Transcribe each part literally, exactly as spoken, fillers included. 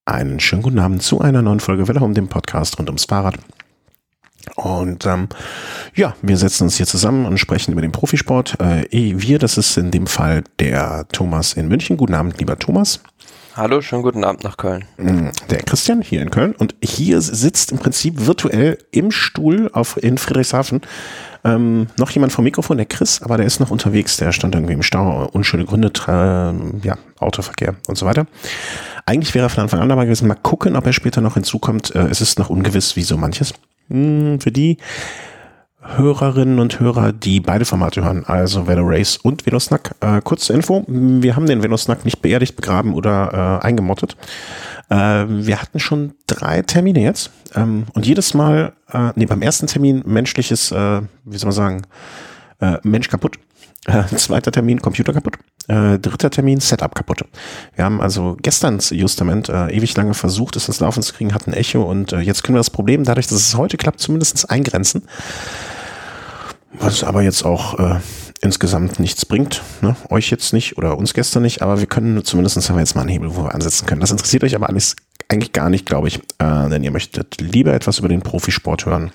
Einen schönen guten Abend zu einer neuen Folge Welle um, dem Podcast rund ums Fahrrad. Und ähm, ja, wir setzen uns hier zusammen und sprechen über den Profisport. Äh, wir, das ist in dem Fall der Thomas in München. Guten Abend, lieber Thomas. Hallo, schönen guten Abend nach Köln. Der Christian hier in Köln und hier sitzt im Prinzip virtuell im Stuhl auf, in Friedrichshafen ähm, noch jemand vom Mikrofon, der Chris, aber der ist noch unterwegs, der stand irgendwie im Stau, unschöne Gründe, tra- ja, Autoverkehr und so weiter. Eigentlich wäre er von Anfang an dabei gewesen, mal gucken, ob er später noch hinzukommt. Äh, es ist noch ungewiss, wie so manches. Hm, für die Hörerinnen und Hörer, die beide Formate hören, also Velo Race und Velosnack. Äh, kurze Info, wir haben den Velosnack nicht beerdigt, begraben oder äh, eingemottet. Äh, wir hatten schon drei Termine jetzt ähm, und jedes Mal, äh, nee, beim ersten Termin menschliches, äh, wie soll man sagen, äh, Mensch kaputt. Äh, zweiter Termin Computer kaputt. Äh, dritter Termin Setup kaputt. Wir haben also gestern Justament äh, ewig lange versucht, es ins Laufen zu kriegen, hatten ein Echo und äh, jetzt können wir das Problem, dadurch, dass es heute klappt, zumindest eingrenzen. Was aber jetzt auch äh, insgesamt nichts bringt. Ne? Euch jetzt nicht oder uns gestern nicht, aber wir können zumindest haben wir jetzt mal einen Hebel, wo wir ansetzen können. Das interessiert euch aber alles eigentlich gar nicht, glaube ich, äh, denn ihr möchtet lieber etwas über den Profisport hören.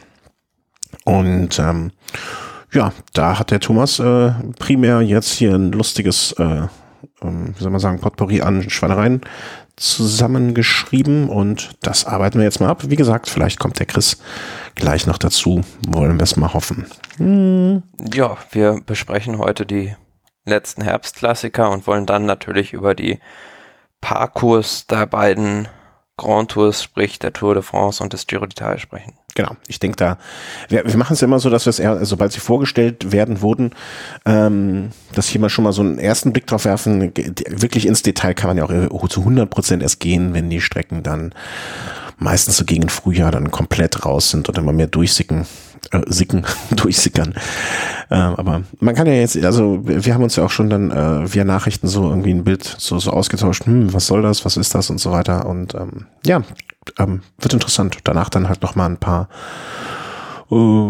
Und ähm, ja, da hat der Thomas äh, primär jetzt hier ein lustiges, äh, ähm, wie soll man sagen, Potpourri an Schweinereien zusammengeschrieben und das arbeiten wir jetzt mal ab. Wie gesagt, vielleicht kommt der Chris gleich noch dazu, wollen wir es mal hoffen. Hm. Ja, wir besprechen heute die letzten Herbstklassiker und wollen dann natürlich über die Parcours der beiden Grand Tours, sprich der Tour de France und des Giro d'Italia sprechen. Genau, ich denke da, wir, wir machen es immer so, dass wir es eher, sobald sie vorgestellt werden wurden, ähm, dass hier mal schon mal so einen ersten Blick drauf werfen. Wirklich ins Detail kann man ja auch zu hundert Prozent erst gehen, wenn die Strecken dann meistens so gegen Frühjahr dann komplett raus sind und immer mehr durchsicken, äh, sicken, durchsickern. Äh, aber man kann ja jetzt, also wir haben uns ja auch schon dann äh, via Nachrichten so irgendwie ein Bild so, so ausgetauscht, hm, was soll das, was ist das und so weiter und ähm, ja, ähm, wird interessant. Danach dann halt noch mal ein paar äh,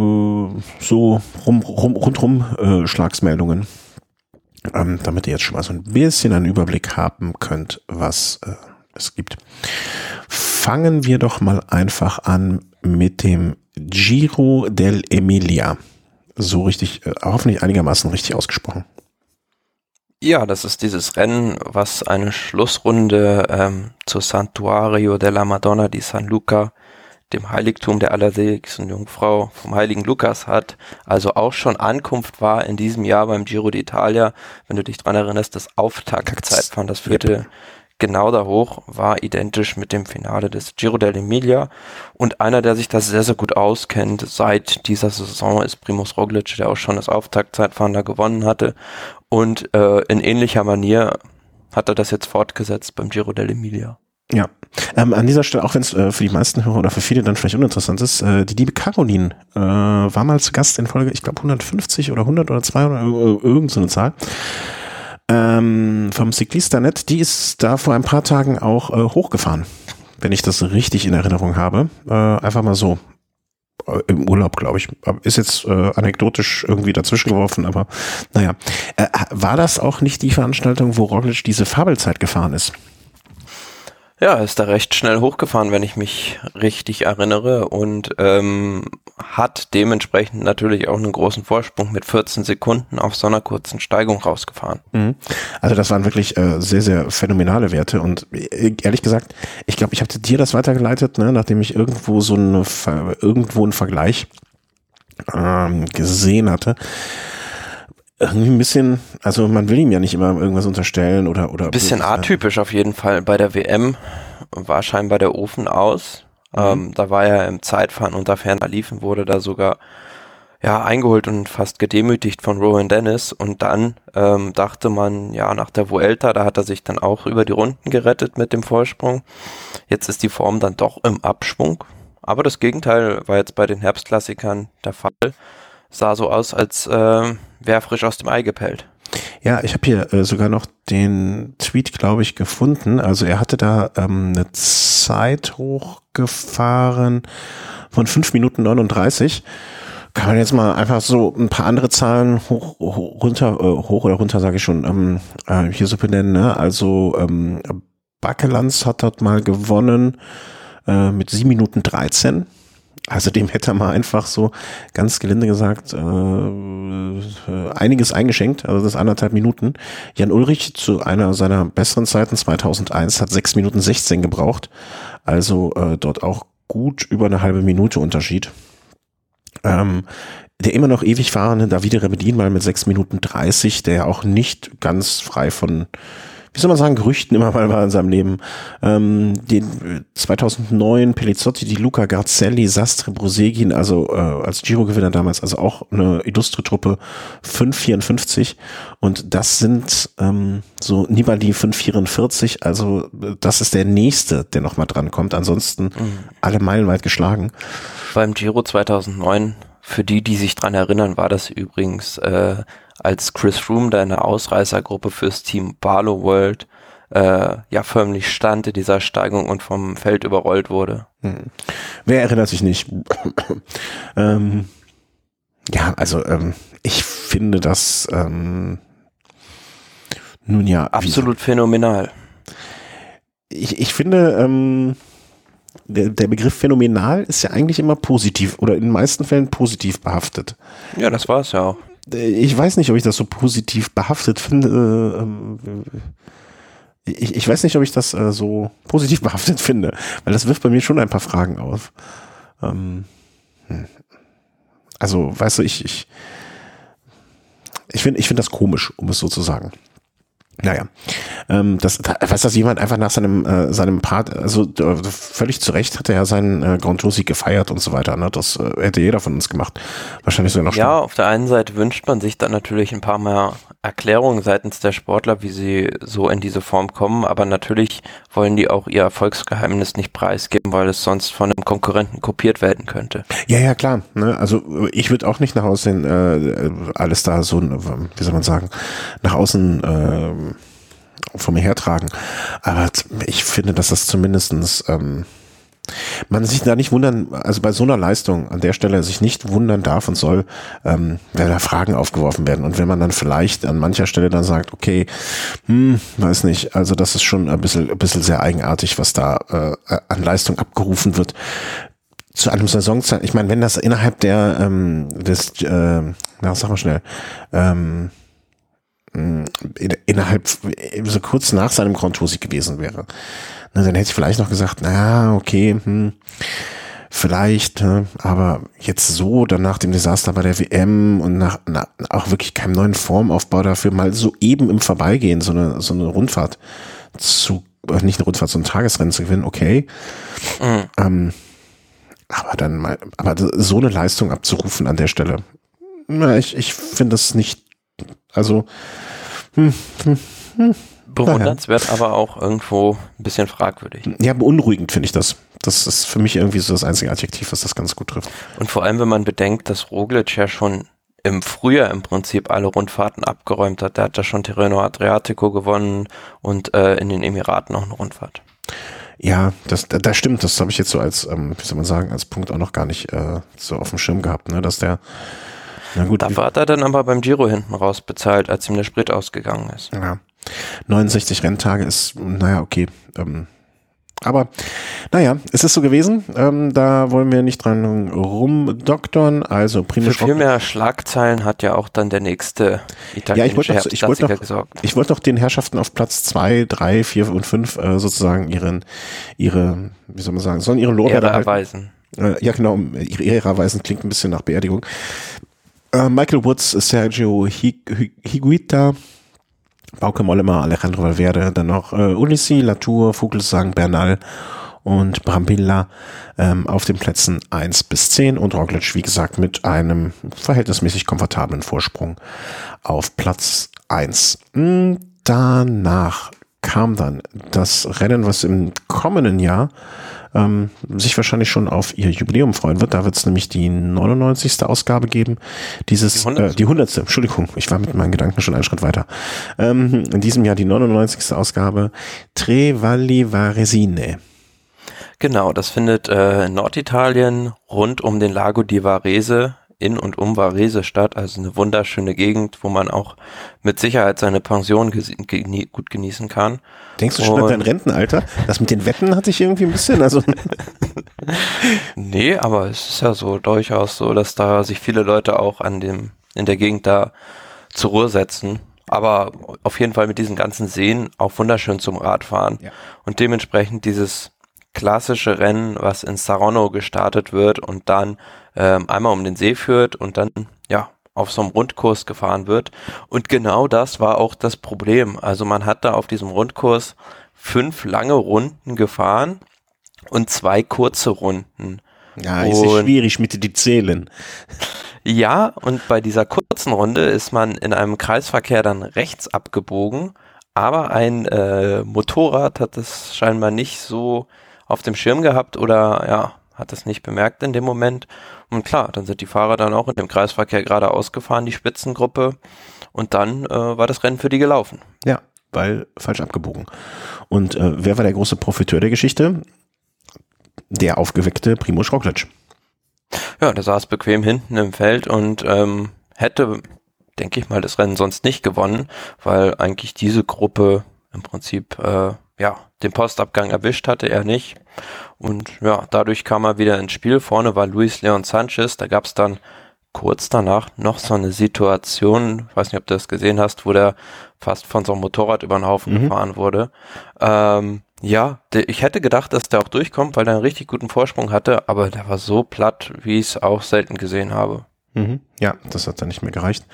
so rum, rum, rundrum äh, Schlagsmeldungen, ähm, damit ihr jetzt schon mal so ein bisschen einen Überblick haben könnt, was äh, es gibt. Fangen wir doch mal einfach an mit dem Giro dell'Emilia. So richtig, äh, hoffentlich einigermaßen richtig ausgesprochen. Ja, das ist dieses Rennen, was eine Schlussrunde ähm, zur Santuario della Madonna di San Luca, dem Heiligtum der Allerseligsten Jungfrau vom heiligen Lukas hat. Also auch schon Ankunft war in diesem Jahr beim Giro d'Italia. Wenn du dich dran erinnerst, das Auftaktzeitfahren, das führte yep. genau da hoch, war identisch mit dem Finale des Giro dell'Emilia. Und einer, der sich da sehr, sehr gut auskennt seit dieser Saison, ist Primož Roglič, der auch schon das Auftaktzeitfahren da gewonnen hatte. Und äh, in ähnlicher Manier hat er das jetzt fortgesetzt beim Giro dell'Emilia. Ja, ähm, an dieser Stelle, auch wenn es äh, für die meisten Hörer oder für viele dann vielleicht uninteressant ist, äh, die liebe Caroline äh, war mal zu Gast in Folge, ich glaube hundertfünfzig oder hundert oder zweihundert, äh, irgend so eine Zahl. Ähm, vom Cyclista.net, die ist da vor ein paar Tagen auch äh, hochgefahren, wenn ich das richtig in Erinnerung habe. Äh, einfach mal so. Äh, Im Urlaub, glaube ich. Ist jetzt äh, anekdotisch irgendwie dazwischen geworfen, aber naja. Äh, war das auch nicht die Veranstaltung, wo Roglič diese Fabelzeit gefahren ist? Ja, ist da recht schnell hochgefahren, wenn ich mich richtig erinnere und ähm, hat dementsprechend natürlich auch einen großen Vorsprung mit vierzehn Sekunden auf so einer kurzen Steigung rausgefahren. Mhm. Also das waren wirklich äh, sehr, sehr phänomenale Werte und äh, ehrlich gesagt, ich glaube, ich habe dir das weitergeleitet, ne, nachdem ich irgendwo so eine, irgendwo einen Vergleich ähm, gesehen hatte. Irgendwie ein bisschen, also man will ihm ja nicht immer irgendwas unterstellen oder oder. Ein bisschen atypisch auf jeden Fall. Bei der W M war scheinbar der Ofen aus. Mhm. Ähm, da war er im Zeitfahren unter ferner Liefen, wurde da sogar ja eingeholt und fast gedemütigt von Rowan Dennis. Und dann ähm, dachte man, ja, nach der Vuelta, da hat er sich dann auch über die Runden gerettet mit dem Vorsprung. Jetzt ist die Form dann doch im Abschwung. Aber das Gegenteil war jetzt bei den Herbstklassikern der Fall. Sah so aus, als äh, wäre frisch aus dem Ei gepellt. Ja, ich habe hier äh, sogar noch den Tweet, glaube ich, gefunden. Also er hatte da ähm, eine Zeit hochgefahren von fünf Minuten neununddreißig. Kann man jetzt mal einfach so ein paar andere Zahlen hoch, hoch runter, äh, hoch oder runter, sage ich schon, ähm, äh, hier so benennen. Ne? Also ähm, Bakelands hat dort mal gewonnen äh, mit sieben Minuten dreizehn. Also dem hätte er mal einfach so ganz gelinde gesagt äh, äh, einiges eingeschenkt, also das anderthalb Minuten. Jan Ullrich zu einer seiner besseren Zeiten zweitausendeins hat sechs Minuten sechzehn gebraucht, also äh, dort auch gut über eine halbe Minute Unterschied. Ähm, der immer noch ewig fahrende Davide Rebellin mal mit sechs Minuten dreißig, der ja auch nicht ganz frei von, wie soll man sagen, Gerüchten immer mal war in seinem Leben. Ähm, den zweitausendneun Pelizzotti, die Luca Garzelli, Sastre Brosegin, also äh, als Giro-Gewinner damals, also auch eine illustre Truppe, fünf vierundfünfzig. Und das sind ähm, so Nibali fünf vierundvierzig, also das ist der nächste, der nochmal dran kommt. Ansonsten mhm. alle meilenweit geschlagen. Beim Giro zweitausendneun, für die, die sich dran erinnern, war das übrigens äh, als Chris Froome da in der Ausreißergruppe fürs Team Barlow World äh, ja förmlich stand in dieser Steigung und vom Feld überrollt wurde. Hm. Wer erinnert sich nicht? ähm, ja, also ähm, ich finde das ähm, nun ja absolut phänomenal. Ich, ich finde, ähm, der, der Begriff phänomenal ist ja eigentlich immer positiv oder in den meisten Fällen positiv behaftet. Ja, das war es ja auch. Ich weiß nicht, ob ich das so positiv behaftet finde. Ich, ich weiß nicht, ob ich das so positiv behaftet finde, weil das wirft bei mir schon ein paar Fragen auf. Also, weißt du, ich ich ich finde ich finde das komisch, um es so zu sagen. Naja, ähm, das, weiß das jemand einfach nach seinem äh, seinem Part, also äh, völlig zu Recht hat er ja seinen äh, Grand Tour-Sieg gefeiert und so weiter, ne? Das äh, hätte jeder von uns gemacht. Wahrscheinlich sogar noch Ja, schlimm. Auf der einen Seite wünscht man sich dann natürlich ein paar mehr Erklärungen seitens der Sportler, wie sie so in diese Form kommen, aber natürlich wollen die auch ihr Erfolgsgeheimnis nicht preisgeben, weil es sonst von einem Konkurrenten kopiert werden könnte. Ja, ja, klar. Ne? Also ich würde auch nicht nach außen äh, alles da so, wie soll man sagen, nach außen äh, von mir hertragen. Aber ich finde, dass das zumindestens ähm, man sich da nicht wundern, also bei so einer Leistung an der Stelle sich nicht wundern darf und soll, ähm, wenn da Fragen aufgeworfen werden. Und wenn man dann vielleicht an mancher Stelle dann sagt, okay, hm, weiß nicht, also das ist schon ein bisschen, ein bisschen sehr eigenartig, was da äh, an Leistung abgerufen wird. Zu einem Saisonzeit, ich meine, wenn das innerhalb der, ähm, des, äh, na, sag mal schnell, ähm, innerhalb, so kurz nach seinem Grand Tour-Sieg gewesen wäre, na, dann hätte ich vielleicht noch gesagt, na, okay, hm, vielleicht, ne, aber jetzt so, dann nach dem Desaster bei der W M und nach, nach auch wirklich keinem neuen Formaufbau dafür, mal so eben im Vorbeigehen so eine, so eine Rundfahrt zu, nicht eine Rundfahrt, so ein Tagesrennen zu gewinnen, okay, mhm. ähm, aber dann mal, aber so eine Leistung abzurufen an der Stelle, na, ich, ich finde das nicht, also, hm, hm, hm. Bewundernswert, aber auch irgendwo ein bisschen fragwürdig. Ja, beunruhigend finde ich das. Das ist für mich irgendwie so das einzige Adjektiv, was das ganz gut trifft. Und vor allem, wenn man bedenkt, dass Roglic ja schon im Frühjahr im Prinzip alle Rundfahrten abgeräumt hat. Der hat da schon Tirreno Adriatico gewonnen und äh, in den Emiraten noch eine Rundfahrt. Ja, das, das stimmt. Das habe ich jetzt so als, ähm, wie soll man sagen, als Punkt auch noch gar nicht äh, so auf dem Schirm gehabt, ne, dass der na gut. Dafür hat er dann aber beim Giro hinten raus bezahlt, als ihm der Sprit ausgegangen ist. Ja. neunundsechzig Renntage ist, naja, okay. Ähm, aber, naja, es ist so gewesen. Ähm, da wollen wir nicht dran rumdoktern. Also, Primož Für viel mehr Schlagzeilen hat ja auch dann der nächste italienische ja, ich wollte noch, ich wollte noch, gesorgt. Ich wollte noch den Herrschaften auf Platz zwei, drei, vier und fünf äh, sozusagen ihren, ihre, wie soll man sagen, sollen ihre Lorbeeren erweisen. Äh, ja, genau, ihre Ehre erweisen klingt ein bisschen nach Beerdigung. Äh, Michael Woods, Sergio Higuita, Bauke Mollema, Alejandro Valverde, dann noch äh, Ulissi, Latour, Vogelsang, Bernal und Brambilla ähm, auf den Plätzen eins bis zehn und Roglic, wie gesagt, mit einem verhältnismäßig komfortablen Vorsprung auf Platz eins. Danach kam dann das Rennen, was im kommenden Jahr ähm, sich wahrscheinlich schon auf ihr Jubiläum freuen wird. Da wird es nämlich die neunundneunzigste Ausgabe geben. Dieses, die hundertste. Äh, die hundertste, Entschuldigung, ich war mit meinen Gedanken schon einen Schritt weiter. Ähm, in diesem Jahr die neunundneunzigste Ausgabe Tre Valli Varesine. Genau, das findet äh, in Norditalien rund um den Lago di Varese in und um Varese-Stadt, also eine wunderschöne Gegend, wo man auch mit Sicherheit seine Pension genie- gut genießen kann. Denkst du schon an dein Rentenalter? Das mit den Wetten hatte ich irgendwie ein bisschen, also. Nee, aber es ist ja so durchaus so, dass da sich viele Leute auch an dem, in der Gegend da zur Ruhe setzen. Aber auf jeden Fall mit diesen ganzen Seen auch wunderschön zum Radfahren. Ja. Und dementsprechend dieses klassische Rennen, was in Saronno gestartet wird und dann ähm, einmal um den See führt und dann, ja, auf so einem Rundkurs gefahren wird. Und genau das war auch das Problem. Also man hat da auf diesem Rundkurs fünf lange Runden gefahren und zwei kurze Runden. Ja, ist ja schwierig mit die Zählen. Ja, und bei dieser kurzen Runde ist man in einem Kreisverkehr dann rechts abgebogen, aber ein äh, Motorrad hat es scheinbar nicht so auf dem Schirm gehabt oder ja, hat es nicht bemerkt in dem Moment. Und klar, dann sind die Fahrer dann auch in dem Kreisverkehr geradeaus gefahren, die Spitzengruppe, und dann äh, war das Rennen für die gelaufen. Ja, weil falsch abgebogen. Und äh, wer war der große Profiteur der Geschichte? Der aufgeweckte Primož Roglič. Ja, der saß bequem hinten im Feld und ähm, hätte, denke ich mal, das Rennen sonst nicht gewonnen, weil eigentlich diese Gruppe im Prinzip äh, ja den Postabgang erwischt hatte, er nicht. Und ja, dadurch kam er wieder ins Spiel. Vorne war Luis Leon Sanchez, da gab es dann kurz danach noch so eine Situation, ich weiß nicht, ob du das gesehen hast, wo der fast von so einem Motorrad über den Haufen mhm. gefahren wurde. Ähm, ja, der, ich hätte gedacht, dass der auch durchkommt, weil er einen richtig guten Vorsprung hatte, aber der war so platt, wie ich es auch selten gesehen habe. Mhm. Ja, das hat dann nicht mehr gereicht.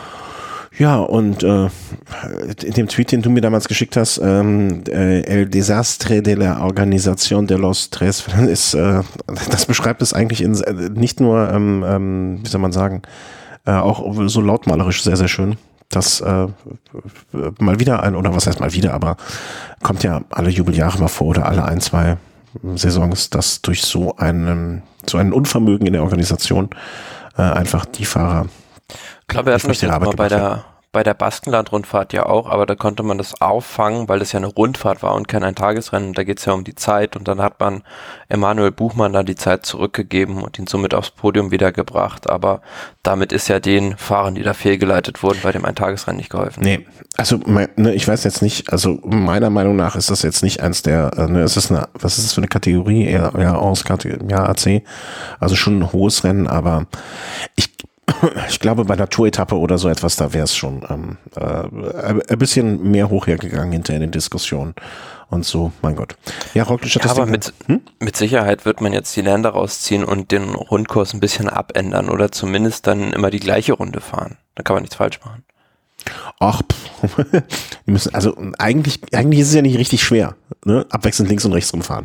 Ja, und äh, in dem Tweet, den du mir damals geschickt hast, ähm, äh, El Desastre de la Organización de los Tres, ist, äh, das beschreibt es eigentlich in, nicht nur, ähm, ähm, wie soll man sagen, äh, auch so lautmalerisch sehr, sehr schön. Das äh, mal wieder ein, oder was heißt mal wieder, aber kommt ja alle Jubeljahre mal vor oder alle ein, zwei Saisons, dass durch so einen, so ein Unvermögen in der Organisation äh, einfach die Fahrer. Ich glaube, wir hatten das mal bei der, bei der Baskenland-Rundfahrt ja auch, aber da konnte man das auffangen, weil das ja eine Rundfahrt war und kein Eintagesrennen. Da geht es ja um die Zeit und dann hat man Emanuel Buchmann da die Zeit zurückgegeben und ihn somit aufs Podium wiedergebracht. Aber damit ist ja den Fahrern, die da fehlgeleitet wurden, bei dem Eintagesrennen nicht geholfen. Nee, also ne, ich weiß jetzt nicht, also meiner Meinung nach ist das jetzt nicht eins der, ne, es ist eine, was ist das für eine Kategorie? Ja, ja, aus Kategorie, ja, A C, also schon ein hohes Rennen, aber ich Ich glaube, bei der Tour-Etappe oder so etwas, da wäre es schon ähm, äh, ein bisschen mehr hochhergegangen hinter in den Diskussionen und so, mein Gott. Ja, Roglič hat ja, das aber Ding mit, hm? mit Sicherheit wird man jetzt die Länder rausziehen und den Rundkurs ein bisschen abändern oder zumindest dann immer die gleiche Runde fahren. Da kann man nichts falsch machen. Ach, wir müssen, also eigentlich, eigentlich ist es ja nicht richtig schwer, ne? Abwechselnd links und rechts rumfahren.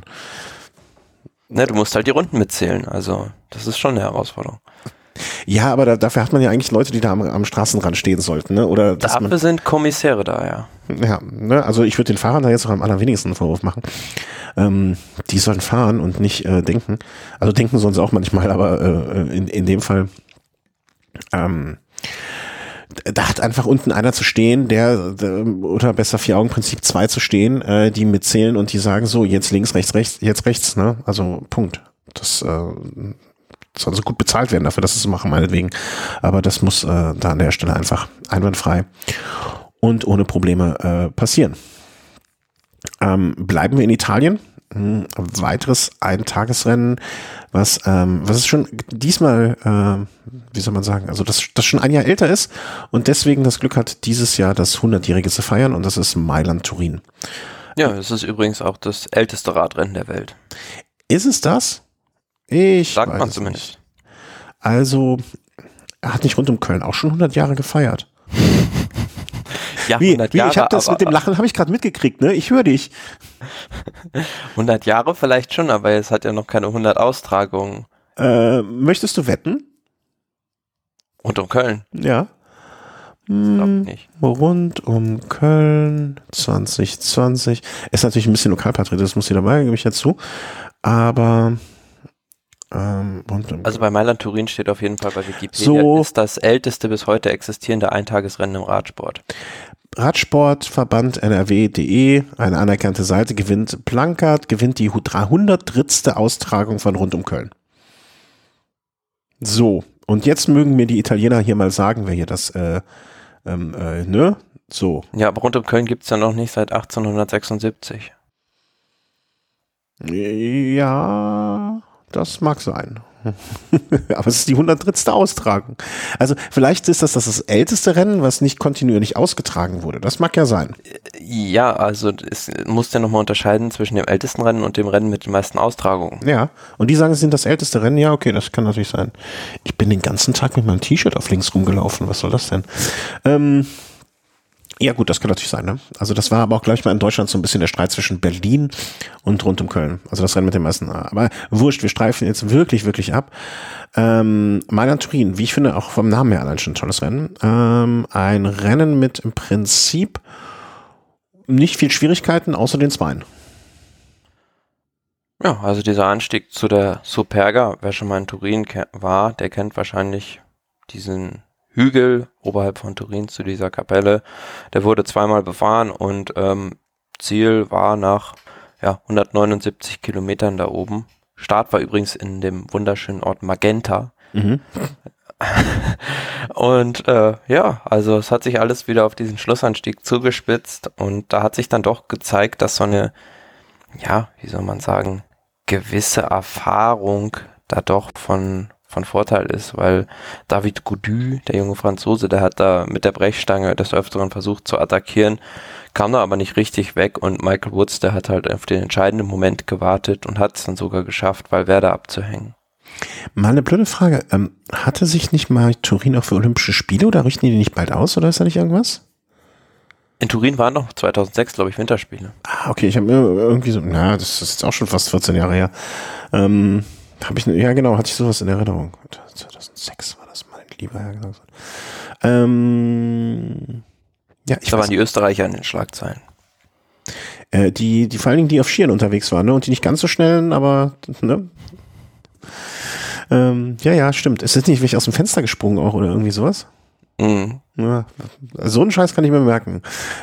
Ne, du musst halt die Runden mitzählen, also das ist schon eine Herausforderung. Ja, aber da, dafür hat man ja eigentlich Leute, die da am, am Straßenrand stehen sollten, ne? Oder dass dafür man, sind Kommissäre da, ja. Ja, ne? Also ich würde den Fahrern da jetzt auch am allerwenigsten einen Vorwurf machen. Ähm, die sollen fahren und nicht äh, denken. Also denken sollen sie auch manchmal, aber äh, in, in dem Fall ähm, da hat einfach unten einer zu stehen, der, der oder besser Vier-Augen-Prinzip zwei zu stehen, äh, die mitzählen und die sagen so, jetzt links, rechts, rechts, jetzt rechts, ne? Also Punkt. Das äh, soll so gut bezahlt werden dafür, dass sie es machen, meinetwegen. Aber das muss äh, da an der Stelle einfach einwandfrei und ohne Probleme äh, passieren. Ähm, bleiben wir in Italien. Ein weiteres Eintagesrennen, was, ähm, was ist schon diesmal, äh, wie soll man sagen, also das, das schon ein Jahr älter ist und deswegen das Glück hat, dieses Jahr das hundertjährige zu feiern, und das ist Mailand-Turin. Ja, das ist übrigens auch das älteste Radrennen der Welt. Ist es das? Ich Sagt weiß man es zumindest. Nicht. Also, er hat nicht rund um Köln auch schon hundert Jahre gefeiert. Ja, wie, hundert wie, Jahre, ich habe das mit dem Lachen, habe ich gerade mitgekriegt, ne? Ich höre dich. hundert Jahre vielleicht schon, aber es hat ja noch keine hundert Austragungen. Äh, möchtest du wetten? Rund um Köln? Ja. Hm, glaub ich nicht. Rund um Köln zwanzig zwanzig. Ist natürlich ein bisschen Lokalpatriotismus hier dabei, gebe ich ja zu. Aber ähm, rund um also bei Mailand-Turin steht auf jeden Fall bei Wikipedia, so, ist das älteste bis heute existierende Eintagesrennen im Radsport. Radsportverband N R W punkt de, eine anerkannte Seite, gewinnt Plankert, gewinnt die dreihundertdritte Austragung von rund um Köln. So, Und jetzt mögen mir die Italiener hier mal sagen, wer hier das, äh, ähm, äh, ne? So. Ja, aber rund um Köln gibt es ja noch nicht seit achtzehnhundertsechsundsiebzig. Ja, das mag sein. Aber es ist die hundertdritte Austragung. Also vielleicht ist das das, das älteste Rennen, was nicht kontinuierlich ausgetragen wurde. Das mag ja sein. Ja, also es muss ja nochmal unterscheiden zwischen dem ältesten Rennen und dem Rennen mit den meisten Austragungen. Ja, und die sagen, es sind das älteste Rennen. Ja, okay, das kann natürlich sein. Ich bin den ganzen Tag mit meinem T-Shirt auf links rumgelaufen. Was soll das denn? Ähm, ja gut, das kann natürlich sein. Ne? Also das war aber auch gleich mal in Deutschland so ein bisschen der Streit zwischen Berlin und rund um Köln. Also das Rennen mit den meisten. Aber wurscht, wir streifen jetzt wirklich, wirklich ab. Ähm, Mailand-Turin, wie ich finde, auch vom Namen her allein schon ein tolles Rennen. Ähm, ein Rennen mit im Prinzip nicht viel Schwierigkeiten, außer den Zweien. Ja, also dieser Anstieg zu der Superga, wer schon mal in Turin war, der kennt wahrscheinlich diesen Hügel oberhalb von Turin zu dieser Kapelle. Der wurde zweimal befahren und ähm, Ziel war nach ja, hundertneunundsiebzig Kilometern da oben. Start war übrigens in dem wunderschönen Ort Magenta. Mhm. Und äh, ja, also es hat sich alles wieder auf diesen Schlussanstieg zugespitzt und da hat sich dann doch gezeigt, dass so eine, ja, wie soll man sagen, gewisse Erfahrung da doch von von Vorteil ist, weil David Gaudu, der junge Franzose, der hat da mit der Brechstange des Öfteren versucht zu attackieren, kam da aber nicht richtig weg und Michael Woods, der hat halt auf den entscheidenden Moment gewartet und hat es dann sogar geschafft, Valverde abzuhängen. Mal eine blöde Frage, ähm, hatte sich nicht mal Turin auch für Olympische Spiele oder richten die nicht bald aus oder ist da nicht irgendwas? In Turin waren noch zweitausendsechs, glaube ich, Winterspiele. Ah, okay, ich habe mir irgendwie so, na, das ist jetzt auch schon fast vierzehn Jahre her, ähm, Habe ich, ja genau, hatte ich sowas in Erinnerung. zweitausendsechs war das, mein lieber Herr. Ähm, ja, ich da waren die Österreicher in den Schlagzeilen. Äh, die, die vor allen Dingen, die auf Skiern unterwegs waren, ne? Und die nicht ganz so schnellen, aber, ne? Ähm, ja, ja, stimmt. Ist das nicht wirklich aus dem Fenster gesprungen auch oder irgendwie sowas? Mhm. Ja, so einen Scheiß kann ich mir merken.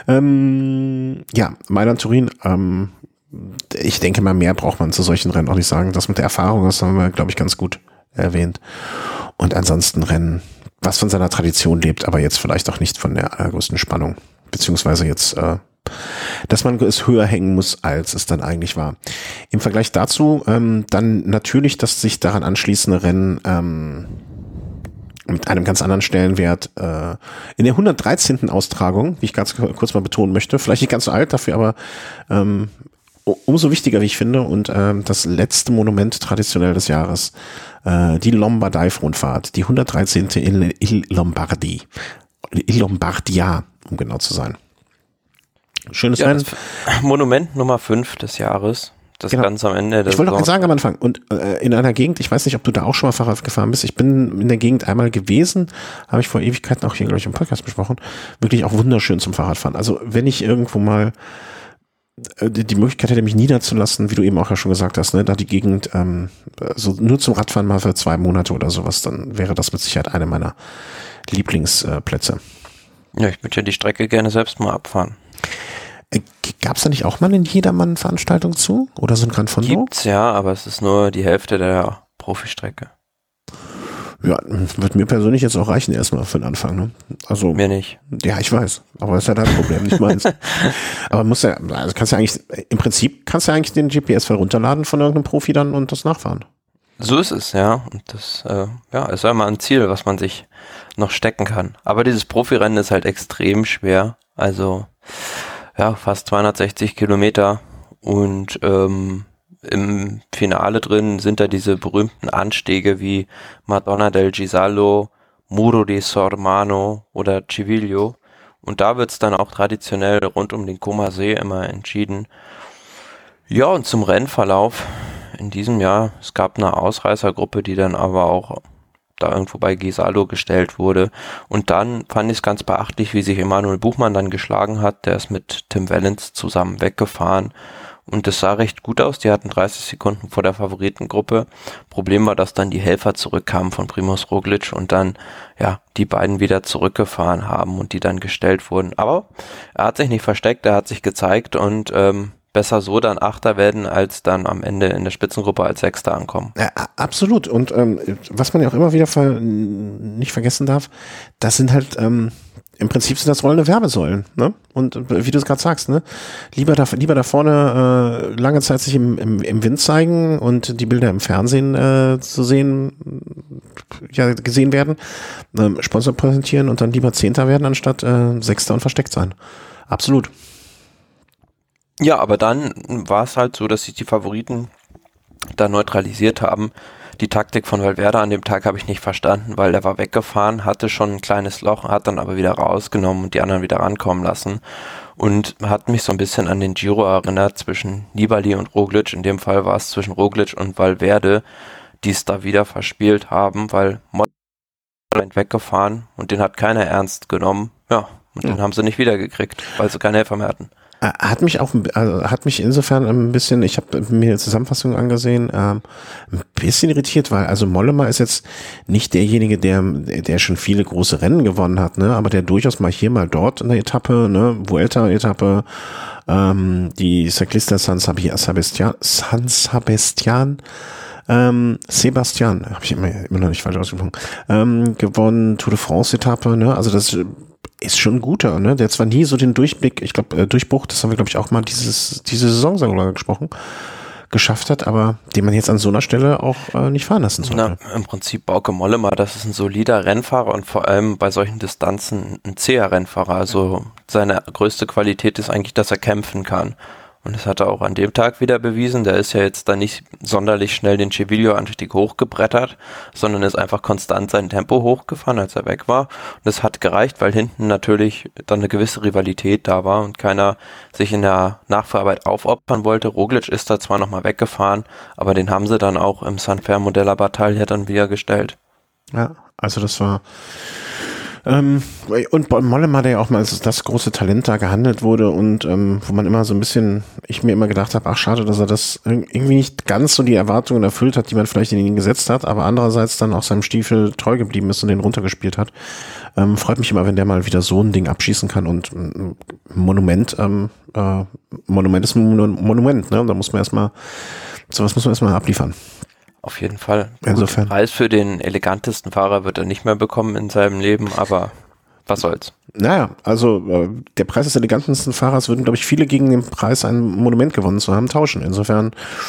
Ähm, ja, Mailand-Turin, ähm, ich denke mal, mehr braucht man zu solchen Rennen auch nicht sagen. Das mit der Erfahrung, das haben wir, glaube ich, ganz gut erwähnt. Und ansonsten Rennen, was von seiner Tradition lebt, aber jetzt vielleicht auch nicht von der allergrößten Spannung. Beziehungsweise jetzt, äh, dass man es höher hängen muss, als es dann eigentlich war. Im Vergleich dazu ähm, dann natürlich das sich daran anschließende Rennen ähm, mit einem ganz anderen Stellenwert äh, in der hundertdreizehnten Austragung, wie ich ganz kurz mal betonen möchte, vielleicht nicht ganz so alt dafür, aber ähm, umso wichtiger, wie ich finde, und ähm, das letzte Monument traditionell des Jahres, äh, die Lombardei-Rundfahrt, die hundertdreizehnte in Il Lombardi, Il Lombardia, um genau zu sein. Schönes ja, Rennen. Monument Nummer fünf des Jahres, das genau. ganz am Ende. Ich wollte noch eins sagen am Anfang, und äh, in einer Gegend, ich weiß nicht, ob du da auch schon mal Fahrrad gefahren bist, ich bin in der Gegend einmal gewesen, habe ich vor Ewigkeiten auch hier, glaube ich, im Podcast besprochen, wirklich auch wunderschön zum Fahrradfahren. Also wenn ich irgendwo mal die Möglichkeit hätte, mich niederzulassen, wie du eben auch ja schon gesagt hast, ne, da die Gegend ähm, so nur zum Radfahren mal für zwei Monate oder sowas, dann wäre das mit Sicherheit eine meiner Lieblingsplätze. Ja, ich würde ja die Strecke gerne selbst mal abfahren. Äh, Gab es da nicht auch mal eine Jedermann-Veranstaltung zu? Oder so ein Gran Fondo? Gibt's ja, aber es ist nur die Hälfte der Profistrecke. Ja, wird mir persönlich jetzt auch reichen erstmal für den Anfang. Ne? Also, mir nicht. Ja, ich weiß. Aber das ist ja dein Problem, nicht meins. Aber muss ja, also kannst ja eigentlich, im Prinzip kannst du ja eigentlich den G P S-File runterladen von irgendeinem Profi dann und das nachfahren. So ist es, ja. Und das, äh, ja, ist ja immer ein Ziel, was man sich noch stecken kann. Aber dieses Profirennen ist halt extrem schwer. Also, ja, fast zweihundertsechzig Kilometer und, ähm, im Finale drin sind da diese berühmten Anstiege wie Madonna del Gisallo, Muro di Sormano oder Civiglio. Und da wird's dann auch traditionell rund um den Comer See immer entschieden. Ja, und zum Rennverlauf in diesem Jahr, es gab eine Ausreißergruppe, die dann aber auch da irgendwo bei Gisallo gestellt wurde. Und dann fand ich es ganz beachtlich, wie sich Emanuel Buchmann dann geschlagen hat. Der ist mit Tim Wellens zusammen weggefahren. Und das sah recht gut aus. Die hatten dreißig Sekunden vor der Favoritengruppe. Problem war, dass dann die Helfer zurückkamen von Primož Roglič und dann, ja, die beiden wieder zurückgefahren haben und die dann gestellt wurden. Aber er hat sich nicht versteckt, er hat sich gezeigt und ähm, besser so dann Achter werden, als dann am Ende in der Spitzengruppe als Sechster ankommen. Ja, absolut. Und ähm, was man ja auch immer wieder ver nicht vergessen darf, das sind halt ähm, im Prinzip sind das rollende Werbesäulen, ne? Und äh, wie du es gerade sagst, ne? Lieber da, lieber da vorne äh, lange Zeit sich im, im, im Wind zeigen und die Bilder im Fernsehen äh, zu sehen, ja, gesehen werden, äh, Sponsor präsentieren und dann lieber Zehnter werden, anstatt äh, Sechster und versteckt sein. Absolut. Ja, aber dann war es halt so, dass sich die Favoriten da neutralisiert haben. Die Taktik von Valverde an dem Tag habe ich nicht verstanden, weil er war weggefahren, hatte schon ein kleines Loch, hat dann aber wieder rausgenommen und die anderen wieder rankommen lassen und hat mich so ein bisschen an den Giro erinnert zwischen Nibali und Roglic. In dem Fall war es zwischen Roglic und Valverde, die es da wieder verspielt haben, weil Mollema weggefahren und den hat keiner ernst genommen. Ja, und ja. Den haben sie nicht wiedergekriegt, weil sie keine Helfer mehr hatten. Hat mich auch, also hat mich insofern ein bisschen, ich habe mir eine Zusammenfassung angesehen, ähm, ein bisschen irritiert, weil also Mollema ist jetzt nicht derjenige, der der schon viele große Rennen gewonnen hat, ne, aber der durchaus mal hier, mal dort in der Etappe, ne, Vuelta-Etappe, ähm, die Ciclista San Sebastian, San Sebastian, ähm, Sebastian, habe ich immer, immer noch nicht falsch ausgesprochen, ähm, gewonnen, Tour de France-Etappe, ne, also das ist schon ein guter, ne? Der hat zwar nie so den Durchblick, ich glaube, äh, Durchbruch, das haben wir, glaube ich, auch mal dieses, diese Saison sogar gesprochen, geschafft hat, aber den man jetzt an so einer Stelle auch äh, nicht fahren lassen sollte. Na, im Prinzip Bauke Mollema, das ist ein solider Rennfahrer und vor allem bei solchen Distanzen ein zäher Rennfahrer. Also seine größte Qualität ist eigentlich, dass er kämpfen kann. Und das hat er auch an dem Tag wieder bewiesen. Der ist ja jetzt da nicht sonderlich schnell den Civiglio-Anstieg hochgebrettert, sondern ist einfach konstant sein Tempo hochgefahren, als er weg war. Und das hat gereicht, weil hinten natürlich dann eine gewisse Rivalität da war und keiner sich in der Nachfahrarbeit aufopfern wollte. Roglic ist da zwar nochmal weggefahren, aber den haben sie dann auch im San Fermo della Battaglia dann wieder gestellt. Ja, also das war... Ähm, und Mollema, der ja auch mal als das große Talent da gehandelt wurde und ähm, wo man immer so ein bisschen, ich mir immer gedacht habe, ach schade, dass er das irgendwie nicht ganz so die Erwartungen erfüllt hat, die man vielleicht in ihn gesetzt hat, aber andererseits dann auch seinem Stiefel treu geblieben ist und den runtergespielt hat. Ähm, freut mich immer, wenn der mal wieder so ein Ding abschießen kann und ein Monument, ähm, äh, Monument ist ein Monument, ne? Da muss man erstmal, sowas muss man erstmal abliefern. Auf jeden Fall. Insofern. Gut, Preis für den elegantesten Fahrer wird er nicht mehr bekommen in seinem Leben, aber was soll's. Naja, also äh, der Preis des elegantesten Fahrers würden, glaube ich, viele gegen den Preis, ein Monument gewonnen zu haben, tauschen. Insofern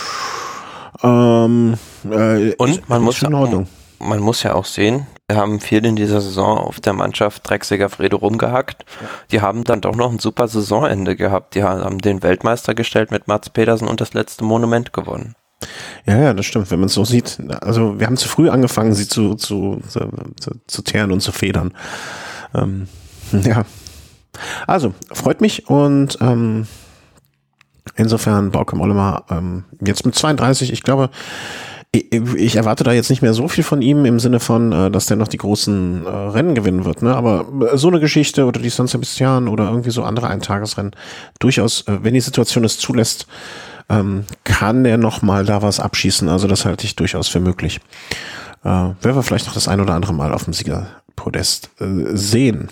ähm, äh, und man muss, schon in Ordnung. Man muss ja auch sehen, wir haben viel in dieser Saison auf der Mannschaft Drecksiger Fredo rumgehackt. Die haben dann doch noch ein super Saisonende gehabt. Die haben den Weltmeister gestellt mit Mats Pedersen und das letzte Monument gewonnen. Ja, ja, das stimmt, wenn man es so sieht. Also wir haben zu früh angefangen, sie zu, zu, zu, zu, zu teeren und zu federn. Ähm, ja. Also, freut mich und ähm, insofern Bauke Mollema ähm, jetzt mit zweiunddreißig, ich glaube, ich, ich erwarte da jetzt nicht mehr so viel von ihm im Sinne von, äh, dass der noch die großen äh, Rennen gewinnen wird, ne? Aber so eine Geschichte oder die San Sebastian oder irgendwie so andere Eintagesrennen, durchaus, äh, wenn die Situation es zulässt, Ähm, kann er noch mal da was abschießen, also das halte ich durchaus für möglich. Äh, werden wir vielleicht noch das ein oder andere Mal auf dem Siegerpodest äh, sehen.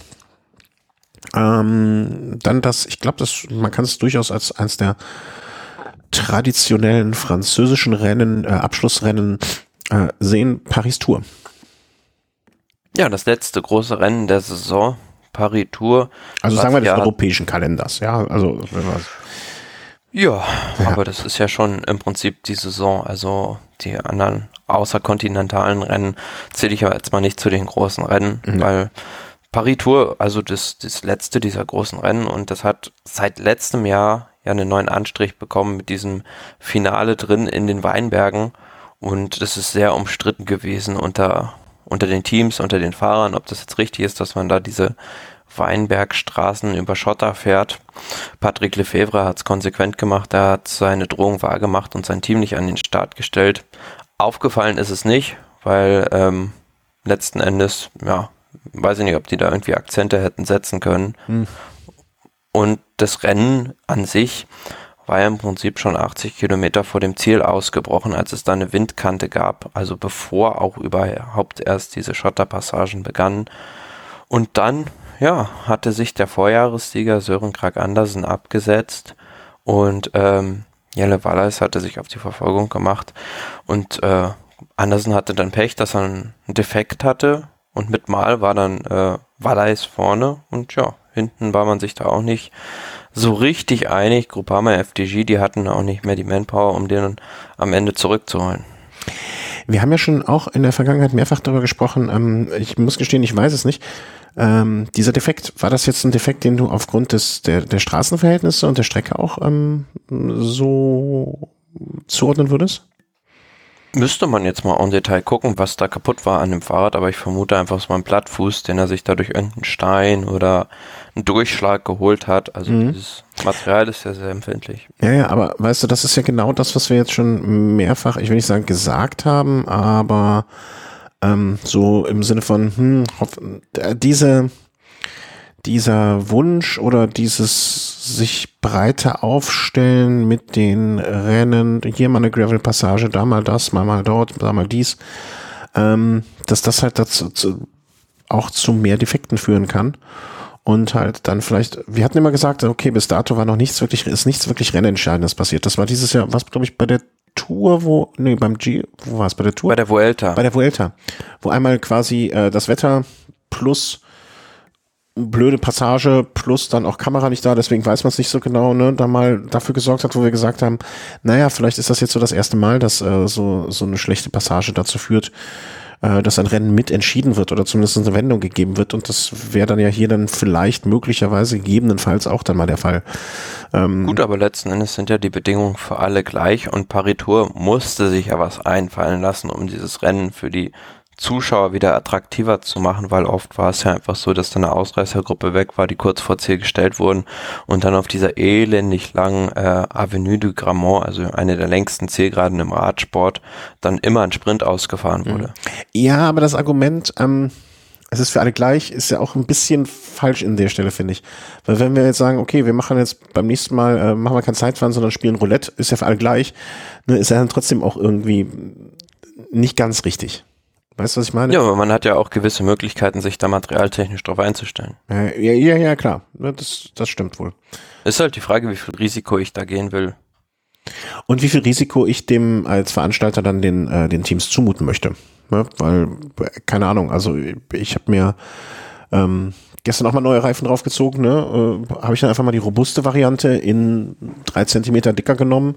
Ähm, dann das, ich glaube, das, man kann es durchaus als eins der traditionellen französischen Rennen, äh, Abschlussrennen äh, sehen, Paris-Tour. Ja, das letzte große Rennen der Saison, Paris-Tour. Also sagen wir des europäischen Kalenders, ja, also wenn wir Ja, ja, aber das ist ja schon im Prinzip die Saison, also die anderen außerkontinentalen Rennen zähle ich ja jetzt mal nicht zu den großen Rennen, mhm. weil Paris-Tour, also das, das letzte dieser großen Rennen und das hat seit letztem Jahr ja einen neuen Anstrich bekommen mit diesem Finale drin in den Weinbergen und das ist sehr umstritten gewesen unter, unter den Teams, unter den Fahrern, ob das jetzt richtig ist, dass man da diese Weinbergstraßen über Schotter fährt. Patrick Lefevre hat es konsequent gemacht, er hat seine Drohung wahrgemacht und sein Team nicht an den Start gestellt. Aufgefallen ist es nicht, weil ähm, letzten Endes, ja, weiß ich nicht, ob die da irgendwie Akzente hätten setzen können. Hm. Und das Rennen an sich war ja im Prinzip schon achtzig Kilometer vor dem Ziel ausgebrochen, als es da eine Windkante gab, also bevor auch überhaupt erst diese Schotterpassagen begannen. Und dann ja, hatte sich der Vorjahressieger Søren Kragh Andersen abgesetzt Und ähm, Jelle Wallace hatte sich auf die Verfolgung gemacht und äh, Andersen hatte dann Pech, dass er einen Defekt hatte und mit Mal war dann äh, Wallace vorne und ja, hinten war man sich da auch nicht so richtig einig. Groupama, F D G, die hatten auch nicht mehr die Manpower, um den am Ende zurückzuholen. Wir haben ja schon auch in der Vergangenheit mehrfach darüber gesprochen, ähm, ich muss gestehen, ich weiß es nicht, ähm, dieser Defekt, war das jetzt ein Defekt, den du aufgrund des der, der Straßenverhältnisse und der Strecke auch ähm, so zuordnen würdest? Müsste man jetzt mal en Detail gucken, was da kaputt war an dem Fahrrad, aber ich vermute einfach, es war ein Plattfuß, den er sich da durch irgendeinen Stein oder einen Durchschlag geholt hat. Also mhm. dieses Material ist ja sehr empfindlich. Ja, ja, aber weißt du, das ist ja genau das, was wir jetzt schon mehrfach, ich will nicht sagen gesagt haben, aber ähm, so im Sinne von, hm, hoff, diese, dieser Wunsch oder dieses sich breiter aufstellen mit den Rennen, hier mal eine Gravel-Passage, da mal das, mal mal dort, da mal dies, ähm, dass das halt dazu zu, auch zu mehr Defekten führen kann und halt dann vielleicht, wir hatten immer gesagt, okay, bis dato war noch nichts wirklich, ist nichts wirklich Rennentscheidendes passiert. Das war dieses Jahr, was glaube ich bei der Tour, wo, nee, beim G, wo war es, bei der Tour? Bei der Vuelta. Bei der Vuelta, wo einmal quasi äh, das Wetter plus blöde Passage plus dann auch Kamera nicht da, deswegen weiß man es nicht so genau, ne, da mal dafür gesorgt hat, wo wir gesagt haben, naja, vielleicht ist das jetzt so das erste Mal, dass äh, so so eine schlechte Passage dazu führt, äh, dass ein Rennen mit entschieden wird oder zumindest eine Wendung gegeben wird und das wäre dann ja hier dann vielleicht möglicherweise gegebenenfalls auch dann mal der Fall. Ähm, Gut, aber letzten Endes sind ja die Bedingungen für alle gleich und Paris-Tours musste sich ja was einfallen lassen, um dieses Rennen für die Zuschauer wieder attraktiver zu machen, weil oft war es ja einfach so, dass dann eine Ausreißergruppe weg war, die kurz vor Ziel gestellt wurden und dann auf dieser elendig langen äh, Avenue du Grammont, also eine der längsten Zielgeraden im Radsport, dann immer ein Sprint ausgefahren wurde. Ja, aber das Argument, ähm, es ist für alle gleich, ist ja auch ein bisschen falsch in der Stelle, finde ich. Weil wenn wir jetzt sagen, okay, wir machen jetzt beim nächsten Mal, äh, machen wir kein Zeitfahren, sondern spielen Roulette, ist ja für alle gleich, ne, ist ja dann trotzdem auch irgendwie nicht ganz richtig. Weißt du, was ich meine? Ja, aber man hat ja auch gewisse Möglichkeiten, sich da materialtechnisch drauf einzustellen. Ja, ja, ja, klar. Das, das stimmt wohl. Ist halt die Frage, wie viel Risiko ich da gehen will. Und wie viel Risiko ich dem als Veranstalter dann den, äh, den Teams zumuten möchte. Ne? Weil, keine Ahnung, also ich habe mir ähm, gestern auch mal neue Reifen draufgezogen, ne? Äh, habe ich dann einfach mal die robuste Variante in drei Zentimeter dicker genommen.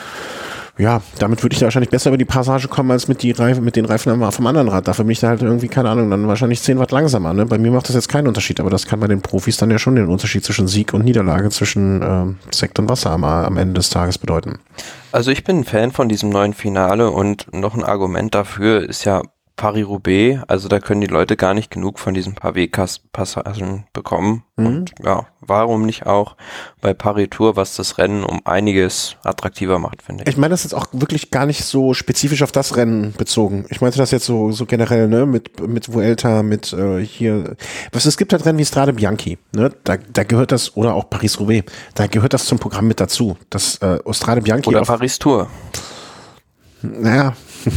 Ja, damit würde ich da wahrscheinlich besser über die Passage kommen, als mit, die Reifen, mit den Reifen vom anderen Rad. Dafür bin ich da halt irgendwie, keine Ahnung, dann wahrscheinlich zehn Watt langsamer. Ne? Bei mir macht das jetzt keinen Unterschied, aber das kann bei den Profis dann ja schon den Unterschied zwischen Sieg und Niederlage, zwischen äh, Sekt und Wasser am, am Ende des Tages bedeuten. Also ich bin ein Fan von diesem neuen Finale und noch ein Argument dafür ist ja Paris-Roubaix, also da können die Leute gar nicht genug von diesen Pavé-Passagen bekommen. Mhm. Und ja, warum nicht auch bei Paris-Tours, was das Rennen um einiges attraktiver macht, finde ich. Ich meine das jetzt auch wirklich gar nicht so spezifisch auf das Rennen bezogen. Ich meinte das jetzt so so generell, ne, mit mit Vuelta, mit äh, hier, was es gibt halt Rennen wie Strade Bianchi, ne, da da gehört das, oder auch Paris-Roubaix, da gehört das zum Programm mit dazu. Das äh, Strade Bianchi oder Paris-Tours. Naja.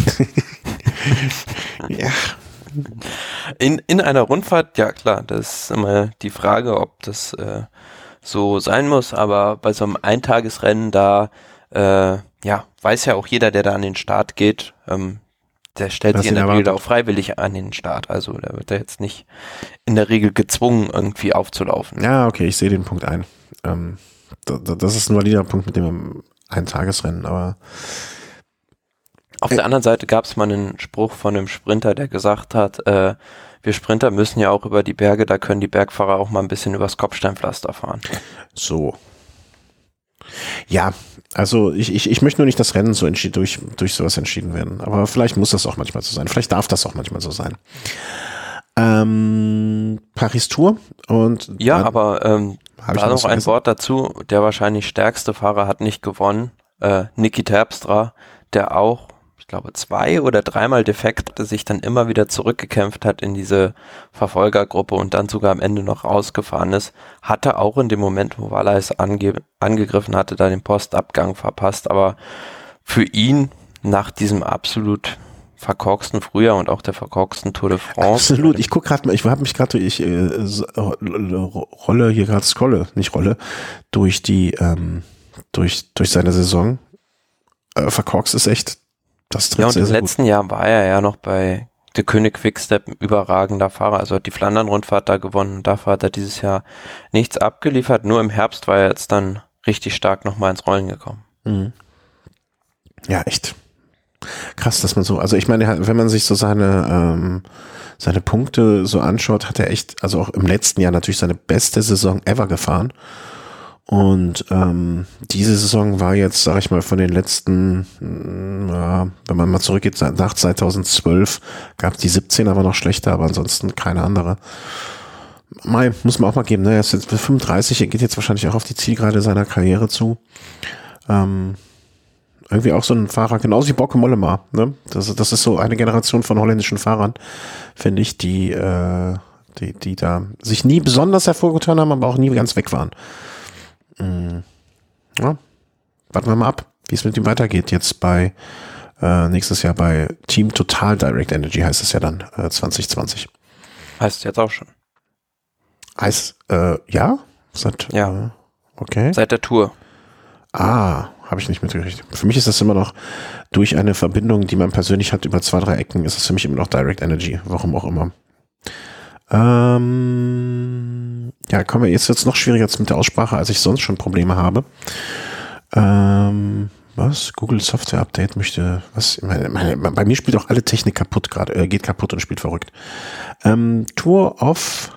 Ja. In, in einer Rundfahrt, ja klar, das ist immer die Frage, ob das äh, so sein muss, aber bei so einem Eintagesrennen da, äh, ja, weiß ja auch jeder, der da an den Start geht, ähm, der stellt das sich in der Regel auch freiwillig an den Start, also da wird er jetzt nicht in der Regel gezwungen, irgendwie aufzulaufen. Ja, okay, ich sehe den Punkt ein. Ähm, das ist ein valider Punkt mit dem Eintagesrennen, aber auf der anderen Seite gab es mal einen Spruch von einem Sprinter, der gesagt hat, äh, wir Sprinter müssen ja auch über die Berge, da können die Bergfahrer auch mal ein bisschen übers Kopfsteinpflaster fahren. So. Ja, also ich, ich, ich möchte nur nicht, dass Rennen so entschied, durch, durch sowas entschieden werden. Aber vielleicht muss das auch manchmal so sein. Vielleicht darf das auch manchmal so sein. Ähm, Paris-Tours und ja, dann, aber ähm, da noch ein Wort dazu. Der wahrscheinlich stärkste Fahrer hat nicht gewonnen. Äh, Niki Terpstra, der auch ich glaube, zwei oder dreimal defekt sich dann immer wieder zurückgekämpft hat in diese Verfolgergruppe und dann sogar am Ende noch rausgefahren ist, hatte auch in dem Moment, wo Wallace ange- angegriffen hatte, da den Postabgang verpasst, aber für ihn nach diesem absolut verkorksten Frühjahr und auch der verkorksten Tour de France. Absolut, ich gucke gerade mal, ich habe mich gerade, ich äh, rolle hier gerade, scrolle, nicht rolle, durch die ähm, durch, durch seine Saison. Äh, verkorkst ist echt, das trifft Ja, und sehr, im sehr letzten gut. Jahr war er ja noch bei der König Quickstep ein überragender Fahrer, also hat die Flandern-Rundfahrt da gewonnen. Dafür hat er dieses Jahr nichts abgeliefert. Nur im Herbst war er jetzt dann richtig stark nochmal ins Rollen gekommen. Mhm. Ja, echt. Krass, dass man so, also ich meine, wenn man sich so seine, ähm, seine Punkte so anschaut, hat er echt, also auch im letzten Jahr natürlich seine beste Saison ever gefahren. Und ähm, diese Saison war jetzt, sag ich mal, von den letzten, ja, wenn man mal zurückgeht, nach zweitausendzwölf gab es die siebzehner, war noch schlechter, aber ansonsten keine andere. Mai, muss man auch mal geben, ne? Er ist jetzt fünfunddreißig, er geht jetzt wahrscheinlich auch auf die Zielgerade seiner Karriere zu. Ähm, irgendwie auch so ein Fahrer, genauso wie Bauke Mollema, ne? Das, das ist so eine Generation von holländischen Fahrern, finde ich, die, äh, die, die da sich nie besonders hervorgetan haben, aber auch nie ganz weg waren. Ja, warten wir mal ab, wie es mit ihm weitergeht. Jetzt bei äh, nächstes Jahr bei Team Total Direct Energy heißt es ja dann äh, zwanzig zwanzig. Heißt jetzt auch schon. Heißt, äh, ja? Seit, Ja. Äh, okay. Seit der Tour. Ah, habe ich nicht mitgekriegt. Für mich ist das immer noch durch eine Verbindung, die man persönlich hat über zwei, drei Ecken, ist es für mich immer noch Direct Energy. Warum auch immer. Ähm, ja, kommen wir jetzt jetzt noch schwieriger jetzt mit der Aussprache, als ich sonst schon Probleme habe. Ähm, was? Google Software Update möchte, was? Meine, meine, bei mir spielt auch alle Technik kaputt gerade, äh, geht kaputt und spielt verrückt. Ähm, Tour of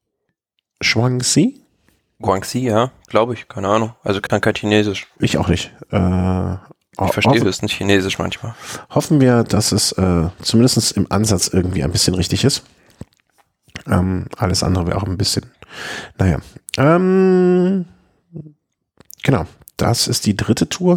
Guangxi? Guangxi, ja, glaube ich, keine Ahnung. Also kann kein Chinesisch. Ich auch nicht. Äh, Ich verstehe höchstens Chinesisch manchmal. Hoffen wir, dass es äh, zumindest im Ansatz irgendwie ein bisschen richtig ist. Ähm, alles andere wäre auch ein bisschen, naja. Ähm, genau, das ist die dritte Tour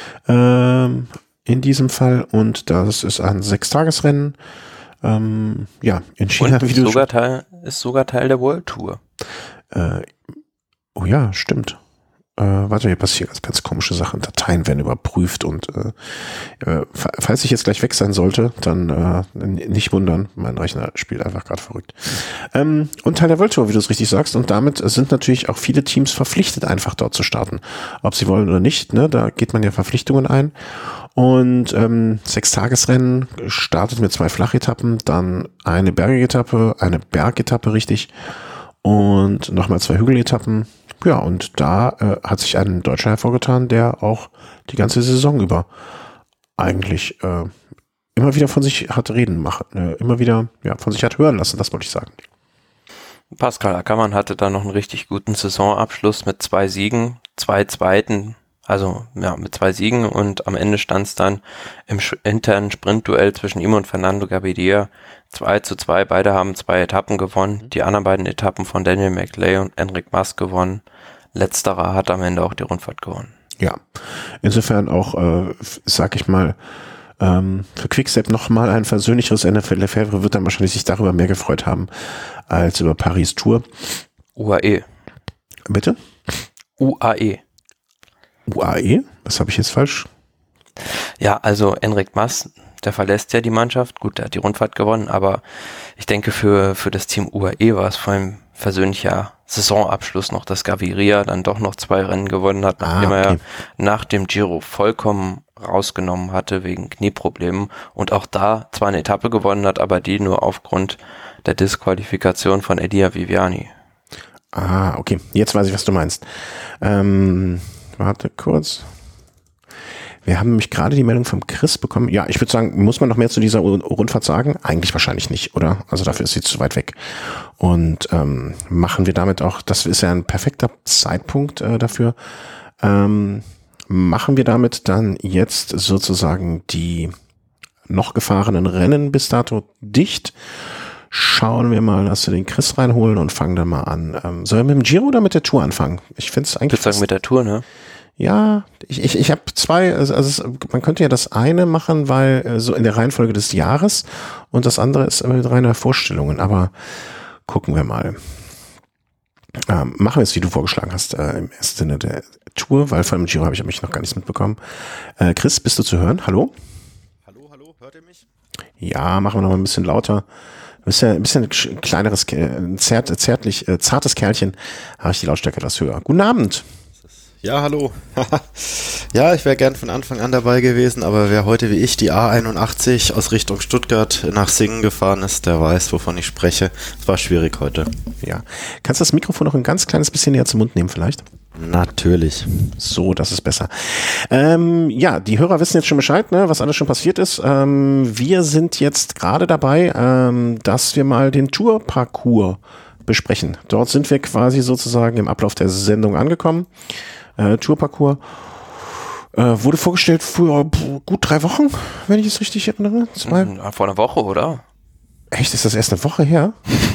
ähm, in diesem Fall und das ist ein Sechstagesrennen. Ähm, ja, in China. Und wie du sogar Teil, ist sogar Teil der World Tour. Äh, oh ja, stimmt. Äh, warte, hier passieren ganz, ganz komische Sachen. Dateien werden überprüft und äh, äh, falls ich jetzt gleich weg sein sollte, dann äh, nicht wundern. Mein Rechner spielt einfach gerade verrückt. Ähm, und Teil der World Tour, wie du es richtig sagst. Und damit sind natürlich auch viele Teams verpflichtet, einfach dort zu starten. Ob sie wollen oder nicht, ne? Da geht man ja Verpflichtungen ein. Und ähm, Sechstagesrennen startet mit zwei Flachetappen, dann eine Bergetappe, eine Bergetappe richtig und nochmal zwei Hügeletappen. Ja, und da äh, hat sich ein Deutscher hervorgetan, der auch die ganze Saison über eigentlich äh, immer wieder von sich hat reden machen, äh, immer wieder ja, von sich hat hören lassen, das wollte ich sagen. Pascal Ackermann hatte da noch einen richtig guten Saisonabschluss mit zwei Siegen, zwei Zweiten, also ja, mit zwei Siegen und am Ende stand es dann im sch- internen Sprintduell zwischen ihm und Fernando Gaviria zwei zu zwei. Beide haben zwei Etappen gewonnen, die anderen beiden Etappen von Daniel McLay und Enric Mas gewonnen. Letzterer hat am Ende auch die Rundfahrt gewonnen. Ja, insofern auch, äh, sag ich mal, ähm, für Quickstep nochmal ein versöhnlicheres Ende. Für Lefebvre wird dann wahrscheinlich sich darüber mehr gefreut haben als über Paris Tour. U A E. Bitte? U A E. U A E? Was habe ich jetzt falsch? Ja, also Enric Mas, der verlässt ja die Mannschaft. Gut, der hat die Rundfahrt gewonnen, aber ich denke für für das Team U A E war es vor allem versöhnlicher Saisonabschluss noch, dass Gaviria dann doch noch zwei Rennen gewonnen hat, nachdem Ah, okay. er nach dem Giro vollkommen rausgenommen hatte wegen Knieproblemen und auch da zwar eine Etappe gewonnen hat, aber die nur aufgrund der Disqualifikation von Elia Viviani. Ah, okay. Jetzt weiß ich, was du meinst. Ähm, warte kurz. Wir haben nämlich gerade die Meldung vom Chris bekommen. Ja, ich würde sagen, muss man noch mehr zu dieser Rundfahrt sagen? Eigentlich wahrscheinlich nicht, oder? Also dafür ist sie zu weit weg. Und ähm, machen wir damit auch, das ist ja ein perfekter Zeitpunkt äh, dafür, ähm, machen wir damit dann jetzt sozusagen die noch gefahrenen Rennen bis dato dicht. Schauen wir mal, dass wir den Chris reinholen und fangen dann mal an. Ähm, sollen wir mit dem Giro oder mit der Tour anfangen? Ich finde es eigentlich... Ich würde sagen mit der Tour, ne? Ja, ich, ich, ich habe zwei, also, also es, man könnte ja das eine machen, weil äh, so in der Reihenfolge des Jahres und das andere ist mit reiner Vorstellungen, aber gucken wir mal. Ähm, machen wir es, wie du vorgeschlagen hast, äh, im ersten Sinne der Tour, weil von dem Giro habe ich mich noch gar nichts mitbekommen. Äh, Chris, bist du zu hören? Hallo? Hallo, hallo, hört ihr mich? Ja, machen wir noch mal ein bisschen lauter. Du bist ja ein bisschen ein kleineres, ein zärt, zärtlich, äh, zartes Kerlchen, habe ich die Lautstärke etwas höher. Guten Abend. Ja, hallo. Ja, ich wäre gern von Anfang an dabei gewesen, aber wer heute wie ich die A einundachtzig aus Richtung Stuttgart nach Singen gefahren ist, der weiß, wovon ich spreche. Es war schwierig heute. Ja. Kannst du das Mikrofon noch ein ganz kleines bisschen näher zum Mund nehmen vielleicht? Natürlich. So, das ist besser. Ähm, ja, die Hörer wissen jetzt schon Bescheid, ne, was alles schon passiert ist. Ähm, wir sind jetzt gerade dabei, ähm, dass wir mal den Tourparcours besprechen. Dort sind wir quasi sozusagen im Ablauf der Sendung angekommen. Äh, Tourparcours äh, wurde vorgestellt vor äh, gut drei Wochen, wenn ich es richtig erinnere. Zwei? Vor einer Woche, oder? Echt, ist das erst eine Woche her?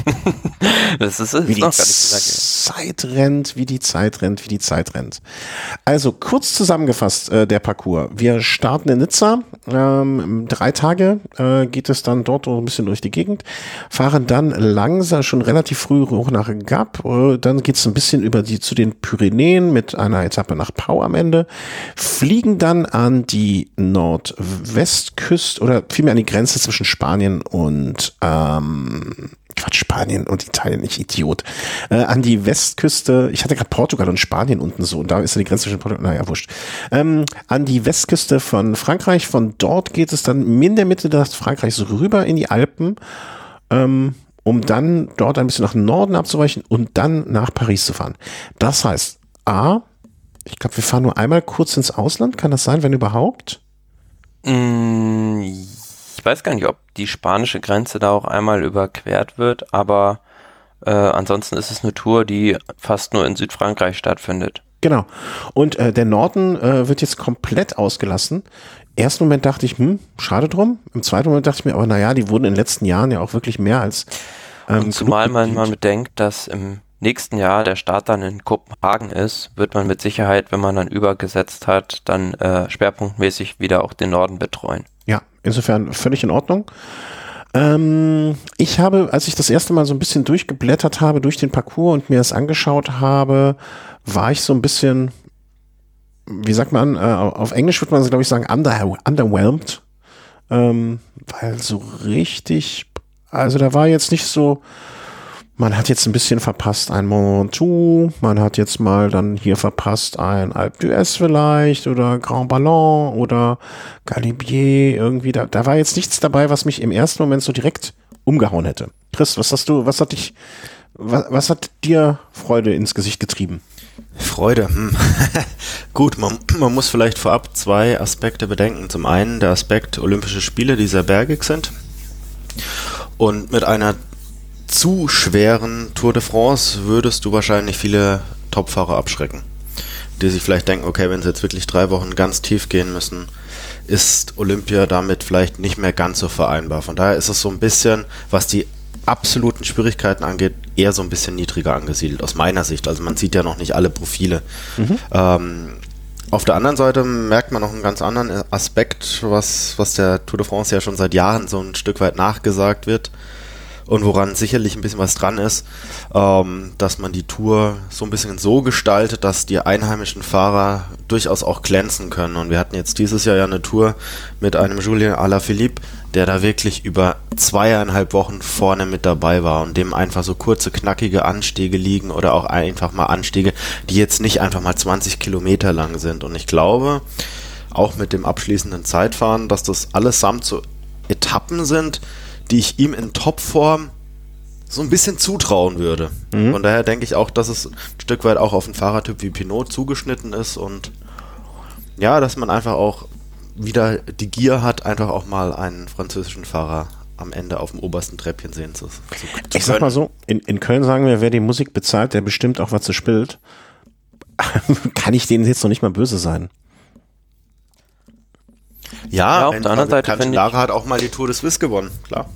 Das ist, ist wie die noch gar nicht so lange. Zeit rennt, wie die Zeit rennt, wie die Zeit rennt. Also kurz zusammengefasst, äh, der Parcours. Wir starten in Nizza. Ähm, drei Tage äh, geht es dann dort ein bisschen durch die Gegend. Fahren dann langsam, schon relativ früh hoch nach Gap. Äh, dann geht es ein bisschen über die zu den Pyrenäen mit einer Etappe nach Pau am Ende. Fliegen dann an die Nordwestküste oder vielmehr an die Grenze zwischen Spanien und ähm, Quatsch, Spanien und Italien, ich Idiot. Äh, an die Westküste, ich hatte gerade Portugal und Spanien unten so, und da ist ja die Grenze zwischen Portugal, naja, wurscht. Ähm, an die Westküste von Frankreich, von dort geht es dann in der Mitte des Frankreichs rüber in die Alpen, ähm, um dann dort ein bisschen nach Norden abzuweichen und dann nach Paris zu fahren. Das heißt, A, ich glaube, wir fahren nur einmal kurz ins Ausland, kann das sein, wenn überhaupt? Mm, Ich weiß gar nicht, ob die spanische Grenze da auch einmal überquert wird, aber äh, ansonsten ist es eine Tour, die fast nur in Südfrankreich stattfindet. Genau. Und äh, der Norden äh, wird jetzt komplett ausgelassen. Im ersten Moment dachte ich, hm, schade drum. Im zweiten Moment dachte ich mir, aber naja, die wurden in den letzten Jahren ja auch wirklich mehr als ähm, Und zumal man mal bedenkt, dass im nächsten Jahr der Start dann in Kopenhagen ist, wird man mit Sicherheit, wenn man dann übergesetzt hat, dann äh, schwerpunktmäßig wieder auch den Norden betreuen. Ja, insofern völlig in Ordnung. Ähm, ich habe, als ich das erste Mal so ein bisschen durchgeblättert habe durch den Parcours und mir das angeschaut habe, war ich so ein bisschen, wie sagt man, äh, auf Englisch würde man, glaube ich, sagen, under, underwhelmed. Ähm, weil so richtig, also da war jetzt nicht so, man hat jetzt ein bisschen verpasst ein Mont Ventoux, man hat jetzt mal dann hier verpasst ein Alpe d'Huez vielleicht oder Grand Ballon oder Galibier irgendwie. Da, da war jetzt nichts dabei, was mich im ersten Moment so direkt umgehauen hätte. Chris, was hast du, was hat dich, was, was hat dir Freude ins Gesicht getrieben? Freude. Hm. Gut, man, man muss vielleicht vorab zwei Aspekte bedenken. Zum einen der Aspekt Olympische Spiele, die sehr bergig sind. Und mit einer zu schweren Tour de France würdest du wahrscheinlich viele Topfahrer abschrecken, die sich vielleicht denken, okay, wenn sie jetzt wirklich drei Wochen ganz tief gehen müssen, ist Olympia damit vielleicht nicht mehr ganz so vereinbar. Von daher ist es so ein bisschen, was die absoluten Schwierigkeiten angeht, eher so ein bisschen niedriger angesiedelt, aus meiner Sicht. Also man sieht ja noch nicht alle Profile. Mhm. Ähm, auf der anderen Seite merkt man noch einen ganz anderen Aspekt, was, was der Tour de France ja schon seit Jahren so ein Stück weit nachgesagt wird. Und woran sicherlich ein bisschen was dran ist, ähm, dass man die Tour so ein bisschen so gestaltet, dass die einheimischen Fahrer durchaus auch glänzen können. Und wir hatten jetzt dieses Jahr ja eine Tour mit einem Julien Alaphilippe, der da wirklich über zweieinhalb Wochen vorne mit dabei war und dem einfach so kurze, knackige Anstiege liegen oder auch einfach mal Anstiege, die jetzt nicht einfach mal zwanzig Kilometer lang sind. Und ich glaube, auch mit dem abschließenden Zeitfahren, dass das allesamt so Etappen sind, die ich ihm in Topform so ein bisschen zutrauen würde. Mhm. Von daher denke ich auch, dass es ein Stück weit auch auf einen Fahrertyp wie Pinot zugeschnitten ist und ja, dass man einfach auch wieder die Gier hat, einfach auch mal einen französischen Fahrer am Ende auf dem obersten Treppchen sehen zu, zu, zu können. Ich sag mal so, in, in Köln sagen wir, wer die Musik bezahlt, der bestimmt auch, was sie spielt. Kann ich denen jetzt noch nicht mal böse sein. Ja, ja, auf der anderen Seite finde ich, Lara hat auch mal die Tour de Suisse gewonnen, klar.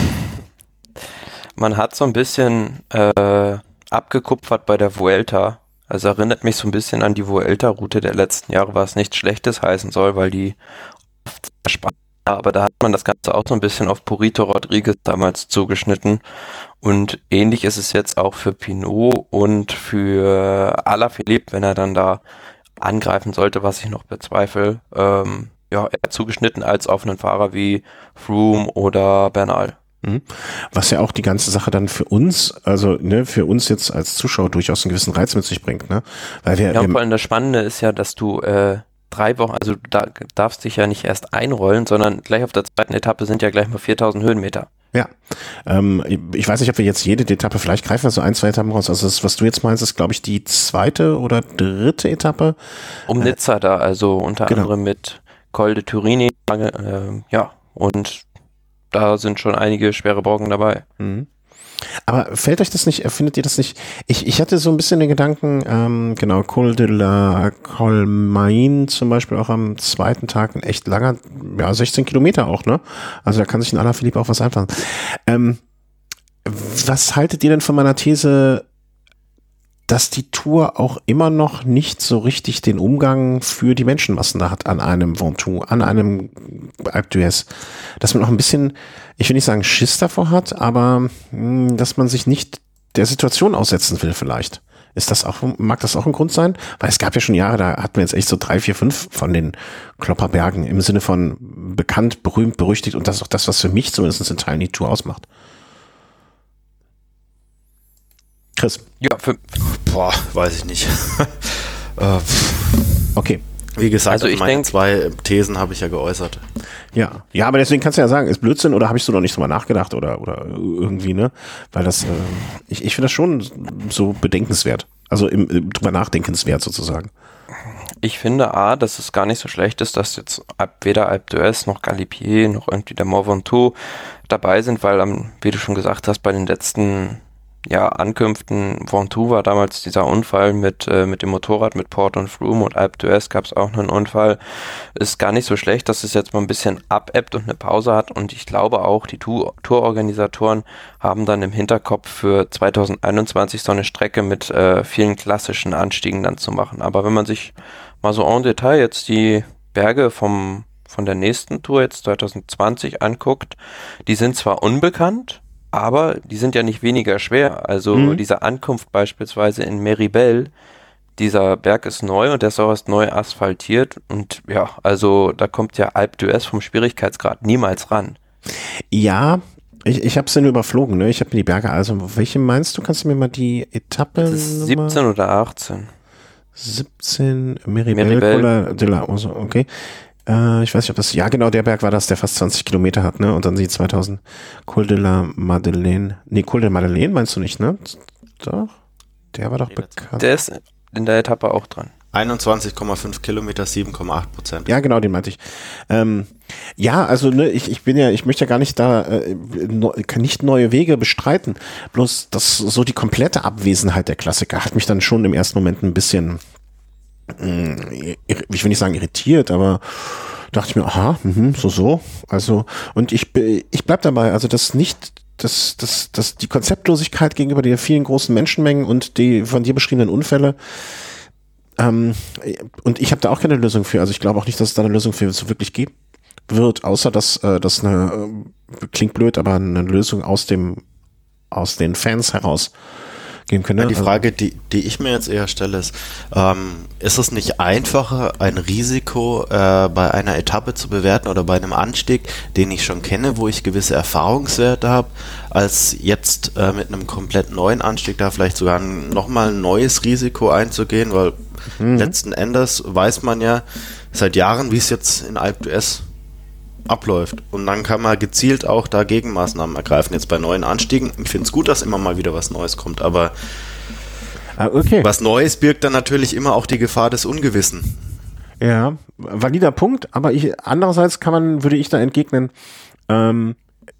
Man hat so ein bisschen äh, abgekupfert bei der Vuelta. Also erinnert mich so ein bisschen an die Vuelta-Route der letzten Jahre, was nichts Schlechtes heißen soll, weil die oft spannend war. Aber da hat man das Ganze auch so ein bisschen auf Purito Rodriguez damals zugeschnitten. Und ähnlich ist es jetzt auch für Pinot und für Alaphilippe, wenn er dann da angreifen sollte, was ich noch bezweifle. Ähm, ja, eher zugeschnitten als auf einen Fahrer wie Froome oder Bernal. Mhm. Was ja auch die ganze Sache dann für uns, also ne, für uns jetzt als Zuschauer durchaus einen gewissen Reiz mit sich bringt, ne? Weil wir, Ja, und wir vor allem das Spannende ist ja, dass du äh, drei Wochen, also du da, darfst dich ja nicht erst einrollen, sondern gleich auf der zweiten Etappe sind ja gleich mal viertausend Höhenmeter. Ja, ähm, ich weiß nicht, ob wir jetzt jede Etappe, vielleicht greifen wir so ein, zwei Etappen raus. Also das, was du jetzt meinst, ist, glaube ich, die zweite oder dritte Etappe. Um äh, Nizza da, also unter genau. anderem mit Col de Turini, äh, ja, und da sind schon einige schwere Brocken dabei. Mhm. Aber fällt euch das nicht, findet ihr das nicht, ich, ich hatte so ein bisschen den Gedanken, ähm, genau, Col de la Colmaine zum Beispiel auch am zweiten Tag ein echt langer, ja, sechzehn Kilometer auch, ne? Also da kann sich ein Alaphilippe auch was einfallen. Ähm, was haltet ihr denn von meiner These, dass die Tour auch immer noch nicht so richtig den Umgang für die Menschenmassen da hat an einem Ventoux, an einem Alpe d'Huez, dass man auch ein bisschen, ich will nicht sagen Schiss davor hat, aber mh, dass man sich nicht der Situation aussetzen will vielleicht. Ist das auch, mag das auch ein Grund sein? Weil es gab ja schon Jahre, da hatten wir jetzt echt so drei, vier, fünf von den Klopperbergen im Sinne von bekannt, berühmt, berüchtigt und das ist auch das, was für mich zumindest in Teilen die Tour ausmacht. Chris. Ja, für, Boah, weiß ich nicht. äh, Okay. Wie gesagt, Also ich meine denk- zwei Thesen habe ich ja geäußert. Ja, ja, aber deswegen kannst du ja sagen, ist Blödsinn oder habe ich so noch nicht drüber nachgedacht oder oder irgendwie, ne? Weil das, äh, ich, ich finde das schon so bedenkenswert. Also im, im drüber nachdenkenswert sozusagen. Ich finde A, dass es gar nicht so schlecht ist, dass jetzt weder Alpe d'Huez noch Galibier noch irgendwie der Mont Ventoux dabei sind, weil, am, wie du schon gesagt hast, bei den letzten ja, Ankünften, Ventoux war damals dieser Unfall mit äh, mit dem Motorrad, mit Porte und Froome, und Alpe d'Huez gab es auch einen Unfall. Ist gar nicht so schlecht, dass es jetzt mal ein bisschen abebbt und eine Pause hat, und ich glaube auch, die Tour- Tourorganisatoren haben dann im Hinterkopf für zweitausendeinundzwanzig so eine Strecke mit äh, vielen klassischen Anstiegen dann zu machen. Aber wenn man sich mal so en Detail jetzt die Berge vom von der nächsten Tour jetzt zweitausendzwanzig anguckt, die sind zwar unbekannt, aber die sind ja nicht weniger schwer. Also Mhm. diese Ankunft beispielsweise in Meribel, dieser Berg ist neu und der ist auch erst neu asphaltiert. Und ja, also da kommt ja Alpe d'Huez vom Schwierigkeitsgrad niemals ran. Ja, ich, ich habe es ja nur überflogen, ne? Ich habe mir die Berge, also welche meinst du? Kannst du mir mal die Etappe Das ist siebzehn oder achtzehn. siebzehn, Meribel, Meribel. Cola de la Oso, okay. Äh, ich weiß nicht, ob das, ja genau, der Berg war das, der fast zwanzig Kilometer hat, ne? Und dann die zweitausend, Col de la Madeleine, nee, Col de Madeleine meinst du nicht, ne? Doch, der war doch Nee, bekannt. Der ist in der Etappe auch dran. einundzwanzig Komma fünf Kilometer, sieben Komma acht Prozent. Ja, genau, den meinte ich. Ähm, ja, also ne, ich, ich bin ja, ich möchte ja gar nicht da, äh, no, kann nicht neue Wege bestreiten. Bloß das so die komplette Abwesenheit der Klassiker hat mich dann schon im ersten Moment ein bisschen, mh, ich will nicht sagen irritiert, aber dachte ich mir, aha, mh, so so. Also und ich ich bleib dabei, also das nicht Das, das, das, die Konzeptlosigkeit gegenüber der vielen großen Menschenmengen und die von dir beschriebenen Unfälle. Ähm, und ich habe da auch keine Lösung für. Also ich glaube auch nicht, dass es da eine Lösung für so wirklich geben wird, außer dass äh, das eine, äh, klingt blöd, aber eine Lösung aus dem, aus den Fans heraus geben könnte. Ja, die Frage, die, die ich mir jetzt eher stelle, ist, ähm, ist es nicht einfacher, ein Risiko äh, bei einer Etappe zu bewerten oder bei einem Anstieg, den ich schon kenne, wo ich gewisse Erfahrungswerte habe, als jetzt äh, mit einem komplett neuen Anstieg da vielleicht sogar nochmal ein neues Risiko einzugehen, weil mhm. letzten Endes weiß man ja seit Jahren, wie es jetzt in Alpe d'Huez abläuft. Und dann kann man gezielt auch da Gegenmaßnahmen ergreifen. Jetzt bei neuen Anstiegen. Ich finde es gut, dass immer mal wieder was Neues kommt, aber ah, okay. was Neues birgt dann natürlich immer auch die Gefahr des Ungewissen. Ja, valider Punkt, aber ich, andererseits kann man, würde ich da entgegnen, ähm,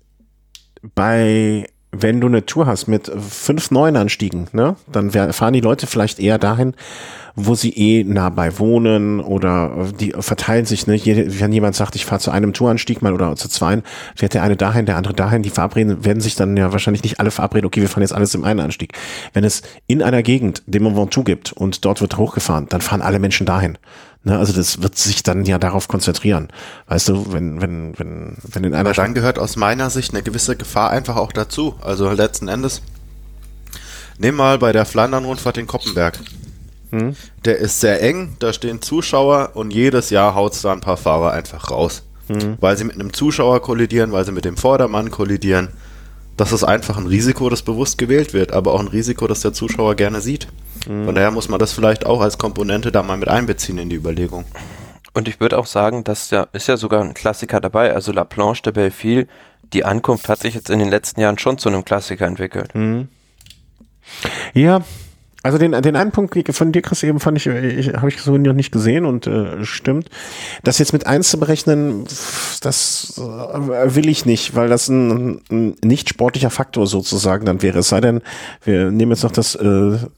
bei, wenn du eine Tour hast mit fünf neuen Anstiegen, ne, dann fahren die Leute vielleicht eher dahin, wo sie eh nah bei wohnen oder die verteilen sich, ne? Wenn jemand sagt, ich fahre zu einem Touranstieg mal oder zu zweien, fährt der eine dahin, der andere dahin, die verabreden, werden sich dann ja wahrscheinlich nicht alle verabreden, okay, wir fahren jetzt alles im einen Anstieg. Wenn es in einer Gegend den Mont Ventoux gibt und dort wird hochgefahren, dann fahren alle Menschen dahin. Ne? Also das wird sich dann ja darauf konzentrieren. Weißt du, wenn, wenn, wenn, wenn in einer Aber dann gehört aus meiner Sicht eine gewisse Gefahr einfach auch dazu. Also letzten Endes, nimm mal bei der Flandern-Rundfahrt den Koppenberg. Hm. Der ist sehr eng, da stehen Zuschauer und jedes Jahr haut es da ein paar Fahrer einfach raus. Hm. Weil sie mit einem Zuschauer kollidieren, weil sie mit dem Vordermann kollidieren. Das ist einfach ein Risiko, das bewusst gewählt wird, aber auch ein Risiko, das der Zuschauer gerne sieht. Mhm. Von daher muss man das vielleicht auch als Komponente da mal mit einbeziehen in die Überlegung. Und ich würde auch sagen, dass ja, ist ja sogar ein Klassiker dabei, also La Planche de Belleville, die Ankunft hat sich jetzt in den letzten Jahren schon zu einem Klassiker entwickelt. Mhm. Ja, also den, den einen Punkt von dir, Chris, eben fand ich, ich habe ich so noch nicht gesehen und äh, stimmt. Das jetzt mit eins zu berechnen, das äh, will ich nicht, weil das ein, ein nicht sportlicher Faktor sozusagen dann wäre. Es sei denn, wir nehmen jetzt noch das, äh,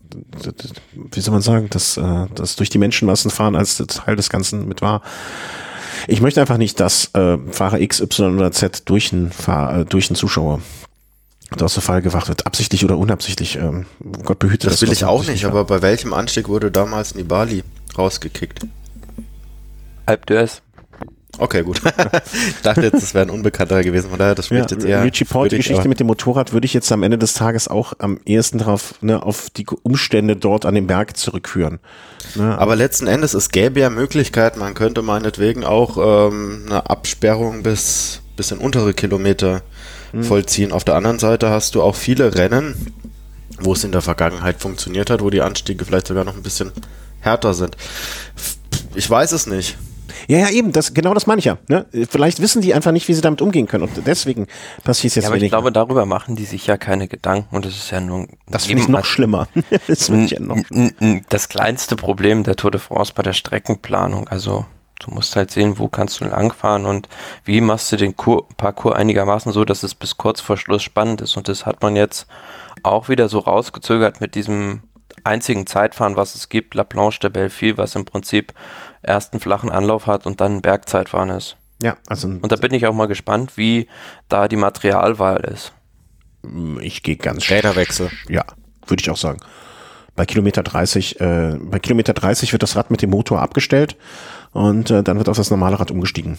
wie soll man sagen, das, äh, das durch die Menschenmassen fahren als Teil des Ganzen mit wahr. Ich möchte einfach nicht, dass äh, Fahrer X, Y oder Z durch einen, Fahr, äh, durch einen Zuschauer aus der Fall gewacht wird, absichtlich oder unabsichtlich. Ähm, Gott behüte das. Das will ich auch nicht, aber bei welchem Anstieg wurde damals Nibali rausgekickt? Alpe d'Huez. Okay, gut. Ich dachte jetzt, das wäre ein Unbekannter gewesen, von daher, das spricht ja, jetzt eher. Richie Porte, die Geschichte mit dem Motorrad würde ich jetzt am Ende des Tages auch am ehesten drauf, ne, auf die Umstände dort an dem Berg zurückführen. Ne, aber letzten Endes, es gäbe ja Möglichkeiten, man könnte meinetwegen auch ähm, eine Absperrung bis, bis in untere Kilometer vollziehen. Auf der anderen Seite hast du auch viele Rennen, wo es in der Vergangenheit funktioniert hat, wo die Anstiege vielleicht sogar noch ein bisschen härter sind. Ich weiß es nicht. Ja, ja, eben, das, genau das meine ich ja. Ne? Vielleicht wissen die einfach nicht, wie sie damit umgehen können und deswegen passiert es jetzt ja, aber weniger. Ich glaube, darüber machen die sich ja keine Gedanken und das ist ja nur... Das finde ich noch schlimmer. Das, n- ja noch n- das kleinste Problem der Tour de France bei der Streckenplanung, also du musst halt sehen, wo kannst du langfahren und wie machst du den Kur- Parcours einigermaßen so, dass es bis kurz vor Schluss spannend ist. Und das hat man jetzt auch wieder so rausgezögert mit diesem einzigen Zeitfahren, was es gibt, La Planche de Belleville, was im Prinzip erst einen flachen Anlauf hat und dann ein Bergzeitfahren ist. Ja, also und da bin ich auch mal gespannt, wie da die Materialwahl ist. Ich gehe ganz Räderwechsel. Ja, würde ich auch sagen. Bei Kilometer dreißig, äh, bei Kilometer dreißig wird das Rad mit dem Motor abgestellt und äh, dann wird auf das normale Rad umgestiegen.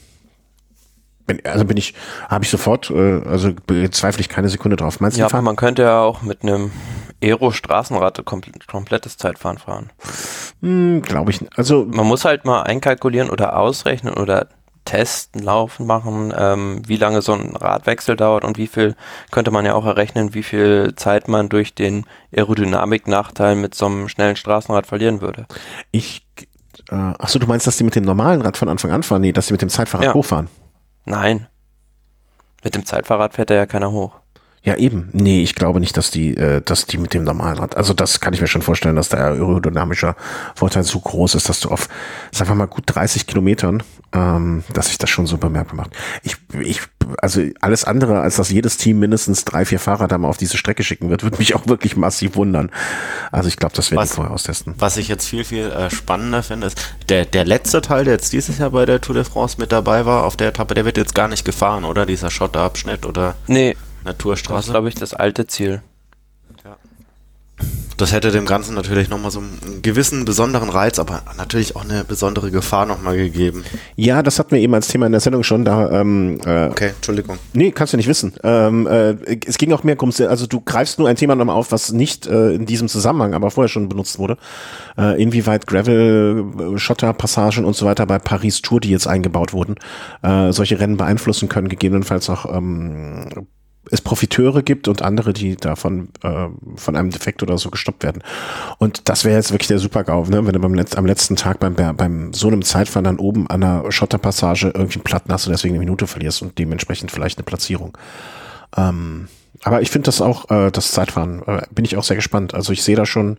Bin, also bin ich, habe ich sofort, äh, also bezweifle ich keine Sekunde drauf. Meinst du, ja, aber man könnte ja auch mit einem Aero-Straßenrad kompl- komplettes Zeitfahren fahren. Hm, glaube ich nicht. Also man muss halt mal einkalkulieren oder ausrechnen oder testen, laufen, machen, ähm, wie lange so ein Radwechsel dauert und wie viel, könnte man ja auch errechnen, wie viel Zeit man durch den Aerodynamik-Nachteil mit so einem schnellen Straßenrad verlieren würde. Ich, äh, achso, du meinst, dass die mit dem normalen Rad von Anfang an fahren? Nee, dass die mit dem Zeitfahrrad ja. hochfahren? Nein. Mit dem Zeitfahrrad fährt da ja keiner hoch. Ja, eben. Nee, ich glaube nicht, dass die, äh, dass die mit dem normalen Rad, also das kann ich mir schon vorstellen, dass der aerodynamischer Vorteil so groß ist, dass du auf, sag mal, gut dreißig Kilometern, ähm, dass sich das schon so bemerkbar macht. Ich, ich, also alles andere, als dass jedes Team mindestens drei, vier Fahrer da mal auf diese Strecke schicken wird, würde mich auch wirklich massiv wundern. Also ich glaube, das werden die vorher austesten. Was ich jetzt viel, viel äh, spannender finde, ist, der, der letzte Teil, der jetzt dieses Jahr bei der Tour de France mit dabei war, auf der Etappe, der wird jetzt gar nicht gefahren, oder? Dieser Schotterabschnitt, oder? Nee. Naturstraße. Das ist, glaube ich, das alte Ziel. Ja. Das hätte dem Ganzen natürlich nochmal so einen gewissen besonderen Reiz, aber natürlich auch eine besondere Gefahr nochmal gegeben. Ja, das hatten wir eben als Thema in der Sendung schon. Da, ähm, äh, okay, Entschuldigung. Nee, kannst du nicht wissen. Ähm, äh, es ging auch mehr um, also du greifst nur ein Thema nochmal auf, was nicht äh, in diesem Zusammenhang, aber vorher schon benutzt wurde. Äh, inwieweit Gravel, Schotterpassagen und so weiter bei Paris Tour, die jetzt eingebaut wurden, äh, solche Rennen beeinflussen können, gegebenenfalls auch ähm, es Profiteure gibt und andere, die davon äh, von einem Defekt oder so gestoppt werden. Und das wäre jetzt wirklich der Super-GAU, ne? Wenn du beim Letz-, am letzten Tag beim, beim so einem Zeitfahren dann oben an einer Schotterpassage irgendwie einen Platten hast und deswegen eine Minute verlierst und dementsprechend vielleicht eine Platzierung. Ähm, aber ich finde das auch, äh, das Zeitfahren, äh, bin ich auch sehr gespannt. Also ich sehe da schon,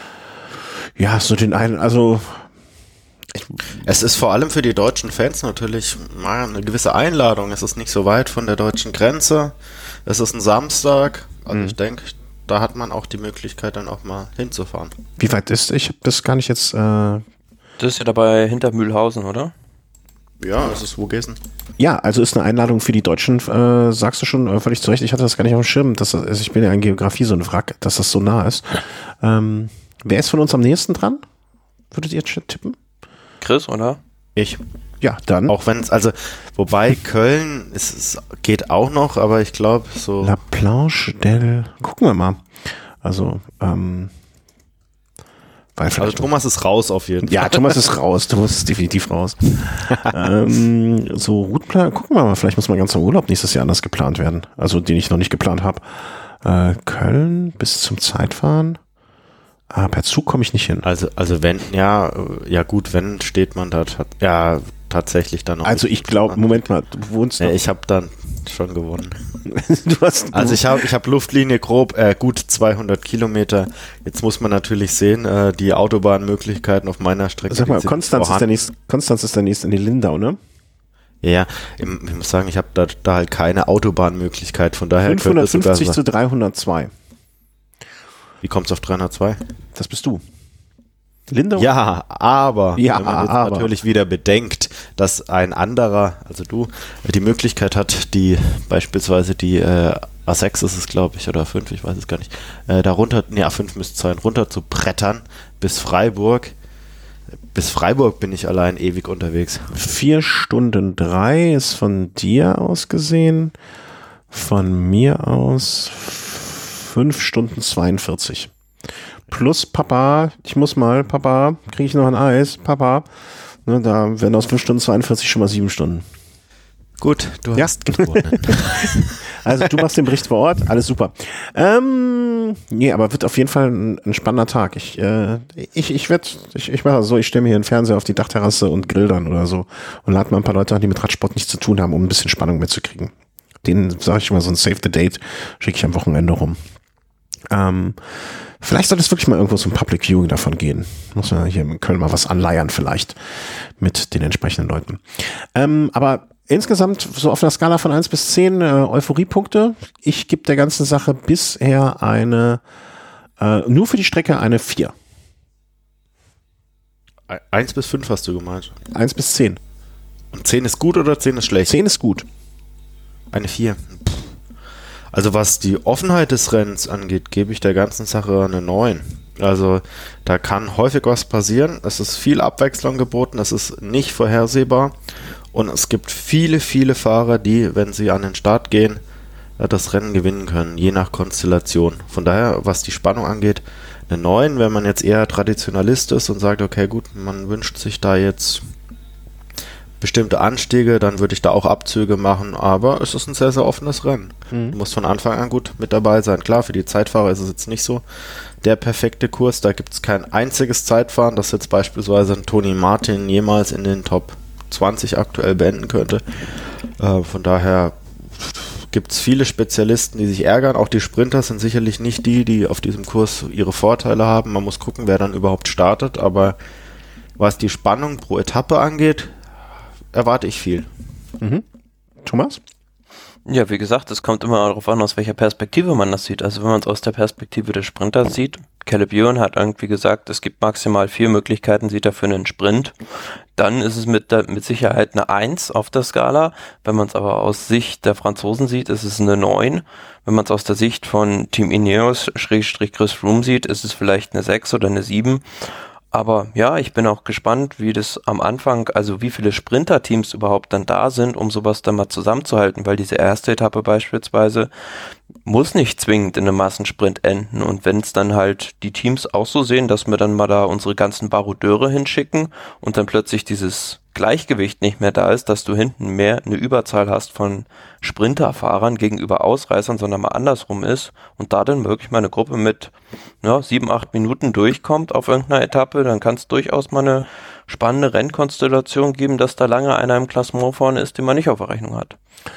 ja, so den einen, also Ich, es ist vor allem für die deutschen Fans natürlich mal eine gewisse Einladung. Es ist nicht so weit von der deutschen Grenze. Es ist ein Samstag. Also mhm. ich denke, da hat man auch die Möglichkeit, dann auch mal hinzufahren. Wie weit ist? Ich habe das gar nicht jetzt... Äh das ist ja dabei hinter Mühlhausen, oder? Ja, es ist Vogesen. Ja, also ist eine Einladung für die Deutschen, äh, sagst du schon äh, völlig zu Recht. Ich hatte das gar nicht auf dem Schirm. Dass das, also ich bin ja in Geografie so ein Wrack, dass das so nah ist. Ähm, wer ist von uns am nächsten dran? Würdet ihr jetzt tippen? Chris, oder? Ich. Ja, dann. Auch wenn es, also, wobei Köln, es, es geht auch noch, aber ich glaube so. La Planche del, gucken wir mal. Also, ähm, Weil also Thomas ist raus auf jeden Fall. Ja, Thomas ist raus. Thomas ist definitiv raus. ähm, so Routenplan, gucken wir mal, vielleicht muss mein ganzer Urlaub nächstes Jahr anders geplant werden. Also den ich noch nicht geplant habe. Äh, Köln bis zum Zeitfahren. Ah, per Zug komme ich nicht hin. Also, also wenn, ja, ja gut, wenn steht man da, ja, tatsächlich dann noch. Also ich glaube, Moment mal, du wohnst ja, ich habe dann schon gewonnen. du hast, also ich habe ich hab Luftlinie grob, äh, gut zweihundert Kilometer. Jetzt muss man natürlich sehen, äh, die Autobahnmöglichkeiten auf meiner Strecke. Sag mal, Konstanz ist, der nächste, Konstanz ist der nächste in die Lindau, ne? Ja, ich muss sagen, ich habe da, da halt keine Autobahnmöglichkeit, von daher fünfhundertfünfzig zu dreihundertzwei. Wie kommt es auf dreihundertzwei? Das bist du. Lindau? Ja, aber ja, wenn man jetzt aber. natürlich wieder bedenkt, dass ein anderer, also du, die Möglichkeit hat, die beispielsweise die äh, A sechs ist es, glaube ich, oder A fünf, ich weiß es gar nicht, äh, da runter, nee, A fünf müsste es sein, runter zu brettern bis Freiburg. Bis Freiburg bin ich allein ewig unterwegs. Vier Stunden drei ist von dir aus gesehen, von mir aus fünf Stunden zweiundvierzig. Plus Papa, ich muss mal, Papa, kriege ich noch ein Eis, Papa, ne, da werden aus fünf Stunden zweiundvierzig schon mal sieben Stunden. Gut, du ja. hast gewonnen. Also du machst den Bericht vor Ort, alles super. Ähm, nee, aber wird auf jeden Fall ein, ein spannender Tag. Ich, äh, ich, ich werde, ich, ich mache so, ich stelle mir hier einen Fernseher auf die Dachterrasse und grill dann oder so und lade mal ein paar Leute an, die mit Radsport nichts zu tun haben, um ein bisschen Spannung mitzukriegen. Den sage ich mal, so ein Save the Date schicke ich am Wochenende rum. Ähm, vielleicht sollte es wirklich mal irgendwo zum Public Viewing davon gehen. Muss man hier in Köln mal was anleiern vielleicht mit den entsprechenden Leuten. Ähm, aber insgesamt so auf einer Skala von eins bis zehn äh, Euphoriepunkte. Ich gebe der ganzen Sache bisher eine, äh, nur für die Strecke eine vier. eins bis fünf hast du gemeint. eins bis zehn. Und zehn ist gut oder zehn ist schlecht? zehn ist gut. Eine vier. Also was die Offenheit des Rennens angeht, gebe ich der ganzen Sache eine neun. Also da kann häufig was passieren. Es ist viel Abwechslung geboten, es ist nicht vorhersehbar und es gibt viele, viele Fahrer, die, wenn sie an den Start gehen, das Rennen gewinnen können, je nach Konstellation. Von daher, was die Spannung angeht, eine neun. Wenn man jetzt eher Traditionalist ist und sagt, okay gut, man wünscht sich da jetzt bestimmte Anstiege, dann würde ich da auch Abzüge machen, aber es ist ein sehr, sehr offenes Rennen. Mhm. Du musst von Anfang an gut mit dabei sein. Klar, für die Zeitfahrer ist es jetzt nicht so der perfekte Kurs, da gibt es kein einziges Zeitfahren, das jetzt beispielsweise ein Tony Martin jemals in den Top zwanzig aktuell beenden könnte. Äh, von daher gibt es viele Spezialisten, die sich ärgern. Auch die Sprinter sind sicherlich nicht die, die auf diesem Kurs ihre Vorteile haben. Man muss gucken, wer dann überhaupt startet, aber was die Spannung pro Etappe angeht, erwarte ich viel. Mhm. Thomas? Ja, wie gesagt, es kommt immer darauf an, aus welcher Perspektive man das sieht. Also wenn man es aus der Perspektive des Sprinters sieht, Caleb Ewan hat irgendwie gesagt, es gibt maximal vier Möglichkeiten, sieht er für einen Sprint. Dann ist es mit, der, mit Sicherheit eine eins auf der Skala. Wenn man es aber aus Sicht der Franzosen sieht, ist es eine neun. Wenn man es aus der Sicht von Team Ineos, Schrägstrich Chris Froome sieht, ist es vielleicht eine sechs oder eine sieben. Aber ja, ich bin auch gespannt, wie das am Anfang, also wie viele Sprinter-Teams überhaupt dann da sind, um sowas dann mal zusammenzuhalten, weil diese erste Etappe beispielsweise muss nicht zwingend in einem Massensprint enden. Und wenn es dann halt die Teams auch so sehen, dass wir dann mal da unsere ganzen Barodeure hinschicken und dann plötzlich dieses Gleichgewicht nicht mehr da ist, dass du hinten mehr eine Überzahl hast von Sprinterfahrern gegenüber Ausreißern, sondern mal andersrum ist und da dann wirklich mal eine Gruppe mit ja, sieben, acht Minuten durchkommt auf irgendeiner Etappe, dann kann es durchaus mal eine spannende Rennkonstellation geben, dass da lange einer im Klassement vorne ist, den man nicht auf der Rechnung hat.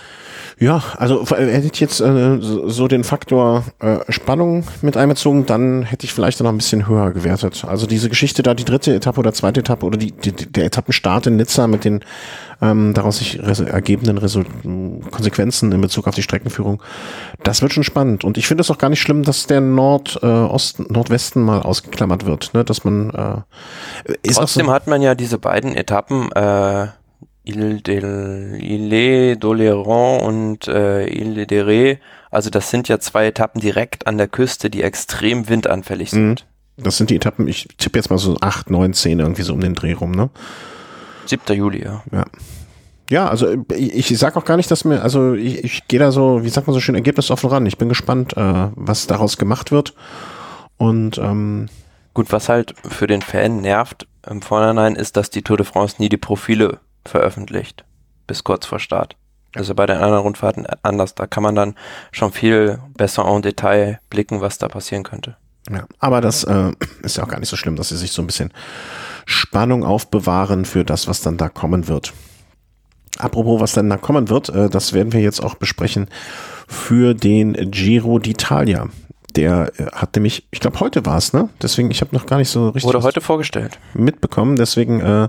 Ja, also hätte ich jetzt äh, so den Faktor äh, Spannung mit einbezogen, dann hätte ich vielleicht noch ein bisschen höher gewertet. Also diese Geschichte da, die dritte Etappe oder zweite Etappe oder die, die der Etappenstart in Nizza mit den ähm, daraus sich res- ergebenden Result- Konsequenzen in Bezug auf die Streckenführung, das wird schon spannend. Und ich finde es auch gar nicht schlimm, dass der Nordosten, Nordwesten mal ausgeklammert wird, ne? Dass man äh, ist Trotzdem auch so, hat man ja diese beiden Etappen äh, Ile del Ile d'Oléron und äh, Ile de Ré, also das sind ja zwei Etappen direkt an der Küste, die extrem windanfällig sind. Das sind die Etappen, ich tippe jetzt mal so acht, neun, zehn irgendwie so um den Dreh rum, ne? siebter Juli, ja. Ja. Ja, also ich, ich sag auch gar nicht, dass mir, also ich, ich gehe da so, wie sagt man so schön, ergebnisoffen ran. Ich bin gespannt, äh, was daraus gemacht wird. Und ähm, Gut, was halt für den Fan nervt im Vorhinein ist, dass die Tour de France nie die Profile veröffentlicht, bis kurz vor Start. Also bei den anderen Rundfahrten anders, da kann man dann schon viel besser en Detail blicken, was da passieren könnte. Ja, aber das äh, ist ja auch gar nicht so schlimm, dass sie sich so ein bisschen Spannung aufbewahren für das, was dann da kommen wird. Apropos, was dann da kommen wird, äh, das werden wir jetzt auch besprechen für den Giro d'Italia. Der äh, hat nämlich, ich glaube heute war es, ne? Deswegen, ich habe noch gar nicht so richtig Wurde heute vorgestellt. mitbekommen. Deswegen, äh,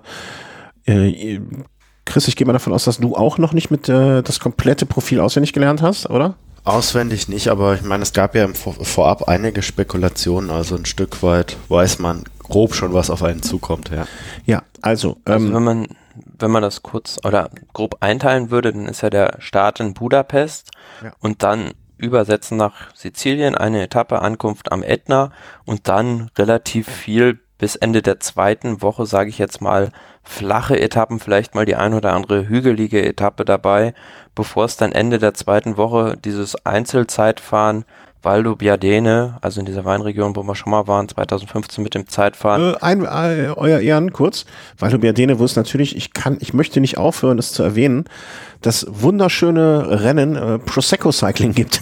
äh, Chris, ich gehe mal davon aus, dass du auch noch nicht mit äh, das komplette Profil auswendig gelernt hast, oder? Auswendig nicht, aber ich meine, es gab ja im Vor- vorab einige Spekulationen, also ein Stück weit weiß man grob schon, was auf einen zukommt, ja. Ja, also, ähm, Also wenn man, wenn man das kurz oder grob einteilen würde, dann ist ja der Start in Budapest Ja. und dann übersetzen nach Sizilien, eine Etappe, Ankunft am Ätna und dann relativ viel bis Ende der zweiten Woche, sage ich jetzt mal, flache Etappen, vielleicht mal die ein oder andere hügelige Etappe dabei, bevor es dann Ende der zweiten Woche dieses Einzelzeitfahren Val d'Obiadene, also in dieser Weinregion, wo wir schon mal waren, zwanzig fünfzehn mit dem Zeitfahren. Äh, ein, äh, euer Ehren, kurz, Val d'Obiadene, wo es natürlich, ich kann, ich möchte nicht aufhören, das zu erwähnen, das wunderschöne Rennen äh, Prosecco Cycling gibt.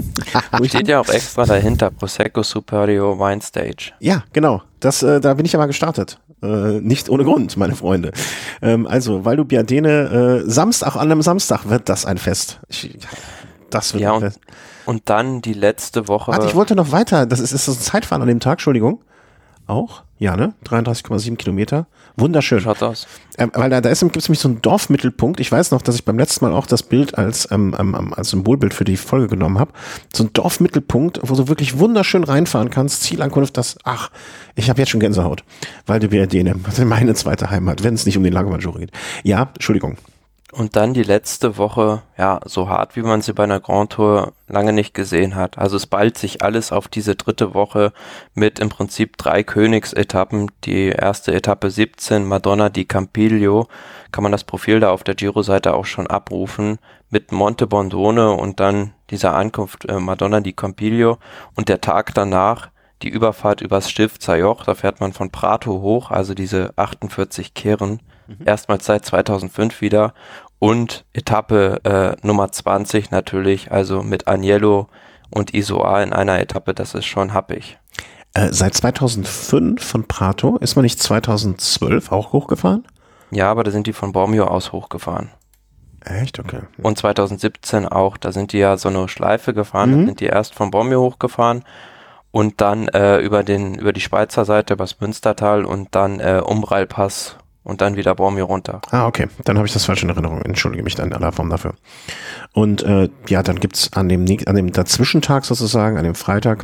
Steht ja auch extra dahinter, Prosecco Superior Wine Stage. Ja, genau, das, äh, da bin ich ja mal gestartet. Äh, nicht ohne Grund, meine Freunde. Ähm, also, Val d'Obiadene, äh, Samstag, an einem Samstag wird das ein Fest. Ich, das wird Ja, ein und, Fest. und dann die letzte Woche. Warte, ich wollte noch weiter. Das ist, ist das ein Zeitfahren an dem Tag, Entschuldigung. Auch? Ja, ne? dreiunddreißig Komma sieben Kilometer. Wunderschön. Schaut aus. Ähm, weil da, da ist, gibt es nämlich so einen Dorfmittelpunkt. Ich weiß noch, dass ich beim letzten Mal auch das Bild als, ähm, ähm, als Symbolbild für die Folge genommen habe. So ein Dorfmittelpunkt, wo du wirklich wunderschön reinfahren kannst. Zielankunft, das, ach, ich habe jetzt schon Gänsehaut. Weil die Biadene, meine zweite Heimat, wenn es nicht um den Lago Maggiore geht. Ja, Entschuldigung. Und dann die letzte Woche, ja, so hart, wie man sie bei einer Grand Tour lange nicht gesehen hat. Also es ballt sich alles auf diese dritte Woche mit im Prinzip drei Königsetappen. Die erste Etappe siebzehn, Madonna di Campiglio, kann man das Profil da auf der Giro-Seite auch schon abrufen, mit Monte Bondone und dann dieser Ankunft äh, Madonna di Campiglio und der Tag danach die Überfahrt übers Stifter Joch, da fährt man von Prato hoch, also diese achtundvierzig Kehren, mhm. erstmals seit zweitausendfünf wieder. Und Etappe äh, Nummer zwanzig natürlich, also mit Agnello und Isoar in einer Etappe, das ist schon happig. Äh, seit zweitausendfünf von Prato, ist man nicht zweitausendzwölf auch hochgefahren? Ja, aber da sind die von Bormio aus hochgefahren. Echt? Okay. Und zweitausendsiebzehn auch, da sind die ja so eine Schleife gefahren, Mhm. da sind die erst von Bormio hochgefahren und dann äh, über den über die Schweizer Seite, übers Münstertal und dann äh, Umbralpass und dann wieder Bormio runter. Ah, okay. Dann habe ich das falsch in Erinnerung. Entschuldige mich dann in aller Form dafür. Und äh, ja, dann gibt's an dem an dem Dazwischentag sozusagen, an dem Freitag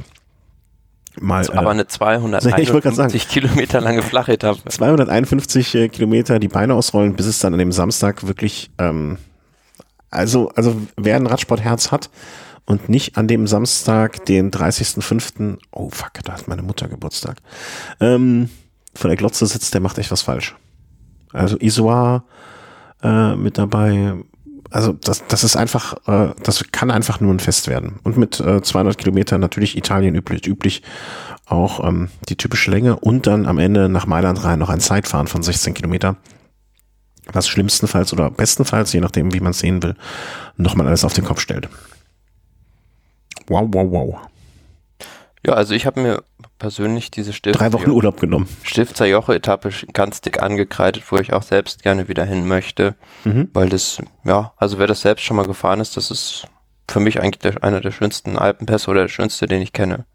mal Aber äh, eine ich wollte gerade sagen. zweihunderteinundfünfzig Kilometer lange Flachetappe. zweihunderteinundfünfzig äh, Kilometer die Beine ausrollen, bis es dann an dem Samstag wirklich ähm, also also wer ein Radsportherz hat und nicht an dem Samstag, den dreißigsten fünften Oh fuck, da hat meine Mutter Geburtstag. Ähm, von der Glotze sitzt, der macht echt was falsch. Also Isoar äh, mit dabei. Also das, das ist einfach, äh, das kann einfach nur ein Fest werden. Und mit äh, zweihundert Kilometern natürlich Italien üblich, üblich auch ähm, die typische Länge. Und dann am Ende nach Mailand rein noch ein Zeitfahren von sechzehn Kilometer. Was schlimmstenfalls oder bestenfalls, je nachdem wie man es sehen will, nochmal alles auf den Kopf stellt. Wow, wow, wow. Ja, also ich habe mir persönlich diese Stift Drei Wochen Urlaub genommen. Stifter Joche-Etappe ganz dick angekreidet, wo ich auch selbst gerne wieder hin möchte, Mhm. weil das, ja, also wer das selbst schon mal gefahren ist, das ist für mich eigentlich der, einer der schönsten Alpenpässe oder der schönste, den ich kenne.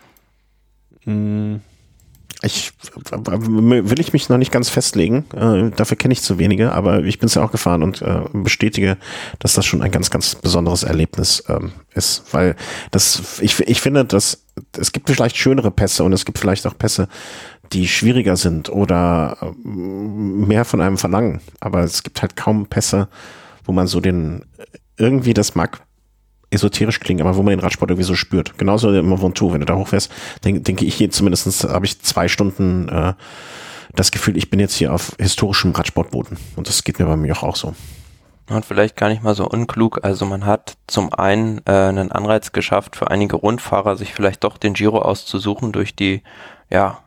Ich will ich mich noch nicht ganz festlegen, äh, dafür kenne ich zu wenige, aber ich bin es ja auch gefahren und äh, bestätige, dass das schon ein ganz, ganz besonderes Erlebnis ähm, ist, weil das, ich, ich finde, dass es gibt vielleicht schönere Pässe und es gibt vielleicht auch Pässe, die schwieriger sind oder äh, mehr von einem verlangen, aber es gibt halt kaum Pässe, wo man so den, irgendwie das mag esoterisch klingen, aber wo man den Radsport irgendwie so spürt. Genauso im Mont Ventoux, wenn du da hochfährst, denke denk ich hier zumindest, habe ich zwei Stunden äh, das Gefühl, ich bin jetzt hier auf historischem Radsportboden. Und das geht mir bei mir auch, auch so. Und vielleicht gar nicht mal so unklug. Also man hat zum einen äh, einen Anreiz geschafft für einige Rundfahrer, sich vielleicht doch den Giro auszusuchen durch die, ja,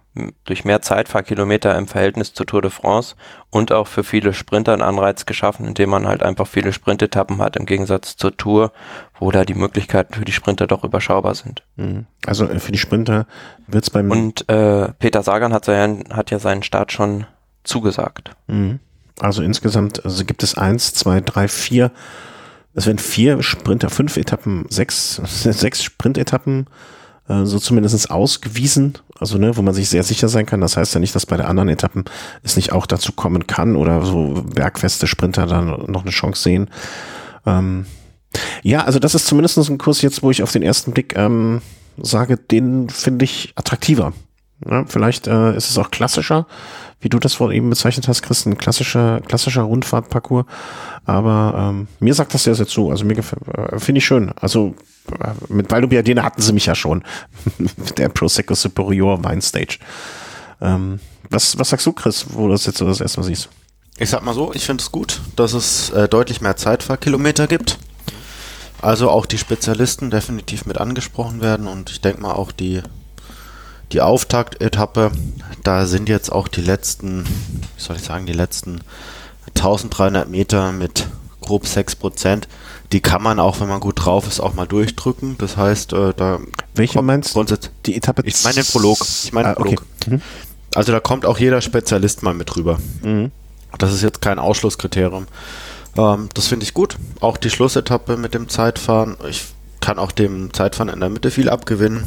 durch mehr Zeitfahrkilometer im Verhältnis zur Tour de France und auch für viele Sprinter einen Anreiz geschaffen, indem man halt einfach viele Sprintetappen hat im Gegensatz zur Tour, wo da die Möglichkeiten für die Sprinter doch überschaubar sind. Also für die Sprinter wird es beim... Und äh, Peter Sagan hat, sein, hat ja seinen Start schon zugesagt. Also insgesamt also gibt es eins, zwei, drei, vier, es werden vier Sprinter, fünf Etappen, sechs, sechs Sprintetappen so zumindest ausgewiesen, also ne, wo man sich sehr sicher sein kann. Das heißt ja nicht, dass bei den anderen Etappen es nicht auch dazu kommen kann oder so bergfeste Sprinter dann noch eine Chance sehen. Ähm, ja, also das ist zumindest ein Kurs jetzt, wo ich auf den ersten Blick ähm, sage, den finde ich attraktiver. Ja, vielleicht äh, ist es auch klassischer, wie du das vorhin eben bezeichnet hast, Chris, ein klassischer, klassischer Rundfahrtparcours. Aber ähm, mir sagt das sehr, sehr zu. Also mir gefällt, äh, finde ich schön. Also äh, mit Valdobiadene hatten sie mich ja schon. Mit der Prosecco Superior Wine Stage. Ähm, was, was sagst du, Chris, wo du das jetzt so das erste Mal siehst? Ich sag mal so, ich finde es gut, dass es äh, deutlich mehr Zeitfahrkilometer gibt. Also auch die Spezialisten definitiv mit angesprochen werden und ich denke mal auch die Die Auftaktetappe, da sind jetzt auch die letzten, wie soll ich sagen, die letzten dreizehnhundert Meter mit grob sechs Prozent, die kann man auch, wenn man gut drauf ist, auch mal durchdrücken. Das heißt, äh, da... Welche meinst du? Die Etappe? Ich meine den Prolog. Ich meine den ah, okay. Prolog. Mhm. Also da kommt auch jeder Spezialist mal mit rüber. Mhm. Das ist jetzt kein Ausschlusskriterium. Ähm, das finde ich gut. Auch die Schlussetappe mit dem Zeitfahren. Ich kann auch dem Zeitfahren in der Mitte viel abgewinnen.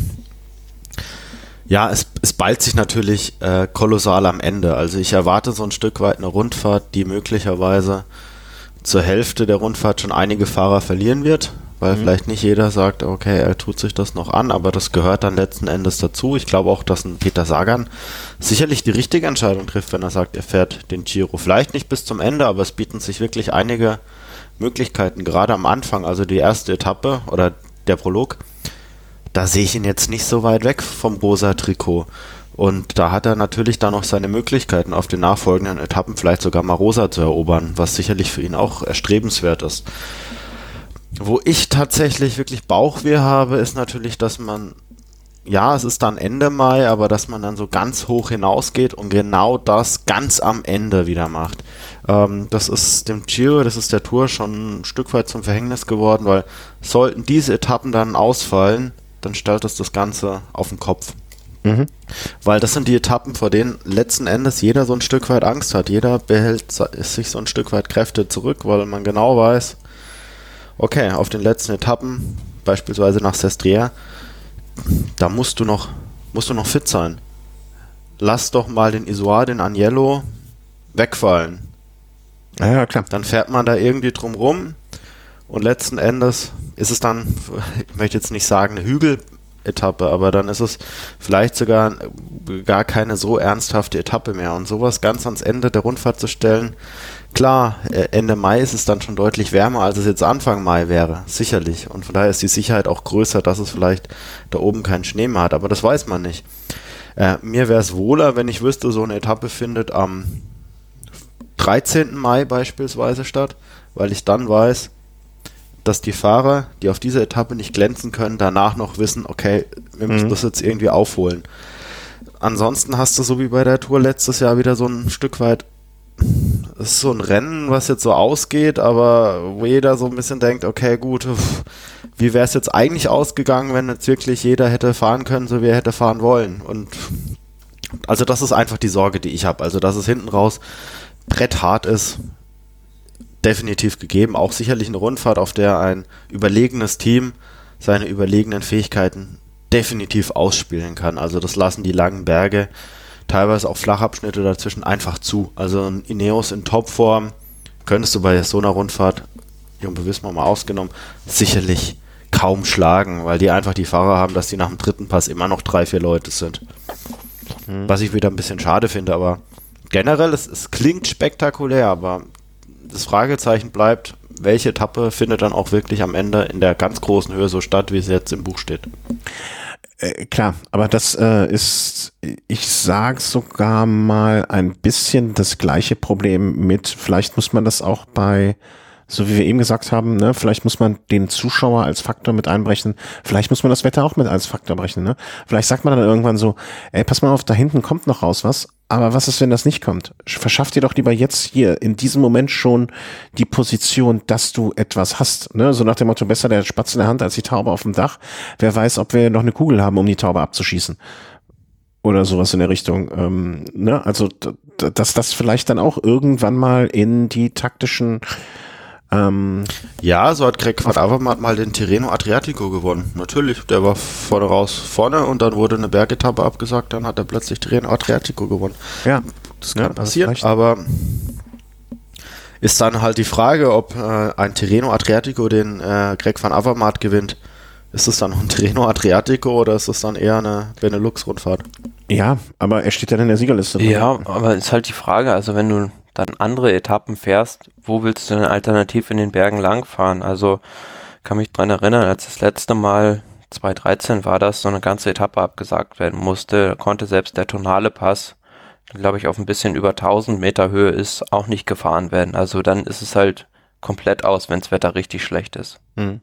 Ja, es, es ballt sich natürlich äh, kolossal am Ende. Also ich erwarte so ein Stück weit eine Rundfahrt, die möglicherweise zur Hälfte der Rundfahrt schon einige Fahrer verlieren wird, weil mhm. vielleicht nicht jeder sagt, okay, er tut sich das noch an, aber das gehört dann letzten Endes dazu. Ich glaube auch, dass ein Peter Sagan sicherlich die richtige Entscheidung trifft, wenn er sagt, er fährt den Giro. Vielleicht nicht bis zum Ende, aber es bieten sich wirklich einige Möglichkeiten, gerade am Anfang, also die erste Etappe oder der Prolog. Da sehe ich ihn jetzt nicht so weit weg vom rosa Trikot. Und da hat er natürlich dann noch seine Möglichkeiten, auf den nachfolgenden Etappen vielleicht sogar mal rosa zu erobern, was sicherlich für ihn auch erstrebenswert ist. Wo ich tatsächlich wirklich Bauchweh habe, ist natürlich, dass man, ja, es ist dann Ende Mai, aber dass man dann so ganz hoch hinausgeht und genau das ganz am Ende wieder macht. Ähm, das ist dem Giro, das ist der Tour schon ein Stück weit zum Verhängnis geworden, weil sollten diese Etappen dann ausfallen, dann stellt das das Ganze auf den Kopf. Mhm. Weil das sind die Etappen, vor denen letzten Endes jeder so ein Stück weit Angst hat. Jeder behält sich so ein Stück weit Kräfte zurück, weil man genau weiß, okay, auf den letzten Etappen, beispielsweise nach Sestriere, da musst du noch, musst du noch fit sein. Lass doch mal den Isoire, den Agnello wegfallen. Ja, ja, klar. Dann fährt man da irgendwie drum rum. Und letzten Endes ist es dann, ich möchte jetzt nicht sagen eine Hügeletappe, aber dann ist es vielleicht sogar gar keine so ernsthafte Etappe mehr. Und sowas ganz ans Ende der Rundfahrt zu stellen, klar, Ende Mai ist es dann schon deutlich wärmer, als es jetzt Anfang Mai wäre, sicherlich. Und von daher ist die Sicherheit auch größer, dass es vielleicht da oben keinen Schnee mehr hat, aber das weiß man nicht. Äh, mir wäre es wohler, wenn ich wüsste, so eine Etappe findet am dreizehnten Mai beispielsweise statt, weil ich dann weiß, dass die Fahrer, die auf dieser Etappe nicht glänzen können, danach noch wissen, okay, wir müssen mhm. das jetzt irgendwie aufholen. Ansonsten hast du so wie bei der Tour letztes Jahr wieder so ein Stück weit, es ist so ein Rennen, was jetzt so ausgeht, aber wo jeder so ein bisschen denkt, okay, gut, wie wäre es jetzt eigentlich ausgegangen, wenn jetzt wirklich jeder hätte fahren können, so wie er hätte fahren wollen. Und also das ist einfach die Sorge, die ich habe. Also dass es hinten raus bretthart ist, definitiv gegeben, auch sicherlich eine Rundfahrt, auf der ein überlegenes Team seine überlegenen Fähigkeiten definitiv ausspielen kann. Also das lassen die langen Berge, teilweise auch Flachabschnitte dazwischen einfach zu. Also ein Ineos in Topform könntest du bei so einer Rundfahrt, Jumbo-Visma mal ausgenommen, sicherlich kaum schlagen, weil die einfach die Fahrer haben, dass die nach dem dritten Pass immer noch drei, vier Leute sind. Mhm. Was ich wieder ein bisschen schade finde, aber generell, es, es klingt spektakulär, aber das Fragezeichen bleibt, welche Etappe findet dann auch wirklich am Ende in der ganz großen Höhe so statt, wie es jetzt im Buch steht? Äh, klar, aber das äh, ist, ich sage sogar mal ein bisschen das gleiche Problem mit, vielleicht muss man das auch bei so wie wir eben gesagt haben, ne, vielleicht muss man den Zuschauer als Faktor mit einbrechen, vielleicht muss man das Wetter auch mit als Faktor brechen, ne? Vielleicht sagt man dann irgendwann so, ey, pass mal auf, da hinten kommt noch raus was, aber was ist, wenn das nicht kommt? Verschaff dir doch lieber jetzt hier in diesem Moment schon die Position, dass du etwas hast, ne? So nach dem Motto, besser der Spatz in der Hand als die Taube auf dem Dach. Wer weiß, ob wir noch eine Kugel haben, um die Taube abzuschießen. Oder sowas in der Richtung. Ähm, ne? Also, d- dass das vielleicht dann auch irgendwann mal in die taktischen ähm, Ja, so hat Greg van Avermaet mal den Tirreno Adriatico gewonnen. Natürlich, der war vorne raus vorne und dann wurde eine Bergetappe abgesagt, dann hat er plötzlich Tirreno Adriatico gewonnen. ja, Das kann ja, passieren, das aber ist dann halt die Frage, ob äh, ein Tirreno Adriatico den äh, Greg van Avermaet gewinnt. Ist es dann noch ein Tirreno Adriatico oder ist es dann eher eine Benelux-Rundfahrt? Ja, aber er steht ja in der Siegerliste. Ja, aber ist halt die Frage, also wenn du dann andere Etappen fährst, wo willst du denn alternativ in den Bergen langfahren? Also kann mich dran erinnern, als das letzte Mal zwanzig dreizehn war das, so eine ganze Etappe abgesagt werden musste, da konnte selbst der Tonale Pass, glaube ich, auf ein bisschen über tausend Meter Höhe ist, auch nicht gefahren werden. Also dann ist es halt komplett aus, wenn das Wetter richtig schlecht ist. Mhm.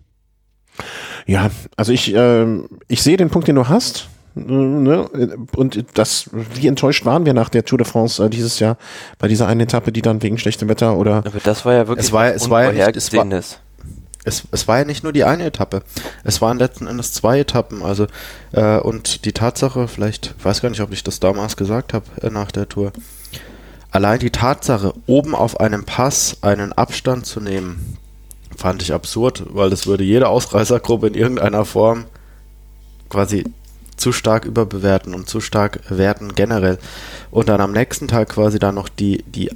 Ja, also ich, äh, ich sehe den Punkt, den du hast. Äh, ne? Und das, wie enttäuscht waren wir nach der Tour de France äh, dieses Jahr bei dieser einen Etappe, die dann wegen schlechtem Wetter oder. Aber das war ja wirklich Es war, es war ja nicht, es war, Unvorhergesehenes. es, es war ja nicht nur die eine Etappe. Es waren letzten Endes zwei Etappen. Also äh, und die Tatsache, vielleicht, ich weiß gar nicht, ob ich das damals gesagt habe äh, nach der Tour. Allein die Tatsache, oben auf einem Pass einen Abstand zu nehmen, fand ich absurd, weil das würde jede Ausreißergruppe in irgendeiner Form quasi zu stark überbewerten und zu stark werten generell. Und dann am nächsten Tag quasi dann noch die, die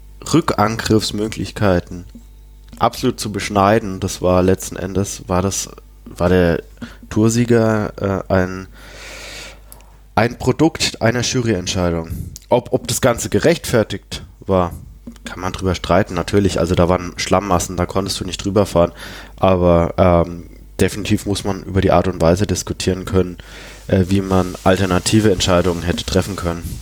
Rückangriffsmöglichkeiten absolut zu beschneiden. Das war letzten Endes, war das, war der Toursieger äh, ein, ein Produkt einer Juryentscheidung. Ob, ob das Ganze gerechtfertigt war, kann man drüber streiten, natürlich. Also da waren Schlammmassen, da konntest du nicht drüber fahren. Aber ähm, definitiv muss man über die Art und Weise diskutieren können, äh, wie man alternative Entscheidungen hätte treffen können.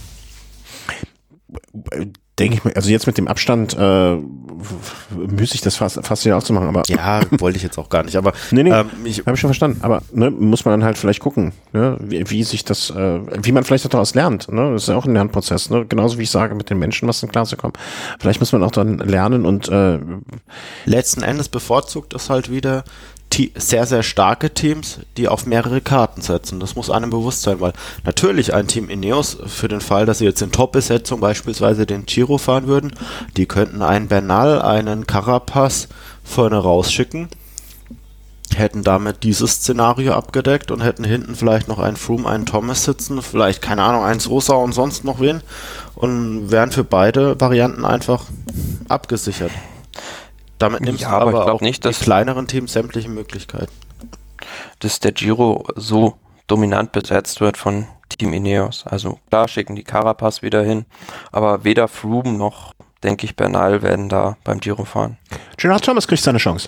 Denke ich mir, also jetzt mit dem Abstand äh, müsste ich das fast, fast wieder aufzumachen, aber Ja, wollte ich jetzt auch gar nicht, aber nee, nee, ähm, ich, habe ich schon verstanden, aber ne, muss man dann halt vielleicht gucken, ne, wie, wie sich das, äh, wie man vielleicht auch daraus lernt, ne, das ist ja auch ein Lernprozess, ne, genauso wie ich sage, mit den Menschen was in Klasse kommen, vielleicht muss man auch dann lernen und äh, letzten Endes bevorzugt es halt wieder Te- sehr, sehr starke Teams, die auf mehrere Karten setzen. Das muss einem bewusst sein, weil natürlich ein Team Ineos, für den Fall, dass sie jetzt in Top-Besetzung beispielsweise den Giro fahren würden, die könnten einen Bernal, einen Carapaz vorne rausschicken, hätten damit dieses Szenario abgedeckt und hätten hinten vielleicht noch einen Froome, einen Thomas sitzen, vielleicht, keine Ahnung, einen Sosa und sonst noch wen und wären für beide Varianten einfach abgesichert. Damit nimmst Ja, du aber aber, ich glaub auch nicht, die dass- kleineren Teams sämtliche Möglichkeiten. dass der Giro so dominant besetzt wird von Team Ineos. Also klar schicken die Carapaz wieder hin, aber weder Froome noch, denke ich, Bernal werden da beim Giro fahren. Gerard Thomas kriegt seine Chance.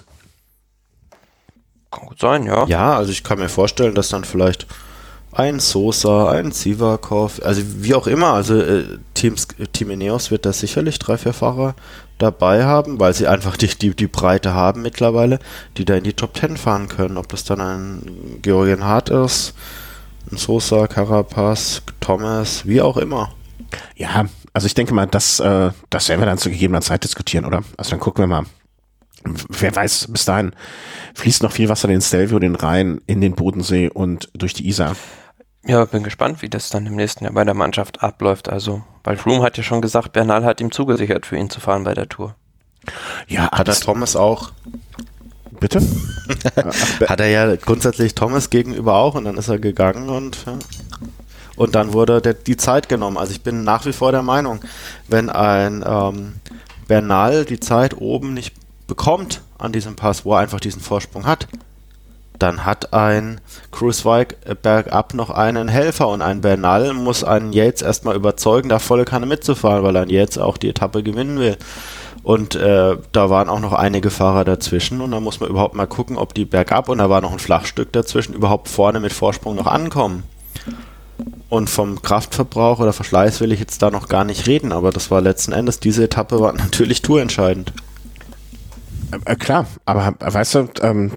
Kann gut sein, ja. Ja, also ich kann mir vorstellen, dass dann vielleicht ein Sosa, ein Sivakov, also wie auch immer, also äh, Teams, Team Ineos wird da sicherlich drei, vier Fahrer dabei haben, weil sie einfach die, die, die Breite haben mittlerweile, die da in die Top Ten fahren können. Ob das dann ein Georgian Hart ist, ein Sosa, Carapaz, Thomas, wie auch immer. Ja, also ich denke mal, das, äh, das werden wir dann zu gegebener Zeit diskutieren, oder? Also dann gucken wir mal. Wer weiß, bis dahin fließt noch viel Wasser den Stelvio, den Rhein, in den Bodensee und durch die Isar. Ja, bin gespannt, wie das dann im nächsten Jahr bei der Mannschaft abläuft. Also, weil Froome hat ja schon gesagt, Bernal hat ihm zugesichert, für ihn zu fahren bei der Tour. Ja, Hat der das, Thomas auch. bitte? Hat er ja grundsätzlich Thomas gegenüber auch und dann ist er gegangen und ja. Und dann wurde der, die Zeit genommen. Also ich bin nach wie vor der Meinung, wenn ein ähm, Bernal die Zeit oben nicht bekommt an diesem Pass, wo er einfach diesen Vorsprung hat, dann hat ein Kruijswijk bergab noch einen Helfer und ein Bernal muss einen Yates erstmal überzeugen, da volle Kanne mitzufahren, weil ein Yates auch die Etappe gewinnen will. Und äh, da waren auch noch einige Fahrer dazwischen und da muss man überhaupt mal gucken, ob die bergab, und da war noch ein Flachstück dazwischen, überhaupt vorne mit Vorsprung noch ankommen. Und vom Kraftverbrauch oder Verschleiß will ich jetzt da noch gar nicht reden, aber das war letzten Endes, diese Etappe war natürlich tourentscheidend. Äh, klar, aber weißt du, ähm,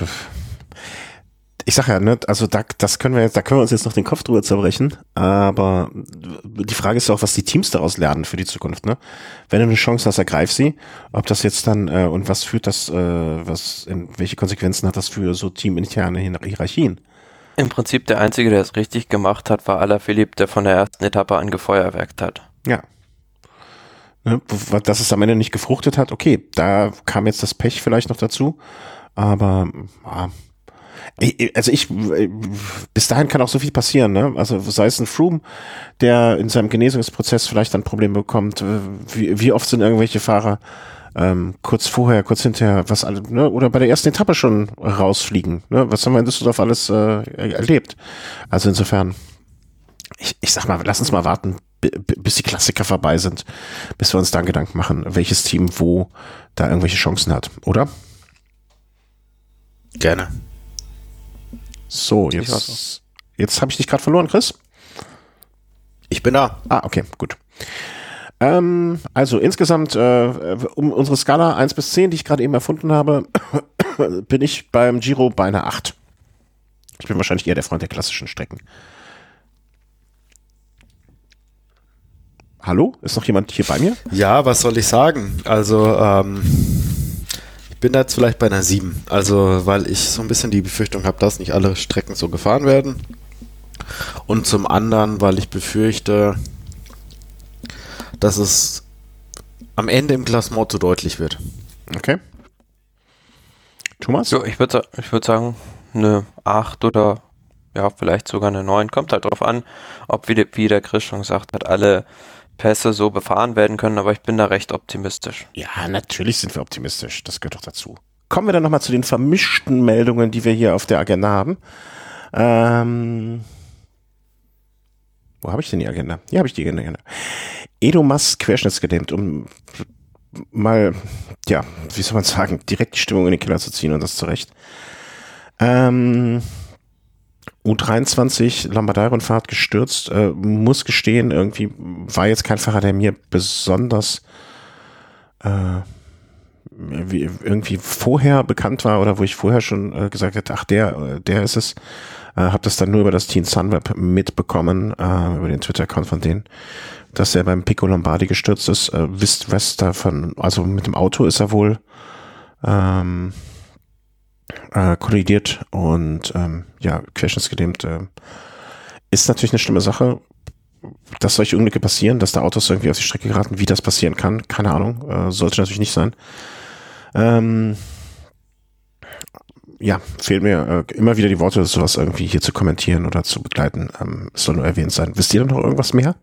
ich sag ja, ne, also da, das können wir jetzt, da können wir uns jetzt noch den Kopf drüber zerbrechen, aber die Frage ist auch, was die Teams daraus lernen für die Zukunft, ne? Wenn du eine Chance hast, ergreif sie, ob das jetzt dann, äh, und was führt das, äh, was, in, welche Konsequenzen hat das für so teaminterne Hierarchien? Im Prinzip der Einzige, der es richtig gemacht hat, war Alaphilippe, der von der ersten Etappe an gefeuerwerkt hat. Ja. Ne, dass es am Ende nicht gefruchtet hat, okay, da kam jetzt das Pech vielleicht noch dazu, aber ja. Also ich, bis dahin kann auch so viel passieren, ne? Also sei es ein Froome, der in seinem Genesungsprozess vielleicht ein Problem bekommt, wie, wie oft sind irgendwelche Fahrer ähm, kurz vorher, kurz hinterher, was alle, ne? Oder bei der ersten Etappe schon rausfliegen, ne? Was haben wir in Düsseldorf alles äh, erlebt? Also insofern, ich, ich sag mal, lass uns mal warten, bis die Klassiker vorbei sind, bis wir uns dann Gedanken machen, welches Team wo da irgendwelche Chancen hat, oder? Gerne. So, jetzt, jetzt habe ich dich gerade verloren, Chris. Ich bin da. Ah, okay, gut. Ähm, also insgesamt, äh, um unsere Skala eins bis zehn, die ich gerade eben erfunden habe, bin ich beim Giro bei einer acht. Ich bin wahrscheinlich eher der Freund der klassischen Strecken. Hallo? Ist noch jemand hier bei mir? Ja, was soll ich sagen? Also, ähm, ich bin da jetzt vielleicht bei einer sieben. Also, weil ich so ein bisschen die Befürchtung habe, dass nicht alle Strecken so gefahren werden. Und zum anderen, weil ich befürchte, dass es am Ende im Klassement zu deutlich wird. Okay. Thomas? So, ich würde ich würd sagen, eine acht oder ja, vielleicht sogar eine neun. Kommt halt drauf an, ob, wie, wie der Chris schon gesagt hat, alle Pässe so befahren werden können, aber ich bin da recht optimistisch. Ja, natürlich sind wir optimistisch. Das gehört doch dazu. Kommen wir dann nochmal zu den vermischten Meldungen, die wir hier auf der Agenda haben. Ähm, wo habe ich denn die Agenda? Hier habe ich die Agenda. Edo Mas querschnittsgedämmt, um mal, ja, wie soll man sagen, direkt die Stimmung in den Keller zu ziehen und das zurecht. Ähm, U dreiundzwanzig Lombardei-Rundfahrt gestürzt, äh, muss gestehen, irgendwie war jetzt kein Fahrer, der mir besonders äh, wie, irgendwie vorher bekannt war oder wo ich vorher schon äh, gesagt hätte, ach, der, der ist es. Äh, hab das dann nur über das Team Sunweb mitbekommen, äh, über den Twitter-Account von denen, dass er beim Pico Lombardi gestürzt ist. Äh, wisst was davon, also mit dem Auto ist er wohl ähm, äh, kollidiert und ähm, ja, querschnittsgelähmt. Äh, ist natürlich eine schlimme Sache, dass solche Unglücke passieren, dass da Autos irgendwie auf die Strecke geraten, wie das passieren kann, keine Ahnung, äh, sollte natürlich nicht sein. Ähm, ja, fehlen mir äh, immer wieder die Worte, sowas irgendwie hier zu kommentieren oder zu begleiten. Ähm, es soll nur erwähnt sein. Wisst ihr noch irgendwas mehr?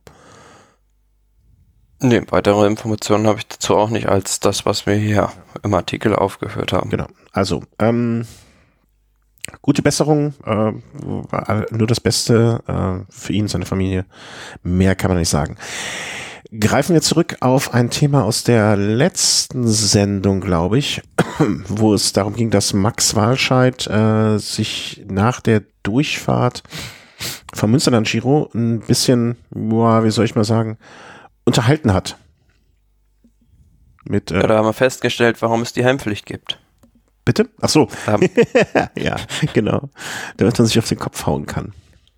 Nee, weitere Informationen habe ich dazu auch nicht, als das, was wir hier im Artikel aufgeführt haben. Genau, also ähm, gute Besserung, äh, nur das Beste äh, für ihn, seine Familie. Mehr kann man nicht sagen. Greifen wir zurück auf ein Thema aus der letzten Sendung, glaube ich, wo es darum ging, dass Max Walscheid äh, sich nach der Durchfahrt vom Münsterland-Giro ein bisschen, boah, wie soll ich mal sagen, unterhalten hat. Mit, äh, ja, da haben wir festgestellt, warum es die Helmpflicht gibt. Bitte? Ach so. Um. Ja, genau. Damit man sich auf den Kopf hauen kann.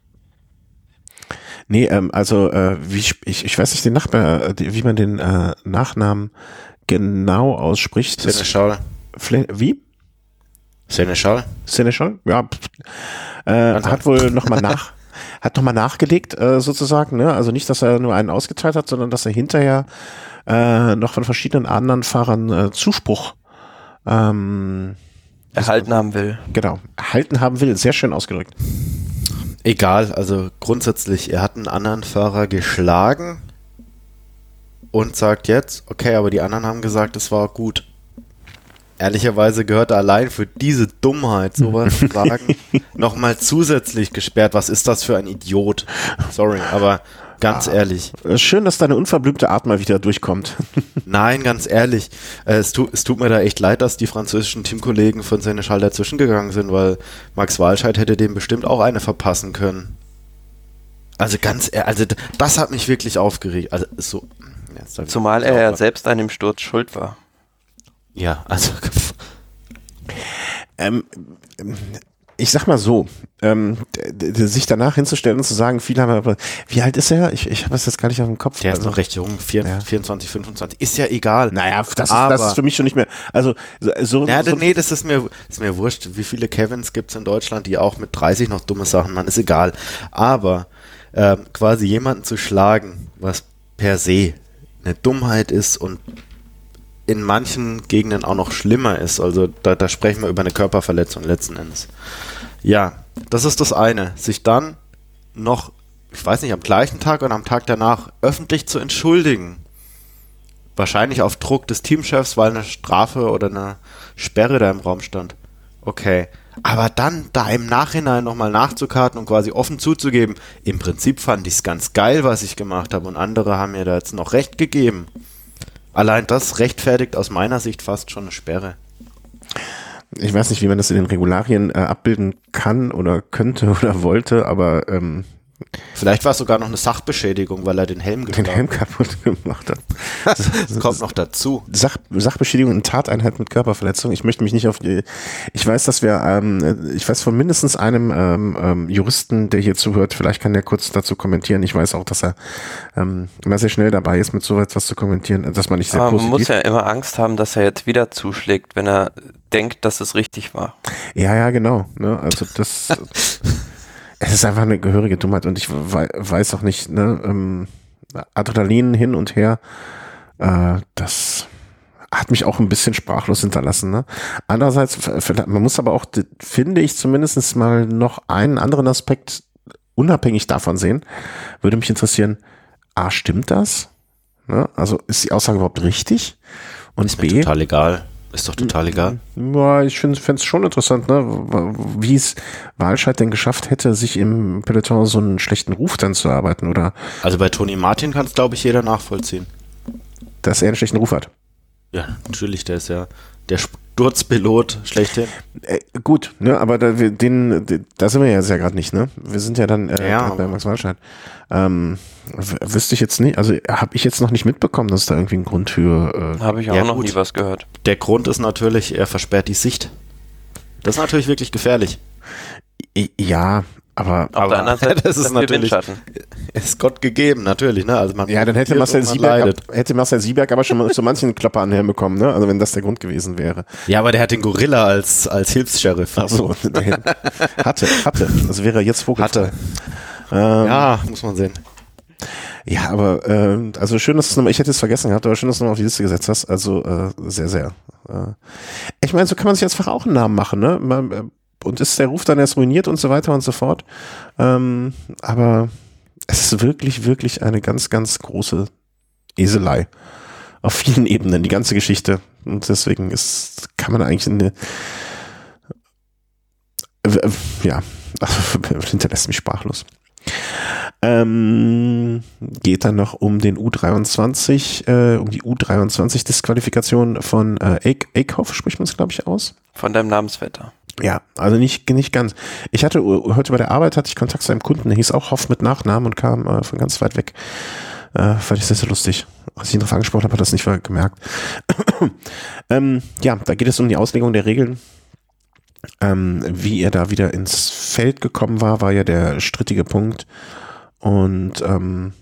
Nee, ähm, also äh, wie ich, ich, ich weiß nicht den Nachbar, äh, wie man den äh, Nachnamen genau ausspricht. Seneschal. Wie? Seneschal. Seneschal? Ja. Äh, hat wohl nochmal nach, hat nochmal nachgelegt, äh, sozusagen, ne? Also nicht, dass er nur einen ausgeteilt hat, sondern dass er hinterher äh, noch von verschiedenen anderen Fahrern äh, Zuspruch ähm, erhalten haben will. Genau, erhalten haben will, sehr schön ausgedrückt. Egal, also grundsätzlich, er hat einen anderen Fahrer geschlagen und sagt jetzt, okay, aber die anderen haben gesagt, es war gut. Ehrlicherweise gehört er allein für diese Dummheit, sowas zu sagen, nochmal zusätzlich gesperrt. Was ist das für ein Idiot? Sorry, aber ganz ah, ehrlich. Schön, dass deine unverblümte Art mal wieder durchkommt. Nein, ganz ehrlich. Es tut, es tut mir da echt leid, dass die französischen Teamkollegen von Seneschal dazwischen gegangen sind, weil Max Walscheid hätte dem bestimmt auch eine verpassen können. Also ganz ehrlich, also das hat mich wirklich aufgeregt. Also so. Zumal er ja selbst an dem Sturz schuld war. Ja, also ähm, ich sag mal so, ähm, d- d- sich danach hinzustellen und zu sagen, viele haben aber, wie alt ist er? Ich, ich habe es jetzt gar nicht auf dem Kopf. der ist also, noch recht jung, vier, ja. vierundzwanzig, fünfundzwanzig, ist ja egal. Naja, das ist, Aber- das ist für mich schon nicht mehr, also so, Ja, so nee, das ist mir, ist mir wurscht, wie viele Kevins gibt's in Deutschland, die auch mit dreißig noch dumme Sachen machen, ist egal. Aber ähm, quasi jemanden zu schlagen, was per se eine Dummheit ist und in manchen Gegenden auch noch schlimmer ist, also da, da sprechen wir über eine Körperverletzung letzten Endes. Ja, das ist das eine. Sich dann noch, ich weiß nicht, am gleichen Tag oder am Tag danach öffentlich zu entschuldigen, wahrscheinlich auf Druck des Teamchefs, weil eine Strafe oder eine Sperre da im Raum stand. Okay. Aber dann da im Nachhinein nochmal nachzukarten und quasi offen zuzugeben, im Prinzip fand ich es ganz geil, was ich gemacht habe und andere haben mir da jetzt noch recht gegeben. Allein das rechtfertigt aus meiner Sicht fast schon eine Sperre. ich weiß nicht, wie man das in den Regularien äh, abbilden kann oder könnte oder wollte, aber ähm, Vielleicht war es sogar noch eine Sachbeschädigung, weil er den Helm den geklaut Helm kaputt gemacht hat. hat. Das kommt noch dazu. Sach, Sachbeschädigung und Tateinheit mit Körperverletzung. Ich möchte mich nicht auf die, ich weiß, dass wir, ähm, ich weiß von mindestens einem ähm, ähm, Juristen, der hier zuhört, vielleicht kann der kurz dazu kommentieren. Ich weiß auch, dass er ähm, immer sehr schnell dabei ist, mit so etwas zu kommentieren, dass man nicht sehr Aber man positiv... muss ja immer Angst haben, dass er jetzt wieder zuschlägt, wenn er denkt, dass es richtig war. Ja, ja, genau. Ne? Also das, es ist einfach eine gehörige Dummheit und ich we weiß auch nicht, ne, ähm, Adrenalin hin und her, äh, das hat mich auch ein bisschen sprachlos hinterlassen. Ne? Andererseits, man muss aber auch, finde ich, zumindest mal noch einen anderen Aspekt unabhängig davon sehen. Würde mich interessieren, A, stimmt das? Ne? Also ist die Aussage überhaupt richtig? Und Ist mir B, total egal. Ist doch total egal. ja, ich finde es schon interessant, ne, wie es Walscheid denn geschafft hätte, sich im Peloton so einen schlechten Ruf dann zu erarbeiten, oder Also bei Toni Martin kann es, glaube ich, jeder nachvollziehen. dass er einen schlechten Ruf hat. Ja, natürlich, der ist ja der Sturzpilot schlechthin. Äh, gut, ne, aber da, wir, den, den, da sind wir ja jetzt ja gerade nicht, ne? Wir sind ja dann äh, Ja, bei Max Walscheid. Ähm, w- wüsste ich jetzt nicht, also habe ich jetzt noch nicht mitbekommen, dass es da irgendwie einen Grund für. Äh, Habe ich auch Ja, noch gut. nie was gehört. Der Grund ist natürlich, er versperrt die Sicht. Das ist natürlich wirklich gefährlich. i- ja, aber. Auf der anderen Seite das ist das viel natürlich, Windschatten. ist Gott gegeben, natürlich, ne? Also man Ja, dann hätte profitiert Marcel und man Sieberg, leidet. ab, hätte Marcel Sieberg aber schon mal so manchen Klopper an den Helm bekommen, ne? Also wenn das der Grund gewesen wäre. Ja, aber der hat den Gorilla als, als Hilfs-Sheriff. Ach so, der hatte, hatte. Das wäre jetzt vogelfrei. Hatte. Ähm, Ja, muss man sehen. Ja, aber äh, also schön, dass du nochmal, ich hätte es vergessen gehabt, aber schön, dass du nochmal auf die Liste gesetzt hast. Also äh, sehr, sehr. Äh. Ich meine, so kann man sich als Fach auch einen Namen machen, ne? Man, äh, und ist der Ruf dann erst ruiniert und so weiter und so fort. Ähm, aber es ist wirklich, wirklich eine ganz, ganz große Eselei. Auf vielen Ebenen, die ganze Geschichte. Und deswegen ist, kann man eigentlich eine, äh, ja, hinterlässt mich sprachlos. Ähm, geht dann noch um den U dreiundzwanzig, äh, um die U dreiundzwanzig-Disqualifikation von äh, Eik- Eickhoff, spricht man es, glaube ich, aus. Von deinem Namensvetter. Ja, also nicht, nicht ganz. Ich hatte uh, heute bei der Arbeit hatte ich Kontakt zu einem Kunden, der hieß auch Hoff mit Nachnamen und kam äh, von ganz weit weg. Äh, fand ich sehr, sehr lustig. Als ich ihn darauf angesprochen habe, hat er das nicht gemerkt. ähm, ja, da geht es um die Auslegung der Regeln. Ähm, wie er da wieder ins Feld gekommen war, war ja der strittige Punkt. Und ähm,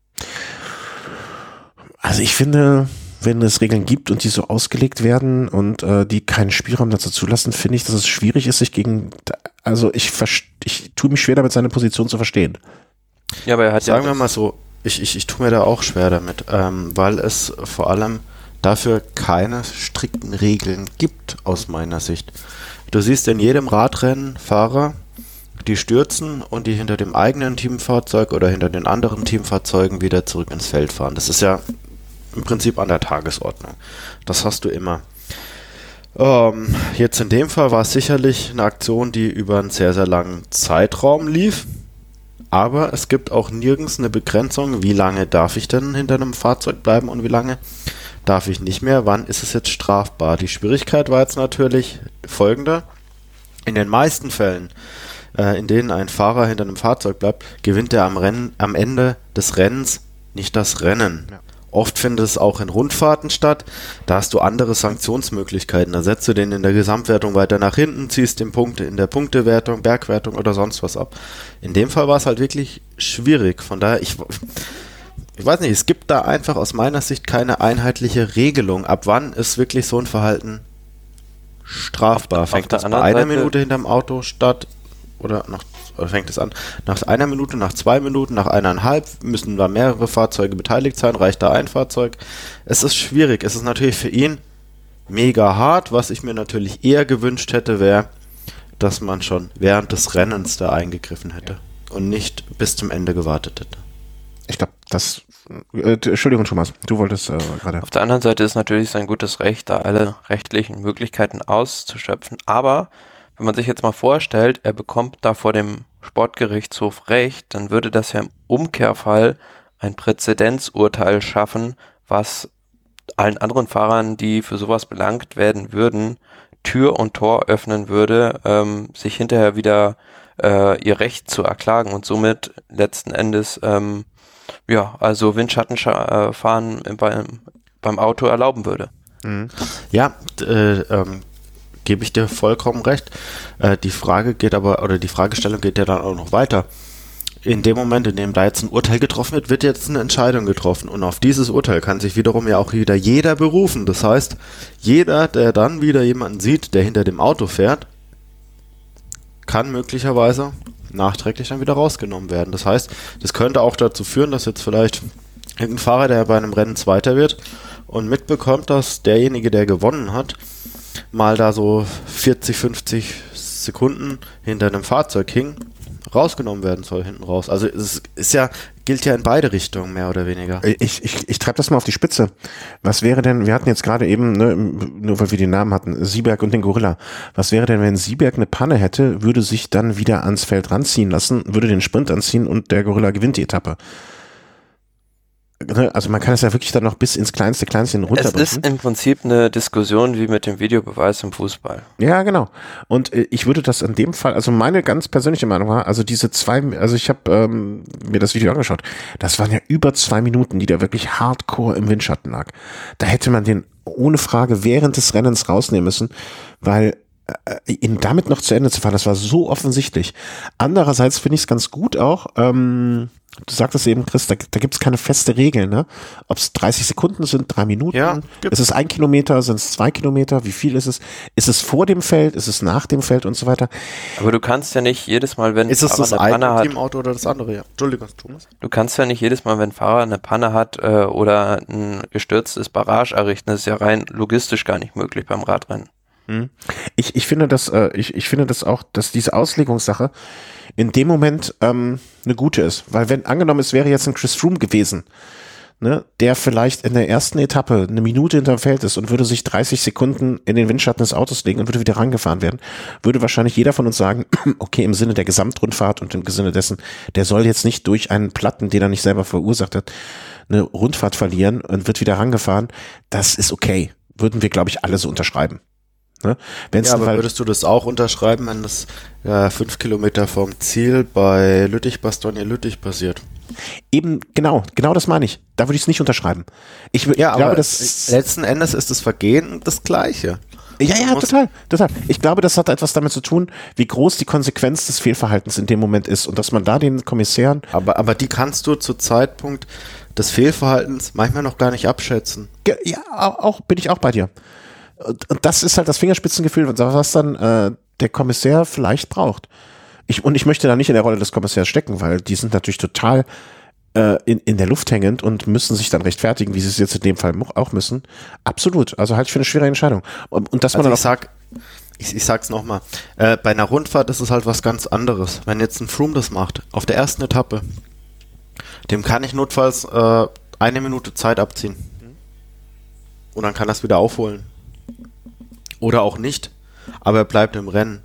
also ich finde, wenn es Regeln gibt und die so ausgelegt werden und äh, die keinen Spielraum dazu zulassen, finde ich, dass es schwierig ist, sich gegen, also ich, ich tue mich schwer damit, seine Position zu verstehen. Ja, aber er hat Sagen ja wir mal so, ich, ich, ich tue mir da auch schwer damit, ähm, weil es vor allem dafür keine strikten Regeln gibt, aus meiner Sicht. Du siehst in jedem Radrennen Fahrer, die stürzen und die hinter dem eigenen Teamfahrzeug oder hinter den anderen Teamfahrzeugen wieder zurück ins Feld fahren. Das ist ja im Prinzip an der Tagesordnung. Das hast du immer. Ähm, jetzt in dem Fall war es sicherlich eine Aktion, die über einen sehr, sehr langen Zeitraum lief. Aber es gibt auch nirgends eine Begrenzung, wie lange darf ich denn hinter einem Fahrzeug bleiben und wie lange darf ich nicht mehr. Wann ist es jetzt strafbar? Die Schwierigkeit war jetzt natürlich folgende. In den meisten Fällen, äh, in denen ein Fahrer hinter einem Fahrzeug bleibt, gewinnt er am, Rennen, am Ende des Rennens nicht das Rennen. Ja. Oft findet es auch in Rundfahrten statt. Da hast du andere Sanktionsmöglichkeiten. Da setzt du den in der Gesamtwertung weiter nach hinten, ziehst den Punkt in der Punktewertung, Bergwertung oder sonst was ab. In dem Fall war es halt wirklich schwierig. Von daher, ich, ich weiß nicht, es gibt da einfach aus meiner Sicht keine einheitliche Regelung. Ab wann ist wirklich so ein Verhalten strafbar? Fängt das bei einer Minute hinterm Auto statt oder nach Oder fängt es an, nach einer Minute, nach zwei Minuten, nach eineinhalb, müssen da mehrere Fahrzeuge beteiligt sein, reicht da ein Fahrzeug? Es ist schwierig, es ist natürlich für ihn mega hart, was ich mir natürlich eher gewünscht hätte, wäre, dass man schon während des Rennens da eingegriffen hätte und nicht bis zum Ende gewartet hätte. Ich glaube, das, äh, Entschuldigung Thomas, du wolltest äh, gerade. Auf der anderen Seite ist natürlich sein gutes Recht, da alle rechtlichen Möglichkeiten auszuschöpfen, aber wenn man sich jetzt mal vorstellt, er bekommt da vor dem Sportgerichtshof Recht, dann würde das ja im Umkehrfall ein Präzedenzurteil schaffen, was allen anderen Fahrern, die für sowas belangt werden würden, Tür und Tor öffnen würde, ähm, sich hinterher wieder äh, ihr Recht zu erklagen und somit letzten Endes ähm, ja, also Windschattenfahren beim, beim Auto erlauben würde. Mhm. Ja, äh, ähm, gebe ich dir vollkommen recht. Äh, die Frage geht aber, oder die Fragestellung geht ja dann auch noch weiter. In dem Moment, in dem da jetzt ein Urteil getroffen wird, wird jetzt eine Entscheidung getroffen. Und auf dieses Urteil kann sich wiederum ja auch wieder jeder berufen. Das heißt, jeder, der dann wieder jemanden sieht, der hinter dem Auto fährt, kann möglicherweise nachträglich dann wieder rausgenommen werden. Das heißt, das könnte auch dazu führen, dass jetzt vielleicht irgendein Fahrer, der bei einem Rennen Zweiter wird und mitbekommt, dass derjenige, der gewonnen hat, mal da so vierzig, fünfzig Sekunden hinter einem Fahrzeug hing, rausgenommen werden soll hinten raus. Also es ist ja, gilt ja in beide Richtungen mehr oder weniger. Ich, ich, ich treibe das mal auf die Spitze. Was wäre denn, wir hatten jetzt gerade eben, ne, nur weil wir den Namen hatten, Sieberg und den Gorilla. Was wäre denn, wenn Sieberg eine Panne hätte, würde sich dann wieder ans Feld ranziehen lassen, würde den Sprint anziehen und der Gorilla gewinnt die Etappe? Also man kann es ja wirklich dann noch bis ins kleinste Kleinchen runterbrechen. Es ist im Prinzip eine Diskussion wie mit dem Videobeweis im Fußball. Ja, genau. Und äh, ich würde das in dem Fall, also meine ganz persönliche Meinung war, also diese zwei, also ich habe ähm, mir das Video angeschaut, das waren ja über zwei Minuten, die da wirklich hardcore im Windschatten lag. Da hätte man den ohne Frage während des Rennens rausnehmen müssen, weil äh, ihn damit noch zu Ende zu fahren, das war so offensichtlich. Andererseits finde ich es ganz gut auch, ähm, du sagtest eben, Chris, da, da gibt es keine feste Regel, ne? Ob es dreißig Sekunden sind, drei Minuten, ja, ist es ein Kilometer, sind es zwei Kilometer, wie viel ist es? Ist es vor dem Feld, ist es nach dem Feld und so weiter? Aber du kannst ja nicht jedes Mal, wenn ist es das eine Panne hat, Teamauto oder das andere, ja. Entschuldigung, Thomas. Du kannst ja nicht jedes Mal, wenn ein Fahrer eine Panne hat äh, oder ein gestürztes Barrage errichten, das ist ja rein logistisch gar nicht möglich beim Radrennen. Ich, ich finde das, äh, ich, ich finde das auch, dass diese Auslegungssache in dem Moment ähm, eine gute ist. Weil wenn angenommen, es wäre jetzt ein Chris Froome gewesen, ne, der vielleicht in der ersten Etappe eine Minute hinterm Feld ist und würde sich dreißig Sekunden in den Windschatten des Autos legen und würde wieder rangefahren werden, würde wahrscheinlich jeder von uns sagen, okay, im Sinne der Gesamtrundfahrt und im Sinne dessen, der soll jetzt nicht durch einen Platten, den er nicht selber verursacht hat, eine Rundfahrt verlieren und wird wieder rangefahren. Das ist okay. Würden wir, glaube ich, alle so unterschreiben. Ne? Wenn's ja, aber würdest du das auch unterschreiben, wenn das ja, fünf Kilometer vom Ziel bei Lüttich-Bastogne-Lüttich passiert? Eben, genau, genau das meine ich. Da würde ich es nicht unterschreiben. Ich, ich ja, glaube, aber das letzten Endes ist das Vergehen das Gleiche. Ja, ja, total, total. Ich glaube, das hat etwas damit zu tun, wie groß die Konsequenz des Fehlverhaltens in dem Moment ist und dass man da den Kommissären... Aber, aber die kannst du zu Zeitpunkt des Fehlverhaltens manchmal noch gar nicht abschätzen. Ja, auch bin ich auch bei dir. Und das ist halt das Fingerspitzengefühl, was dann äh, der Kommissär vielleicht braucht. Ich, und ich möchte da nicht in der Rolle des Kommissärs stecken, weil die sind natürlich total äh, in, in der Luft hängend und müssen sich dann rechtfertigen, wie sie es jetzt in dem Fall auch müssen. Absolut. Also halte ich für eine schwere Entscheidung. Und, und dass man also dann ich sag, ich, ich sag's nochmal, äh, bei einer Rundfahrt ist es halt was ganz anderes. Wenn jetzt ein Froome das macht, auf der ersten Etappe, dem kann ich notfalls äh, eine Minute Zeit abziehen. Und dann kann er es wieder aufholen. Oder auch nicht, aber er bleibt im Rennen.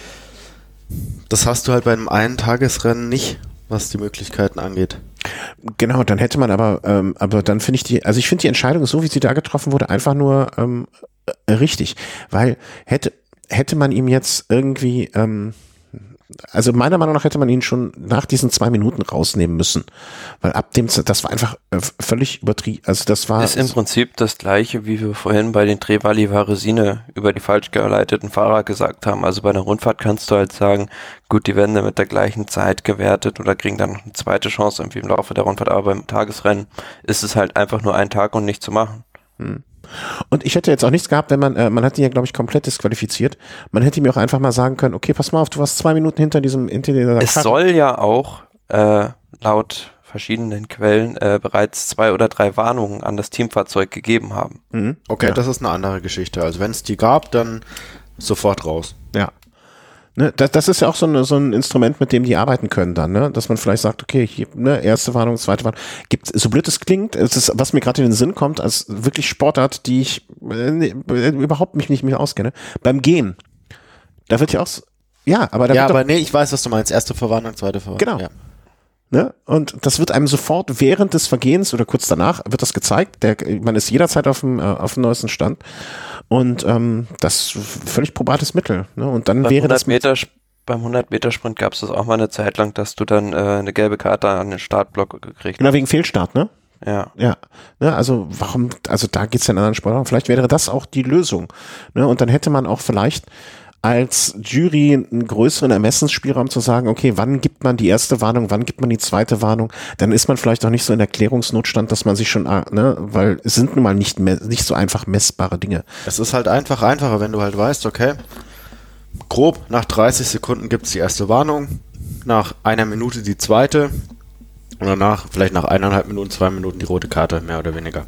Das hast du halt bei einem Eintagesrennen nicht, was die Möglichkeiten angeht. Genau, dann hätte man aber, ähm, aber dann finde ich die, also ich finde die Entscheidung, so wie sie da getroffen wurde, einfach nur ähm, richtig, weil hätte hätte man ihm jetzt irgendwie, ähm, also meiner Meinung nach hätte man ihn schon nach diesen zwei Minuten rausnehmen müssen, weil ab dem, das war einfach äh, völlig übertrieben, also das war... Ist im Prinzip das Gleiche, wie wir vorhin bei den Trevali Varesine über die falsch geleiteten Fahrer gesagt haben. Also bei einer Rundfahrt kannst du halt sagen, gut, die werden dann mit der gleichen Zeit gewertet oder kriegen dann noch eine zweite Chance irgendwie im Laufe der Rundfahrt, aber beim Tagesrennen ist es halt einfach nur ein Tag und nicht zu machen. Hm. Und ich hätte jetzt auch nichts gehabt, wenn man, äh, man hat ihn ja, glaube ich, komplett disqualifiziert. Man hätte mir auch einfach mal sagen können, okay, pass mal auf, du warst zwei Minuten hinter diesem, hinter dieser Es Karte. soll ja auch, äh, laut verschiedenen Quellen, äh, bereits zwei oder drei Warnungen an das Teamfahrzeug gegeben haben. Mhm. Okay, ja. das ist eine andere Geschichte. Also wenn es die gab, dann sofort raus. Ja. Ne, das, das ist ja auch so, eine, so ein Instrument, mit dem die arbeiten können dann, ne? Dass man vielleicht sagt, okay, hier, ne, erste Warnung, zweite Warnung. Gibt, so blöd es klingt, es ist, was mir gerade in den Sinn kommt, als wirklich Sportart, die ich äh, überhaupt mich nicht mehr auskenne. Beim Gehen. Da wird ja auch, so, ja, aber da Ja, wird aber doch, nee, ich weiß, was du meinst. Erste Verwarnung, zweite Verwarnung. Genau. Ja. ne? Und das wird einem sofort während des Vergehens oder kurz danach wird das gezeigt. Der, man ist jederzeit auf dem, äh, auf dem neuesten Stand. Und ähm, das ist völlig probates Mittel. Ne? Und dann Beim wäre das hundert Meter, beim hundert Meter Sprint gab es das auch mal eine Zeit lang, dass du dann äh, eine gelbe Karte an den Startblock gekriegt hast. genau wegen Fehlstart, ne? Ja. Ja, ne, also warum, also da geht's ja in anderen Sportarten. Vielleicht wäre das auch die Lösung. Ne? Und dann hätte man auch vielleicht als Jury einen größeren Ermessensspielraum zu sagen, okay, wann gibt man die erste Warnung, wann gibt man die zweite Warnung? Dann ist man vielleicht auch nicht so in Erklärungsnotstand, dass man sich schon, ne, weil es sind nun mal nicht, nicht so einfach messbare Dinge. Es ist halt einfach einfacher, wenn du halt weißt, okay, grob nach dreißig Sekunden gibt es die erste Warnung, nach einer Minute die zweite und danach vielleicht nach eineinhalb Minuten, zwei Minuten die rote Karte, mehr oder weniger.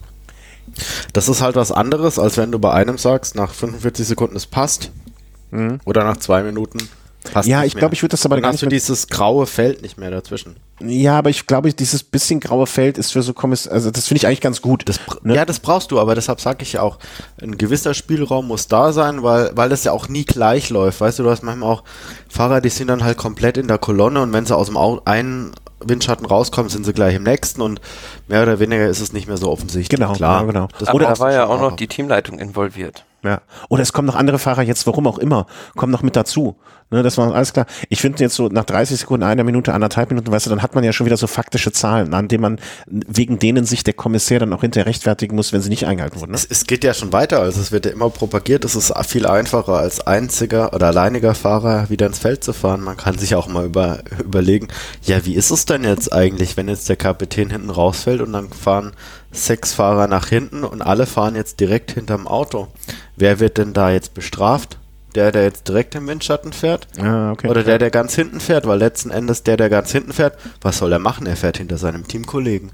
Das ist halt was anderes, als wenn du bei einem sagst, nach fünfundvierzig Sekunden es passt mhm. oder nach zwei Minuten passt Ja, nicht ich mehr. glaube, ich würde das aber Dann gar hast nicht du mit, dieses graue Feld nicht mehr dazwischen. ja, aber ich glaube, dieses bisschen graue Feld ist für so Kommiss, also das finde ich eigentlich ganz gut. Das, ne? Ja, das brauchst du, aber deshalb sage ich ja auch, ein gewisser Spielraum muss da sein, weil, weil das ja auch nie gleich läuft. Weißt du, du hast manchmal auch Fahrer, die sind dann halt komplett in der Kolonne und wenn sie aus dem Au- einen Windschatten rauskommen, sind sie gleich im nächsten und mehr oder weniger ist es nicht mehr so offensichtlich. Genau, klar. ja, genau. Das Aber da brauchst du war ja schon auch noch auch. die Teamleitung involviert. Ja. Oder es kommen noch andere Fahrer jetzt, warum auch immer, kommen noch mit dazu. Ne, das war alles klar. Ich finde jetzt so nach dreißig Sekunden, einer Minute, anderthalb Minuten, weißt du, dann hat man ja schon wieder so faktische Zahlen, an denen man, wegen denen sich der Kommissär dann auch hinterher rechtfertigen muss, wenn sie nicht eingehalten wurden. Ne? Es, es geht ja schon weiter, also es wird ja immer propagiert, es ist viel einfacher als einziger oder alleiniger Fahrer wieder ins Feld zu fahren. Man kann sich auch mal über, überlegen, ja, wie ist es denn jetzt eigentlich, wenn jetzt der Kapitän hinten rausfällt und dann fahren sechs Fahrer nach hinten und alle fahren jetzt direkt hinterm Auto. Wer wird denn da jetzt bestraft? Der, der jetzt direkt im Windschatten fährt? Ah, okay. Oder der, der ganz hinten fährt? Weil letzten Endes der, der ganz hinten fährt, was soll er machen? Er fährt hinter seinem Teamkollegen.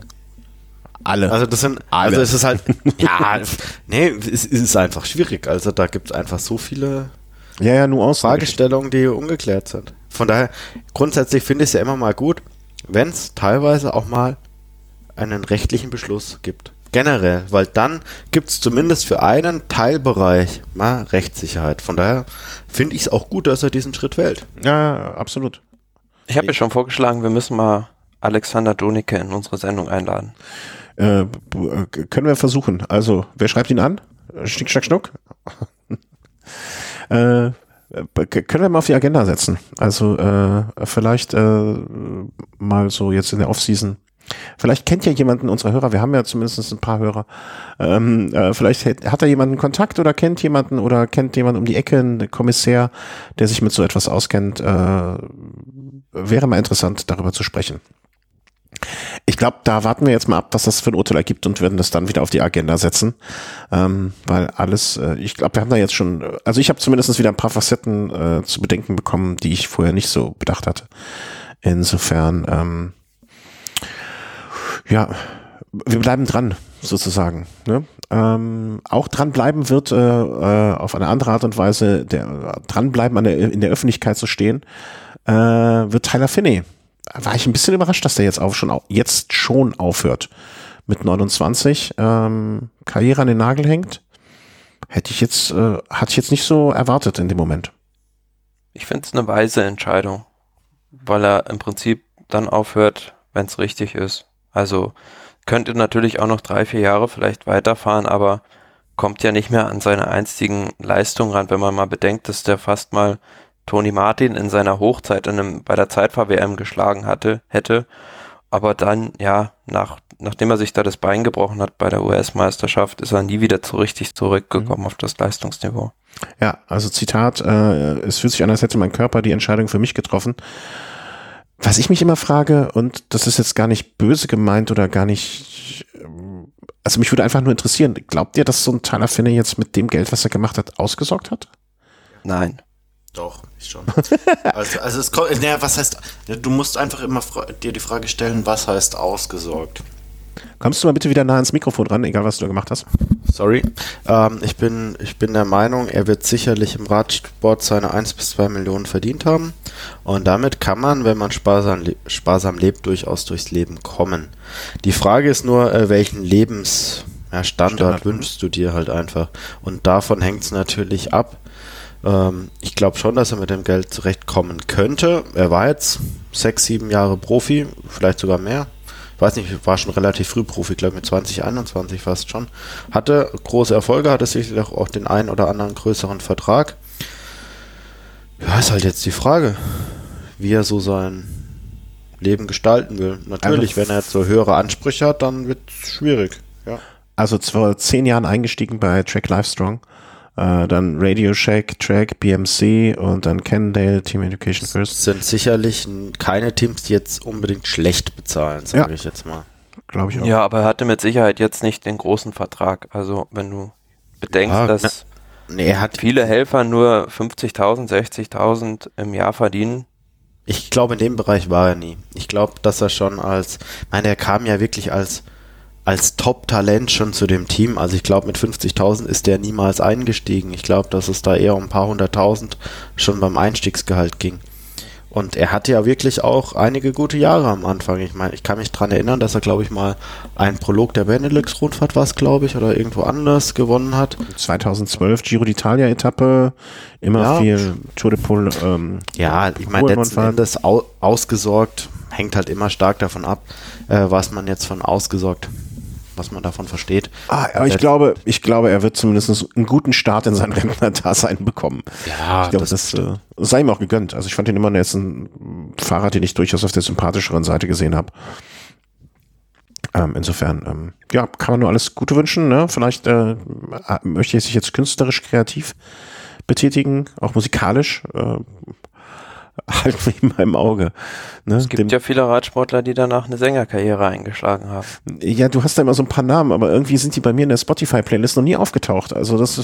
Alle. Also das sind, Alle. also es ist halt, ja, nee, es ist einfach schwierig. Also da gibt es einfach so viele ja, ja, nur aus. Fragestellungen, die ungeklärt sind. Von daher, grundsätzlich finde ich es ja immer mal gut, wenn es teilweise auch mal einen rechtlichen Beschluss gibt. Generell, weil dann gibt es zumindest für einen Teilbereich mal Rechtssicherheit. Von daher finde ich es auch gut, dass er diesen Schritt wählt. Ja, absolut. Ich habe ja schon vorgeschlagen, wir müssen mal Alexander Donicke in unsere Sendung einladen. Äh, können wir versuchen. Also, wer schreibt ihn an? Schnick, schnack, schnuck. äh, können wir mal auf die Agenda setzen. Also, äh, vielleicht äh, mal so jetzt in der Offseason. Vielleicht kennt ja jemanden unserer Hörer, wir haben ja zumindest ein paar Hörer, ähm, äh, vielleicht hat, hat er jemanden Kontakt oder kennt jemanden oder kennt jemanden um die Ecke, einen Kommissär, der sich mit so etwas auskennt, äh, wäre mal interessant, darüber zu sprechen. Ich glaube, da warten wir jetzt mal ab, was das für ein Urteil ergibt und werden das dann wieder auf die Agenda setzen, ähm, weil alles, äh, ich glaube, wir haben da jetzt schon, also ich habe zumindest wieder ein paar Facetten äh, zu bedenken bekommen, die ich vorher nicht so bedacht hatte. Insofern, ähm, ja, wir bleiben dran, sozusagen. Ne? Ähm, auch dranbleiben wird, äh, äh, auf eine andere Art und Weise, der, dranbleiben an der, in der Öffentlichkeit zu stehen, äh, wird Tyler Finney. War ich ein bisschen überrascht, dass der jetzt, auch schon, jetzt schon aufhört. Mit neunundzwanzig, ähm, Karriere an den Nagel hängt. Hätte ich jetzt, äh, hatte ich jetzt nicht so erwartet in dem Moment. Ich finde es eine weise Entscheidung, weil er im Prinzip dann aufhört, wenn es richtig ist. Also könnte natürlich auch noch drei, vier Jahre vielleicht weiterfahren, aber kommt ja nicht mehr an seine einstigen Leistungen ran, wenn man mal bedenkt, dass der fast mal Tony Martin in seiner Hochzeit in einem, bei der Zeitfahr-W M geschlagen hatte, hätte. Aber dann, ja, nach, nachdem er sich da das Bein gebrochen hat bei der U S-Meisterschaft, ist er nie wieder so richtig zurückgekommen mhm. auf das Leistungsniveau. Ja, also Zitat, äh, es fühlt sich an, als hätte mein Körper die Entscheidung für mich getroffen. Was ich mich immer frage, und das ist jetzt gar nicht böse gemeint oder gar nicht, also mich würde einfach nur interessieren, glaubt ihr, dass so ein Tyler Finney jetzt mit dem Geld, was er gemacht hat, ausgesorgt hat? Nein. Doch, ich schon. also, also es kommt, naja, was heißt, du musst einfach immer dir die Frage stellen, was heißt ausgesorgt? Kommst du mal bitte wieder nah ans Mikrofon ran, egal was du gemacht hast? Sorry. Ähm, ich bin, ich bin der Meinung, er wird sicherlich im Radsport seine eins bis zwei Millionen verdient haben. Und damit kann man, wenn man sparsam, le- sparsam lebt, durchaus durchs Leben kommen. Die Frage ist nur, äh, welchen Lebensstandard ja, Standard wünschst du dir halt einfach? Und davon hängt es natürlich ab. Ähm, ich glaube schon, dass er mit dem Geld zurechtkommen könnte. Er war jetzt sechs, sieben Jahre Profi, vielleicht sogar mehr. Ich weiß nicht, war schon relativ früh Profi, glaube mit zwanzig, einundzwanzig fast schon. Hatte große Erfolge, hatte sicherlich auch den einen oder anderen größeren Vertrag. Ja, ist halt jetzt die Frage, wie er so sein Leben gestalten will. Natürlich, also, wenn er jetzt so höhere Ansprüche hat, dann wird es schwierig. Ja. Also vor zehn Jahren eingestiegen bei Trek Livestrong, äh, dann Radio Shack, Trek, B M C und dann Cannondale, Team Education First. Das sind sicherlich keine Teams, die jetzt unbedingt schlecht bezahlen, sage ja. ich jetzt mal. Glaube ich auch. Ja, aber er hatte mit Sicherheit jetzt nicht den großen Vertrag. Also wenn du bedenkst, ja, dass nee, er hat viele Helfer nur fünfzigtausend, sechzigtausend im Jahr verdienen. Ich glaube, in dem Bereich war er nie. Ich glaube, dass er schon als, ich meine, er kam ja wirklich als als Top-Talent schon zu dem Team. Also ich glaube, mit fünfzigtausend ist der niemals eingestiegen. Ich glaube, dass es da eher um ein paar hunderttausend schon beim Einstiegsgehalt ging. Und er hatte ja wirklich auch einige gute Jahre am Anfang. Ich meine, ich kann mich dran erinnern, dass er, glaube ich, mal einen Prolog der Benelux-Rundfahrt war es, glaube ich, oder irgendwo anders gewonnen hat. zweitausendzwölf Giro d'Italia-Etappe, immer ja. viel Tour de Pol. Ähm, ja, ich meine, letzten Endes au- ausgesorgt, hängt halt immer stark davon ab, äh, was man jetzt von ausgesorgt was man davon versteht. Ah, aber ich glaube, ich glaube, er wird zumindest einen guten Start in sein Rentner-Dasein bekommen. Ja, ich glaube, das, das äh, sei ihm auch gegönnt. Also ich fand ihn immer jetzt ein Fahrer, den ich durchaus auf der sympathischeren Seite gesehen habe. Ähm, insofern, ähm, ja, kann man nur alles Gute wünschen. Ne? Vielleicht äh, möchte er sich jetzt künstlerisch kreativ betätigen, auch musikalisch. Äh, halten wir ihm mal im Auge. Ne? Es gibt Dem, ja viele Radsportler, die danach eine Sängerkarriere eingeschlagen haben. Ja, du hast da immer so ein paar Namen, aber irgendwie sind die bei mir in der Spotify-Playlist noch nie aufgetaucht. Also das,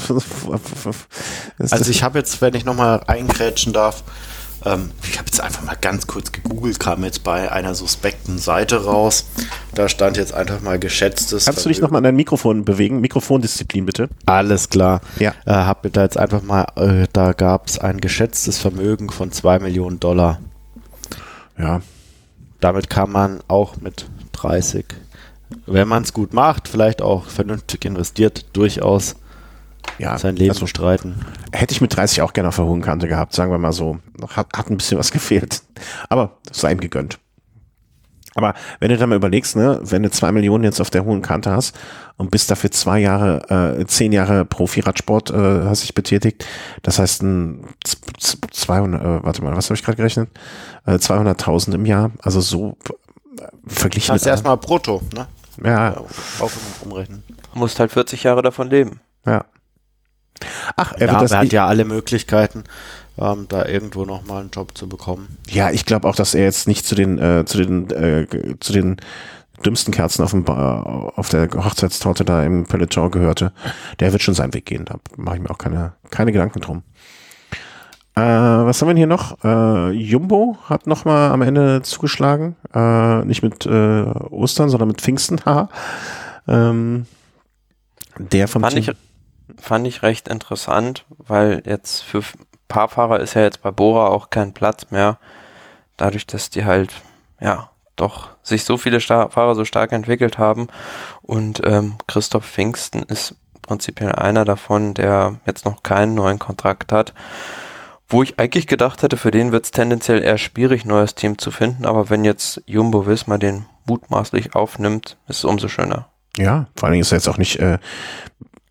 das Also ich habe jetzt, wenn ich nochmal eingrätschen darf, ähm, ich habe jetzt einfach mal ganz kurz gegoogelt, kam jetzt bei einer suspekten Seite raus. Da stand jetzt einfach mal geschätztes. Kannst du dich nochmal an dein Mikrofon bewegen? Mikrofondisziplin bitte. Alles klar. Ja. Äh, hab mir da jetzt einfach mal, äh, da gab es ein geschätztes Vermögen von zwei Millionen Dollar. Ja. Damit kann man auch mit dreißig, wenn man es gut macht, vielleicht auch vernünftig investiert, durchaus ja, sein Leben also, streiten. Hätte ich mit dreißig auch gerne auf der hohen Kante gehabt, sagen wir mal so. Hat, hat ein bisschen was gefehlt. Aber es sei ihm gegönnt. Aber wenn du dann mal überlegst, ne, wenn du zwei Millionen jetzt auf der hohen Kante hast und bist dafür zwei Jahre, äh, zehn Jahre Profi-Radsport äh, hast dich betätigt, das heißt ein zweihundert, äh, warte mal, was habe ich gerade gerechnet? Äh, zweihunderttausend im Jahr, also so äh, verglichen. Das ist erstmal brutto, ne? Ja. ja auch umrechnen. Du musst halt vierzig Jahre davon leben. Ja. Ach, er, ja, wird das er hat ja alle Möglichkeiten, ähm, da irgendwo nochmal einen Job zu bekommen. Ja, ich glaube auch, dass er jetzt nicht zu den äh, zu den äh, zu den dümmsten Kerzen auf dem ba- auf der Hochzeitstorte da im Peloton gehörte. Der wird schon seinen Weg gehen. Da mache ich mir auch keine keine Gedanken drum. Äh, was haben wir denn hier noch? Äh, Jumbo hat nochmal am Ende zugeschlagen. Äh, nicht mit äh, Ostern, sondern mit Pfingsten. Haha. ähm, der vom Fand Team. ich Fand ich recht interessant, weil jetzt für Paarfahrer ist ja jetzt bei Bora auch kein Platz mehr. Dadurch, dass die halt, ja, doch sich so viele Star- Fahrer so stark entwickelt haben. Und ähm, Christoph Pfingsten ist prinzipiell einer davon, der jetzt noch keinen neuen Kontrakt hat. Wo ich eigentlich gedacht hätte, für den wird es tendenziell eher schwierig, ein neues Team zu finden. Aber wenn jetzt Jumbo-Visma den mutmaßlich aufnimmt, ist es umso schöner. Ja, vor allen Dingen ist er jetzt auch nicht... Äh,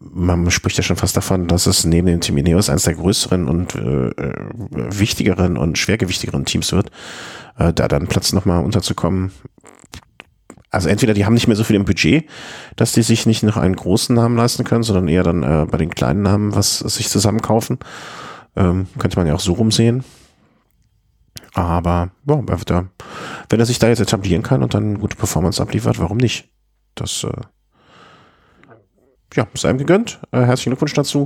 man spricht ja schon fast davon, dass es neben dem Team Ineos eines der größeren und äh, wichtigeren und schwergewichtigeren Teams wird, äh, da dann Platz nochmal unterzukommen. Also entweder die haben nicht mehr so viel im Budget, dass die sich nicht noch einen großen Namen leisten können, sondern eher dann äh, bei den kleinen Namen was sich zusammenkaufen. Ähm, könnte man ja auch so rumsehen. Aber ja, da, wenn er sich da jetzt etablieren kann und dann eine gute Performance abliefert, warum nicht? Das äh, ja, ist einem gegönnt. Äh, herzlichen Glückwunsch dazu.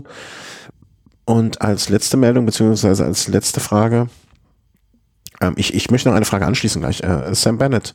Und als letzte Meldung, beziehungsweise als letzte Frage, ähm, ich, ich möchte noch eine Frage anschließen gleich. Äh, Sam Bennett.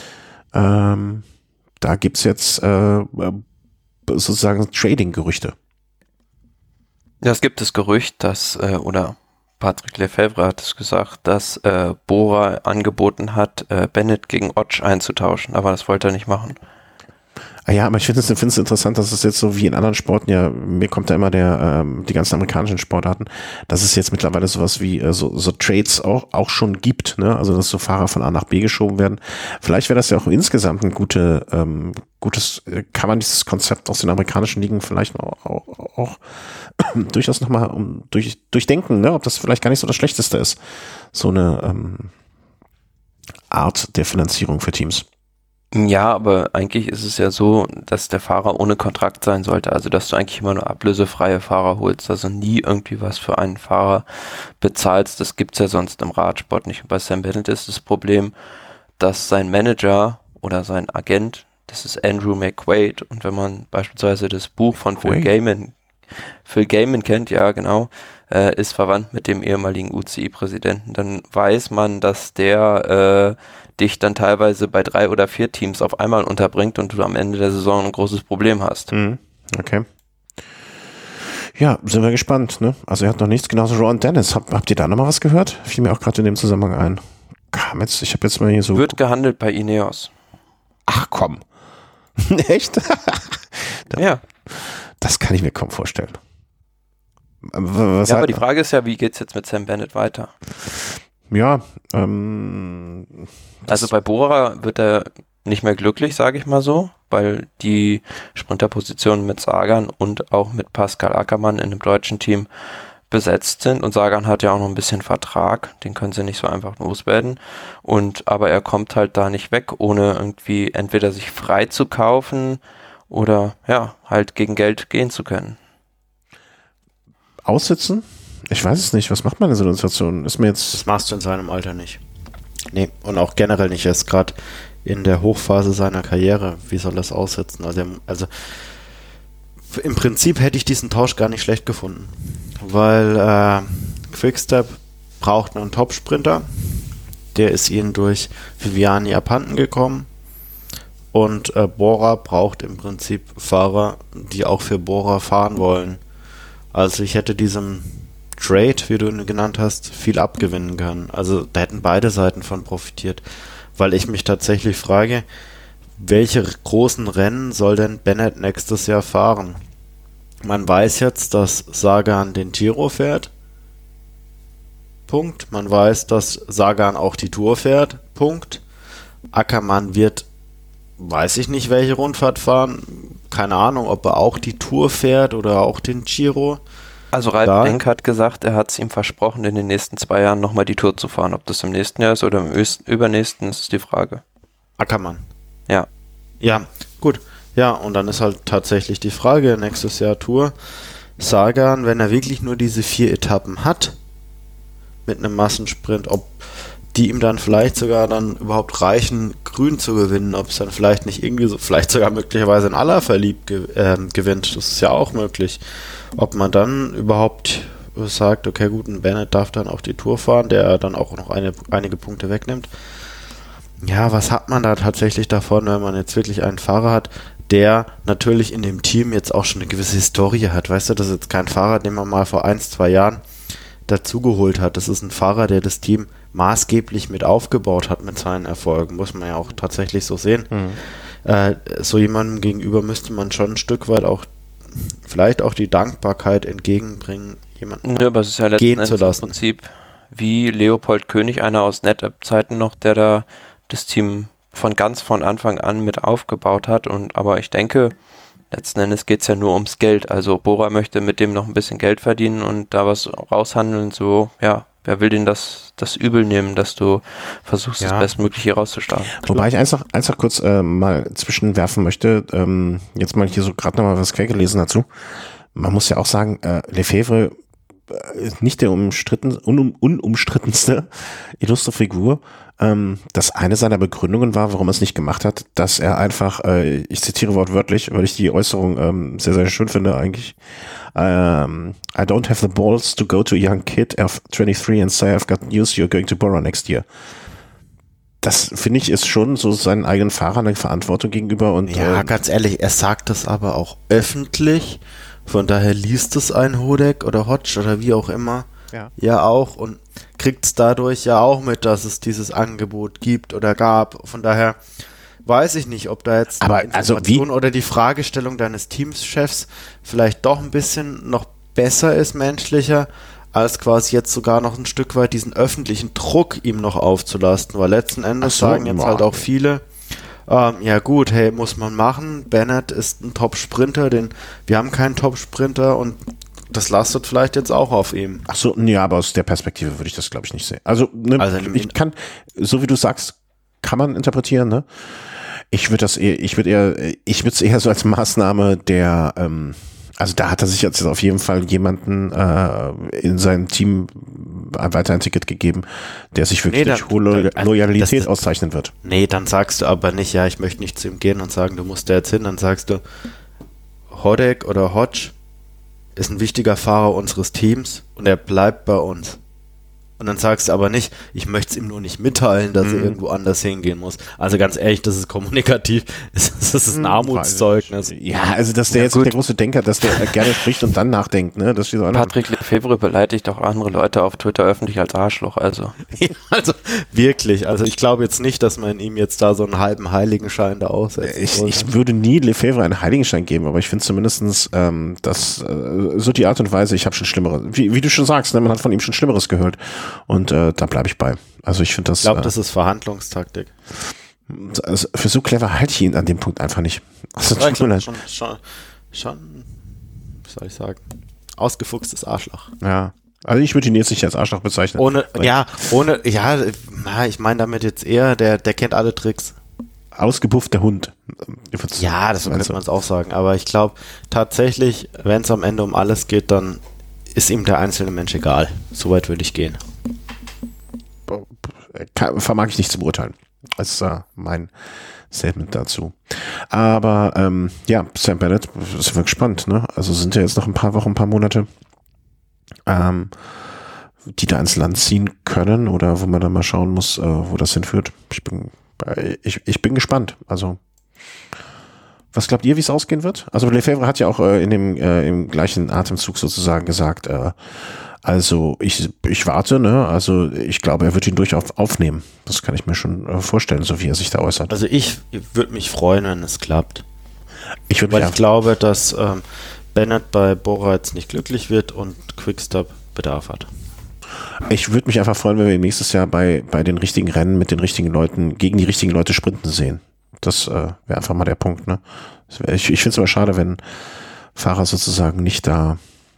Ähm, da gibt's jetzt äh, sozusagen Trading-Gerüchte. Ja, es gibt das Gerücht, dass, äh, oder Patrick Lefebvre hat es gesagt, dass äh, Bora angeboten hat, äh, Bennett gegen Otsch einzutauschen, aber das wollte er nicht machen. Ah ja, aber ich finde es finde es interessant, dass es jetzt so wie in anderen Sporten, ja, mir kommt da immer der ähm, die ganzen amerikanischen Sportarten, dass es jetzt mittlerweile sowas wie äh, so, so Trades auch auch schon gibt, ne? Also dass so Fahrer von A nach B geschoben werden. Vielleicht wäre das ja auch insgesamt ein gute ähm, gutes, äh, kann man dieses Konzept aus den amerikanischen Ligen vielleicht auch, auch, auch durchaus nochmal um, durch, durchdenken, ne? Ob das vielleicht gar nicht so das Schlechteste ist. So eine ähm, Art der Finanzierung für Teams. Ja, aber eigentlich ist es ja so, dass der Fahrer ohne Kontrakt sein sollte. Also, dass du eigentlich immer nur ablösefreie Fahrer holst, also nie irgendwie was für einen Fahrer bezahlst. Das gibt's ja sonst im Radsport nicht. Und bei Sam Bennett ist das Problem, dass sein Manager oder sein Agent, das ist Andrew McQuaid. Und wenn man beispielsweise das Buch von Phil Gaiman, Phil Gaiman kennt, ja genau, äh, ist verwandt mit dem ehemaligen U C I-Präsidenten, dann weiß man, dass der äh, dich dann teilweise bei drei oder vier Teams auf einmal unterbringt und du am Ende der Saison ein großes Problem hast. Mhm. Okay. Ja, sind wir gespannt, ne? Also er hat noch nichts, genauso Ron Dennis. Hab, habt ihr da nochmal was gehört? Fiel mir auch gerade in dem Zusammenhang ein. Kam jetzt, ich habe jetzt mal hier so... Wird gehandelt bei Ineos. Ach komm. Echt? da, ja. Das kann ich mir kaum vorstellen. Was ja, aber die Frage ist ja, wie geht's jetzt mit Sam Bennett weiter? Ja, ähm... Also bei Bora wird er nicht mehr glücklich, sage ich mal so, weil die Sprinterpositionen mit Sagan und auch mit Pascal Ackermann in dem deutschen Team besetzt sind und Sagan hat ja auch noch ein bisschen Vertrag, den können sie nicht so einfach loswerden und aber er kommt halt da nicht weg, ohne irgendwie entweder sich frei zu kaufen oder ja, halt gegen Geld gehen zu können. Aussitzen? Ich weiß es nicht. Was macht man in so einer Situation? Ist mir jetzt... Das machst du in seinem Alter nicht. Nee, und auch generell nicht. Er ist gerade in der Hochphase seiner Karriere. Wie soll das aussitzen? Also, also im Prinzip hätte ich diesen Tausch gar nicht schlecht gefunden. Weil äh, Quickstep braucht einen Top-Sprinter. Der ist ihnen durch Viviani abhanden gekommen. Und äh, Bora braucht im Prinzip Fahrer, die auch für Bora fahren wollen. Also ich hätte diesem Trade, wie du ihn genannt hast, viel abgewinnen können. Also da hätten beide Seiten von profitiert. Weil ich mich tatsächlich frage, welche großen Rennen soll denn Bennett nächstes Jahr fahren? Man weiß jetzt, dass Sagan den Giro fährt. Punkt. Man weiß, dass Sagan auch die Tour fährt. Punkt. Ackermann wird, weiß ich nicht, welche Rundfahrt fahren. Keine Ahnung, ob er auch die Tour fährt oder auch den Giro. Also Ralf Denk hat gesagt, er hat es ihm versprochen, in den nächsten zwei Jahren nochmal die Tour zu fahren. Ob das im nächsten Jahr ist oder im öst- übernächsten, ist die Frage. Ackermann. Ja. Ja, gut. Ja, und dann ist halt tatsächlich die Frage, nächstes Jahr Tour. Sagan, wenn er wirklich nur diese vier Etappen hat, mit einem Massensprint, ob die ihm dann vielleicht sogar dann überhaupt reichen, grün zu gewinnen, ob es dann vielleicht nicht irgendwie so, vielleicht sogar möglicherweise in Alaphilippe ge- äh, gewinnt, das ist ja auch möglich. Ob man dann überhaupt sagt, okay gut, ein Bennett darf dann auch die Tour fahren, der dann auch noch eine, einige Punkte wegnimmt. Ja, was hat man da tatsächlich davon, wenn man jetzt wirklich einen Fahrer hat, der natürlich in dem Team jetzt auch schon eine gewisse Historie hat, weißt du, das ist jetzt kein Fahrer, den man mal vor ein, zwei Jahren dazugeholt hat, das ist ein Fahrer, der das Team maßgeblich mit aufgebaut hat mit seinen Erfolgen, muss man ja auch tatsächlich so sehen. Mhm. Äh, so jemandem gegenüber müsste man schon ein Stück weit auch vielleicht auch die Dankbarkeit entgegenbringen, jemanden ja, aber es ist ja gehen zu lassen. Im Prinzip wie Leopold König, einer aus NetApp-Zeiten noch, der da das Team von ganz von Anfang an mit aufgebaut hat. Und aber ich denke, letzten Endes geht's ja nur ums Geld. Also Bora möchte mit dem noch ein bisschen Geld verdienen und da was raushandeln, so, ja, wer will denn das, das übel nehmen, dass du versuchst, ja. das Bestmögliche rauszustarten. Wobei ich eins noch, eins noch kurz äh, mal zwischenwerfen möchte, ähm, jetzt mal hier so gerade noch mal was gelesen dazu. Man muss ja auch sagen, äh, Lefebvre ist nicht der umstritten, un, unumstrittenste illustre Figur. Ähm, das eine seiner Begründungen war, warum er es nicht gemacht hat, dass er einfach, äh, ich zitiere wortwörtlich, weil ich die Äußerung ähm, sehr, sehr schön finde eigentlich, ähm, I don't have the balls to go to a young kid of twenty-three and say I've got news you're going to Bora next year. Das, finde ich, ist schon so seinen eigenen Fahrern eine Verantwortung gegenüber. Und ja, äh, ganz ehrlich, er sagt das aber auch öffentlich. Von daher liest es ein Hodek oder Hodge oder wie auch immer ja, ja auch und kriegt es dadurch ja auch mit, dass es dieses Angebot gibt oder gab. Von daher weiß ich nicht, ob da jetzt aber die Information also wie, oder die Fragestellung deines Teamchefs vielleicht doch ein bisschen noch besser ist, menschlicher, als quasi jetzt sogar noch ein Stück weit diesen öffentlichen Druck ihm noch aufzulasten, weil letzten Endes so, sagen jetzt boah. halt auch viele, Ähm, ja gut, hey, muss man machen. Bennett ist ein Top-Sprinter, den, wir haben keinen Top-Sprinter und das lastet vielleicht jetzt auch auf ihm. Ach so, ja, aber aus der Perspektive würde ich das, glaube ich, nicht sehen. Also, ne, also ich kann, so wie du sagst, kann man interpretieren, ne? Ich würde das eher, ich würde eher, ich würde es eher so als Maßnahme der, ähm, also da hat er sich jetzt auf jeden Fall jemanden äh, in seinem Team weiter ein Ticket gegeben, der sich wirklich nee, durch hohe Lo- Loyalität das, das, auszeichnen wird. Nee, dann sagst du aber nicht, ja, ich möchte nicht zu ihm gehen und sagen, du musst da jetzt hin, dann sagst du, Hodek oder Hodge ist ein wichtiger Fahrer unseres Teams und er bleibt bei uns. Und dann sagst du aber nicht, ich möchte es ihm nur nicht mitteilen, dass mhm. er irgendwo anders hingehen muss. Also ganz ehrlich, das ist kommunikativ, das ist ein Armutszeugnis. Ja, also dass der ja, jetzt gut. der große Denker, dass der gerne spricht und dann nachdenkt. Ne? Das so Patrick Lefebvre beleidigt auch andere Leute auf Twitter öffentlich als Arschloch. Also. Ja, also wirklich, also ich glaube jetzt nicht, dass man ihm jetzt da so einen halben Heiligenschein da aussetzt. Ich, ich würde nie Lefebvre einen Heiligenschein geben, aber ich finde zumindestens, ähm, dass äh, so die Art und Weise, ich habe schon Schlimmeres, wie, wie du schon sagst, ne? Man hat von ihm schon Schlimmeres gehört. Und äh, da bleibe ich bei. Also ich finde das. Ich glaube, äh, das ist Verhandlungstaktik. Also für so clever halte ich ihn an dem Punkt einfach nicht. Also ja, schon, schon, schon, schon, wie soll ich sagen, ausgefuchstes Arschloch. Ja. Also ich würde ihn jetzt nicht als Arschloch bezeichnen. Ohne, ja, ohne, ja, na, ich meine damit jetzt eher, der, der kennt alle Tricks. Ausgepuffter Hund. Ja, das könnte man es auch sagen. Aber ich glaube tatsächlich, wenn es am Ende um alles geht, dann ist ihm der einzelne Mensch egal. Soweit würde ich gehen. Kann, vermag ich nicht zu beurteilen. Das ist äh, mein Statement dazu. Aber ähm, ja, Sam Bennett, ist wirklich spannend, ne? Also sind ja jetzt noch ein paar Wochen, ein paar Monate, ähm, die da ins Land ziehen können oder wo man dann mal schauen muss, äh, wo das hinführt. Ich bin, ich, ich bin gespannt. Also was glaubt ihr, wie es ausgehen wird? Also Lefebvre hat ja auch äh, in dem äh, im gleichen Atemzug sozusagen gesagt, äh, also ich ich warte, ne? Also ich glaube, er wird ihn durchaus aufnehmen. Das kann ich mir schon äh, vorstellen, so wie er sich da äußert. Also ich würde mich freuen, wenn es klappt. Ich würde Weil ich glaube, dass ähm, Bennett bei Bora jetzt nicht glücklich wird und Quickstep Bedarf hat. Ich würde mich einfach freuen, wenn wir nächstes Jahr bei bei den richtigen Rennen mit den richtigen Leuten gegen die richtigen Leute sprinten sehen. Das äh, wäre einfach mal der Punkt, ne? Wär, ich ich finde es aber schade, wenn Fahrer sozusagen nicht da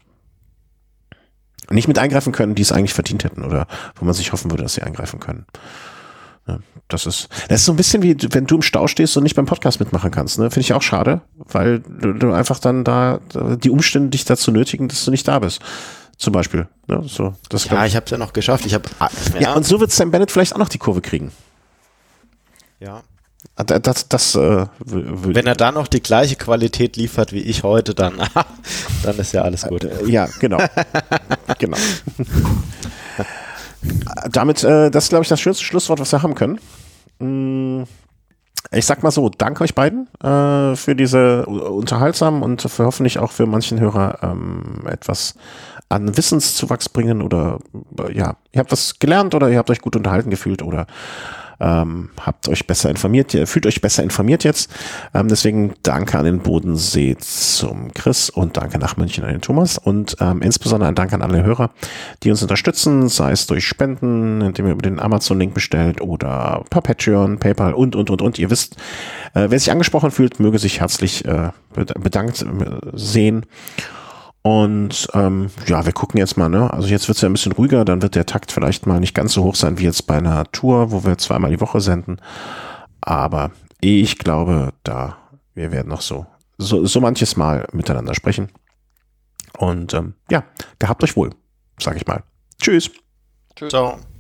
nicht mit eingreifen können, die es eigentlich verdient hätten oder wo man sich hoffen würde, dass sie eingreifen können. Ja, das ist das ist so ein bisschen wie, wenn du im Stau stehst und nicht beim Podcast mitmachen kannst, ne? Finde ich auch schade, weil du, du einfach dann da die Umstände dich dazu nötigen, dass du nicht da bist. Zum Beispiel. Ne? So, das ja, ich habe es ja noch geschafft. Ich hab, ja, ja, und so wird Sam Bennett vielleicht auch noch die Kurve kriegen. Ja. Das, das, das, äh, Wenn er dann noch die gleiche Qualität liefert wie ich heute, dann, dann ist ja alles gut. Äh, ja, genau. genau. Damit, äh, das ist, glaube ich, das schönste Schlusswort, was wir haben können. Ich sag mal so, danke euch beiden äh, für diese unterhaltsamen und für hoffentlich auch für manchen Hörer ähm, etwas an Wissenszuwachs bringen oder äh, ja, ihr habt was gelernt oder ihr habt euch gut unterhalten gefühlt oder ähm, habt euch besser informiert, ihr fühlt euch besser informiert jetzt. Ähm, deswegen danke an den Bodensee zum Chris und danke nach München an den Thomas und ähm, insbesondere ein Dank an alle Hörer, die uns unterstützen, sei es durch Spenden, indem ihr über den Amazon-Link bestellt oder per Patreon, PayPal und, und, und, und. Ihr wisst, äh, wer sich angesprochen fühlt, möge sich herzlich äh, bedankt äh, sehen. Und ähm, ja, wir gucken jetzt mal, ne? Also jetzt wird's ja ein bisschen ruhiger, dann wird der Takt vielleicht mal nicht ganz so hoch sein wie jetzt bei einer Tour, wo wir zweimal die Woche senden. Aber ich glaube, da wir werden noch so so, so manches Mal miteinander sprechen. Und ähm, ja, gehabt euch wohl, sag ich mal. Tschüss. Tschüss. Ciao.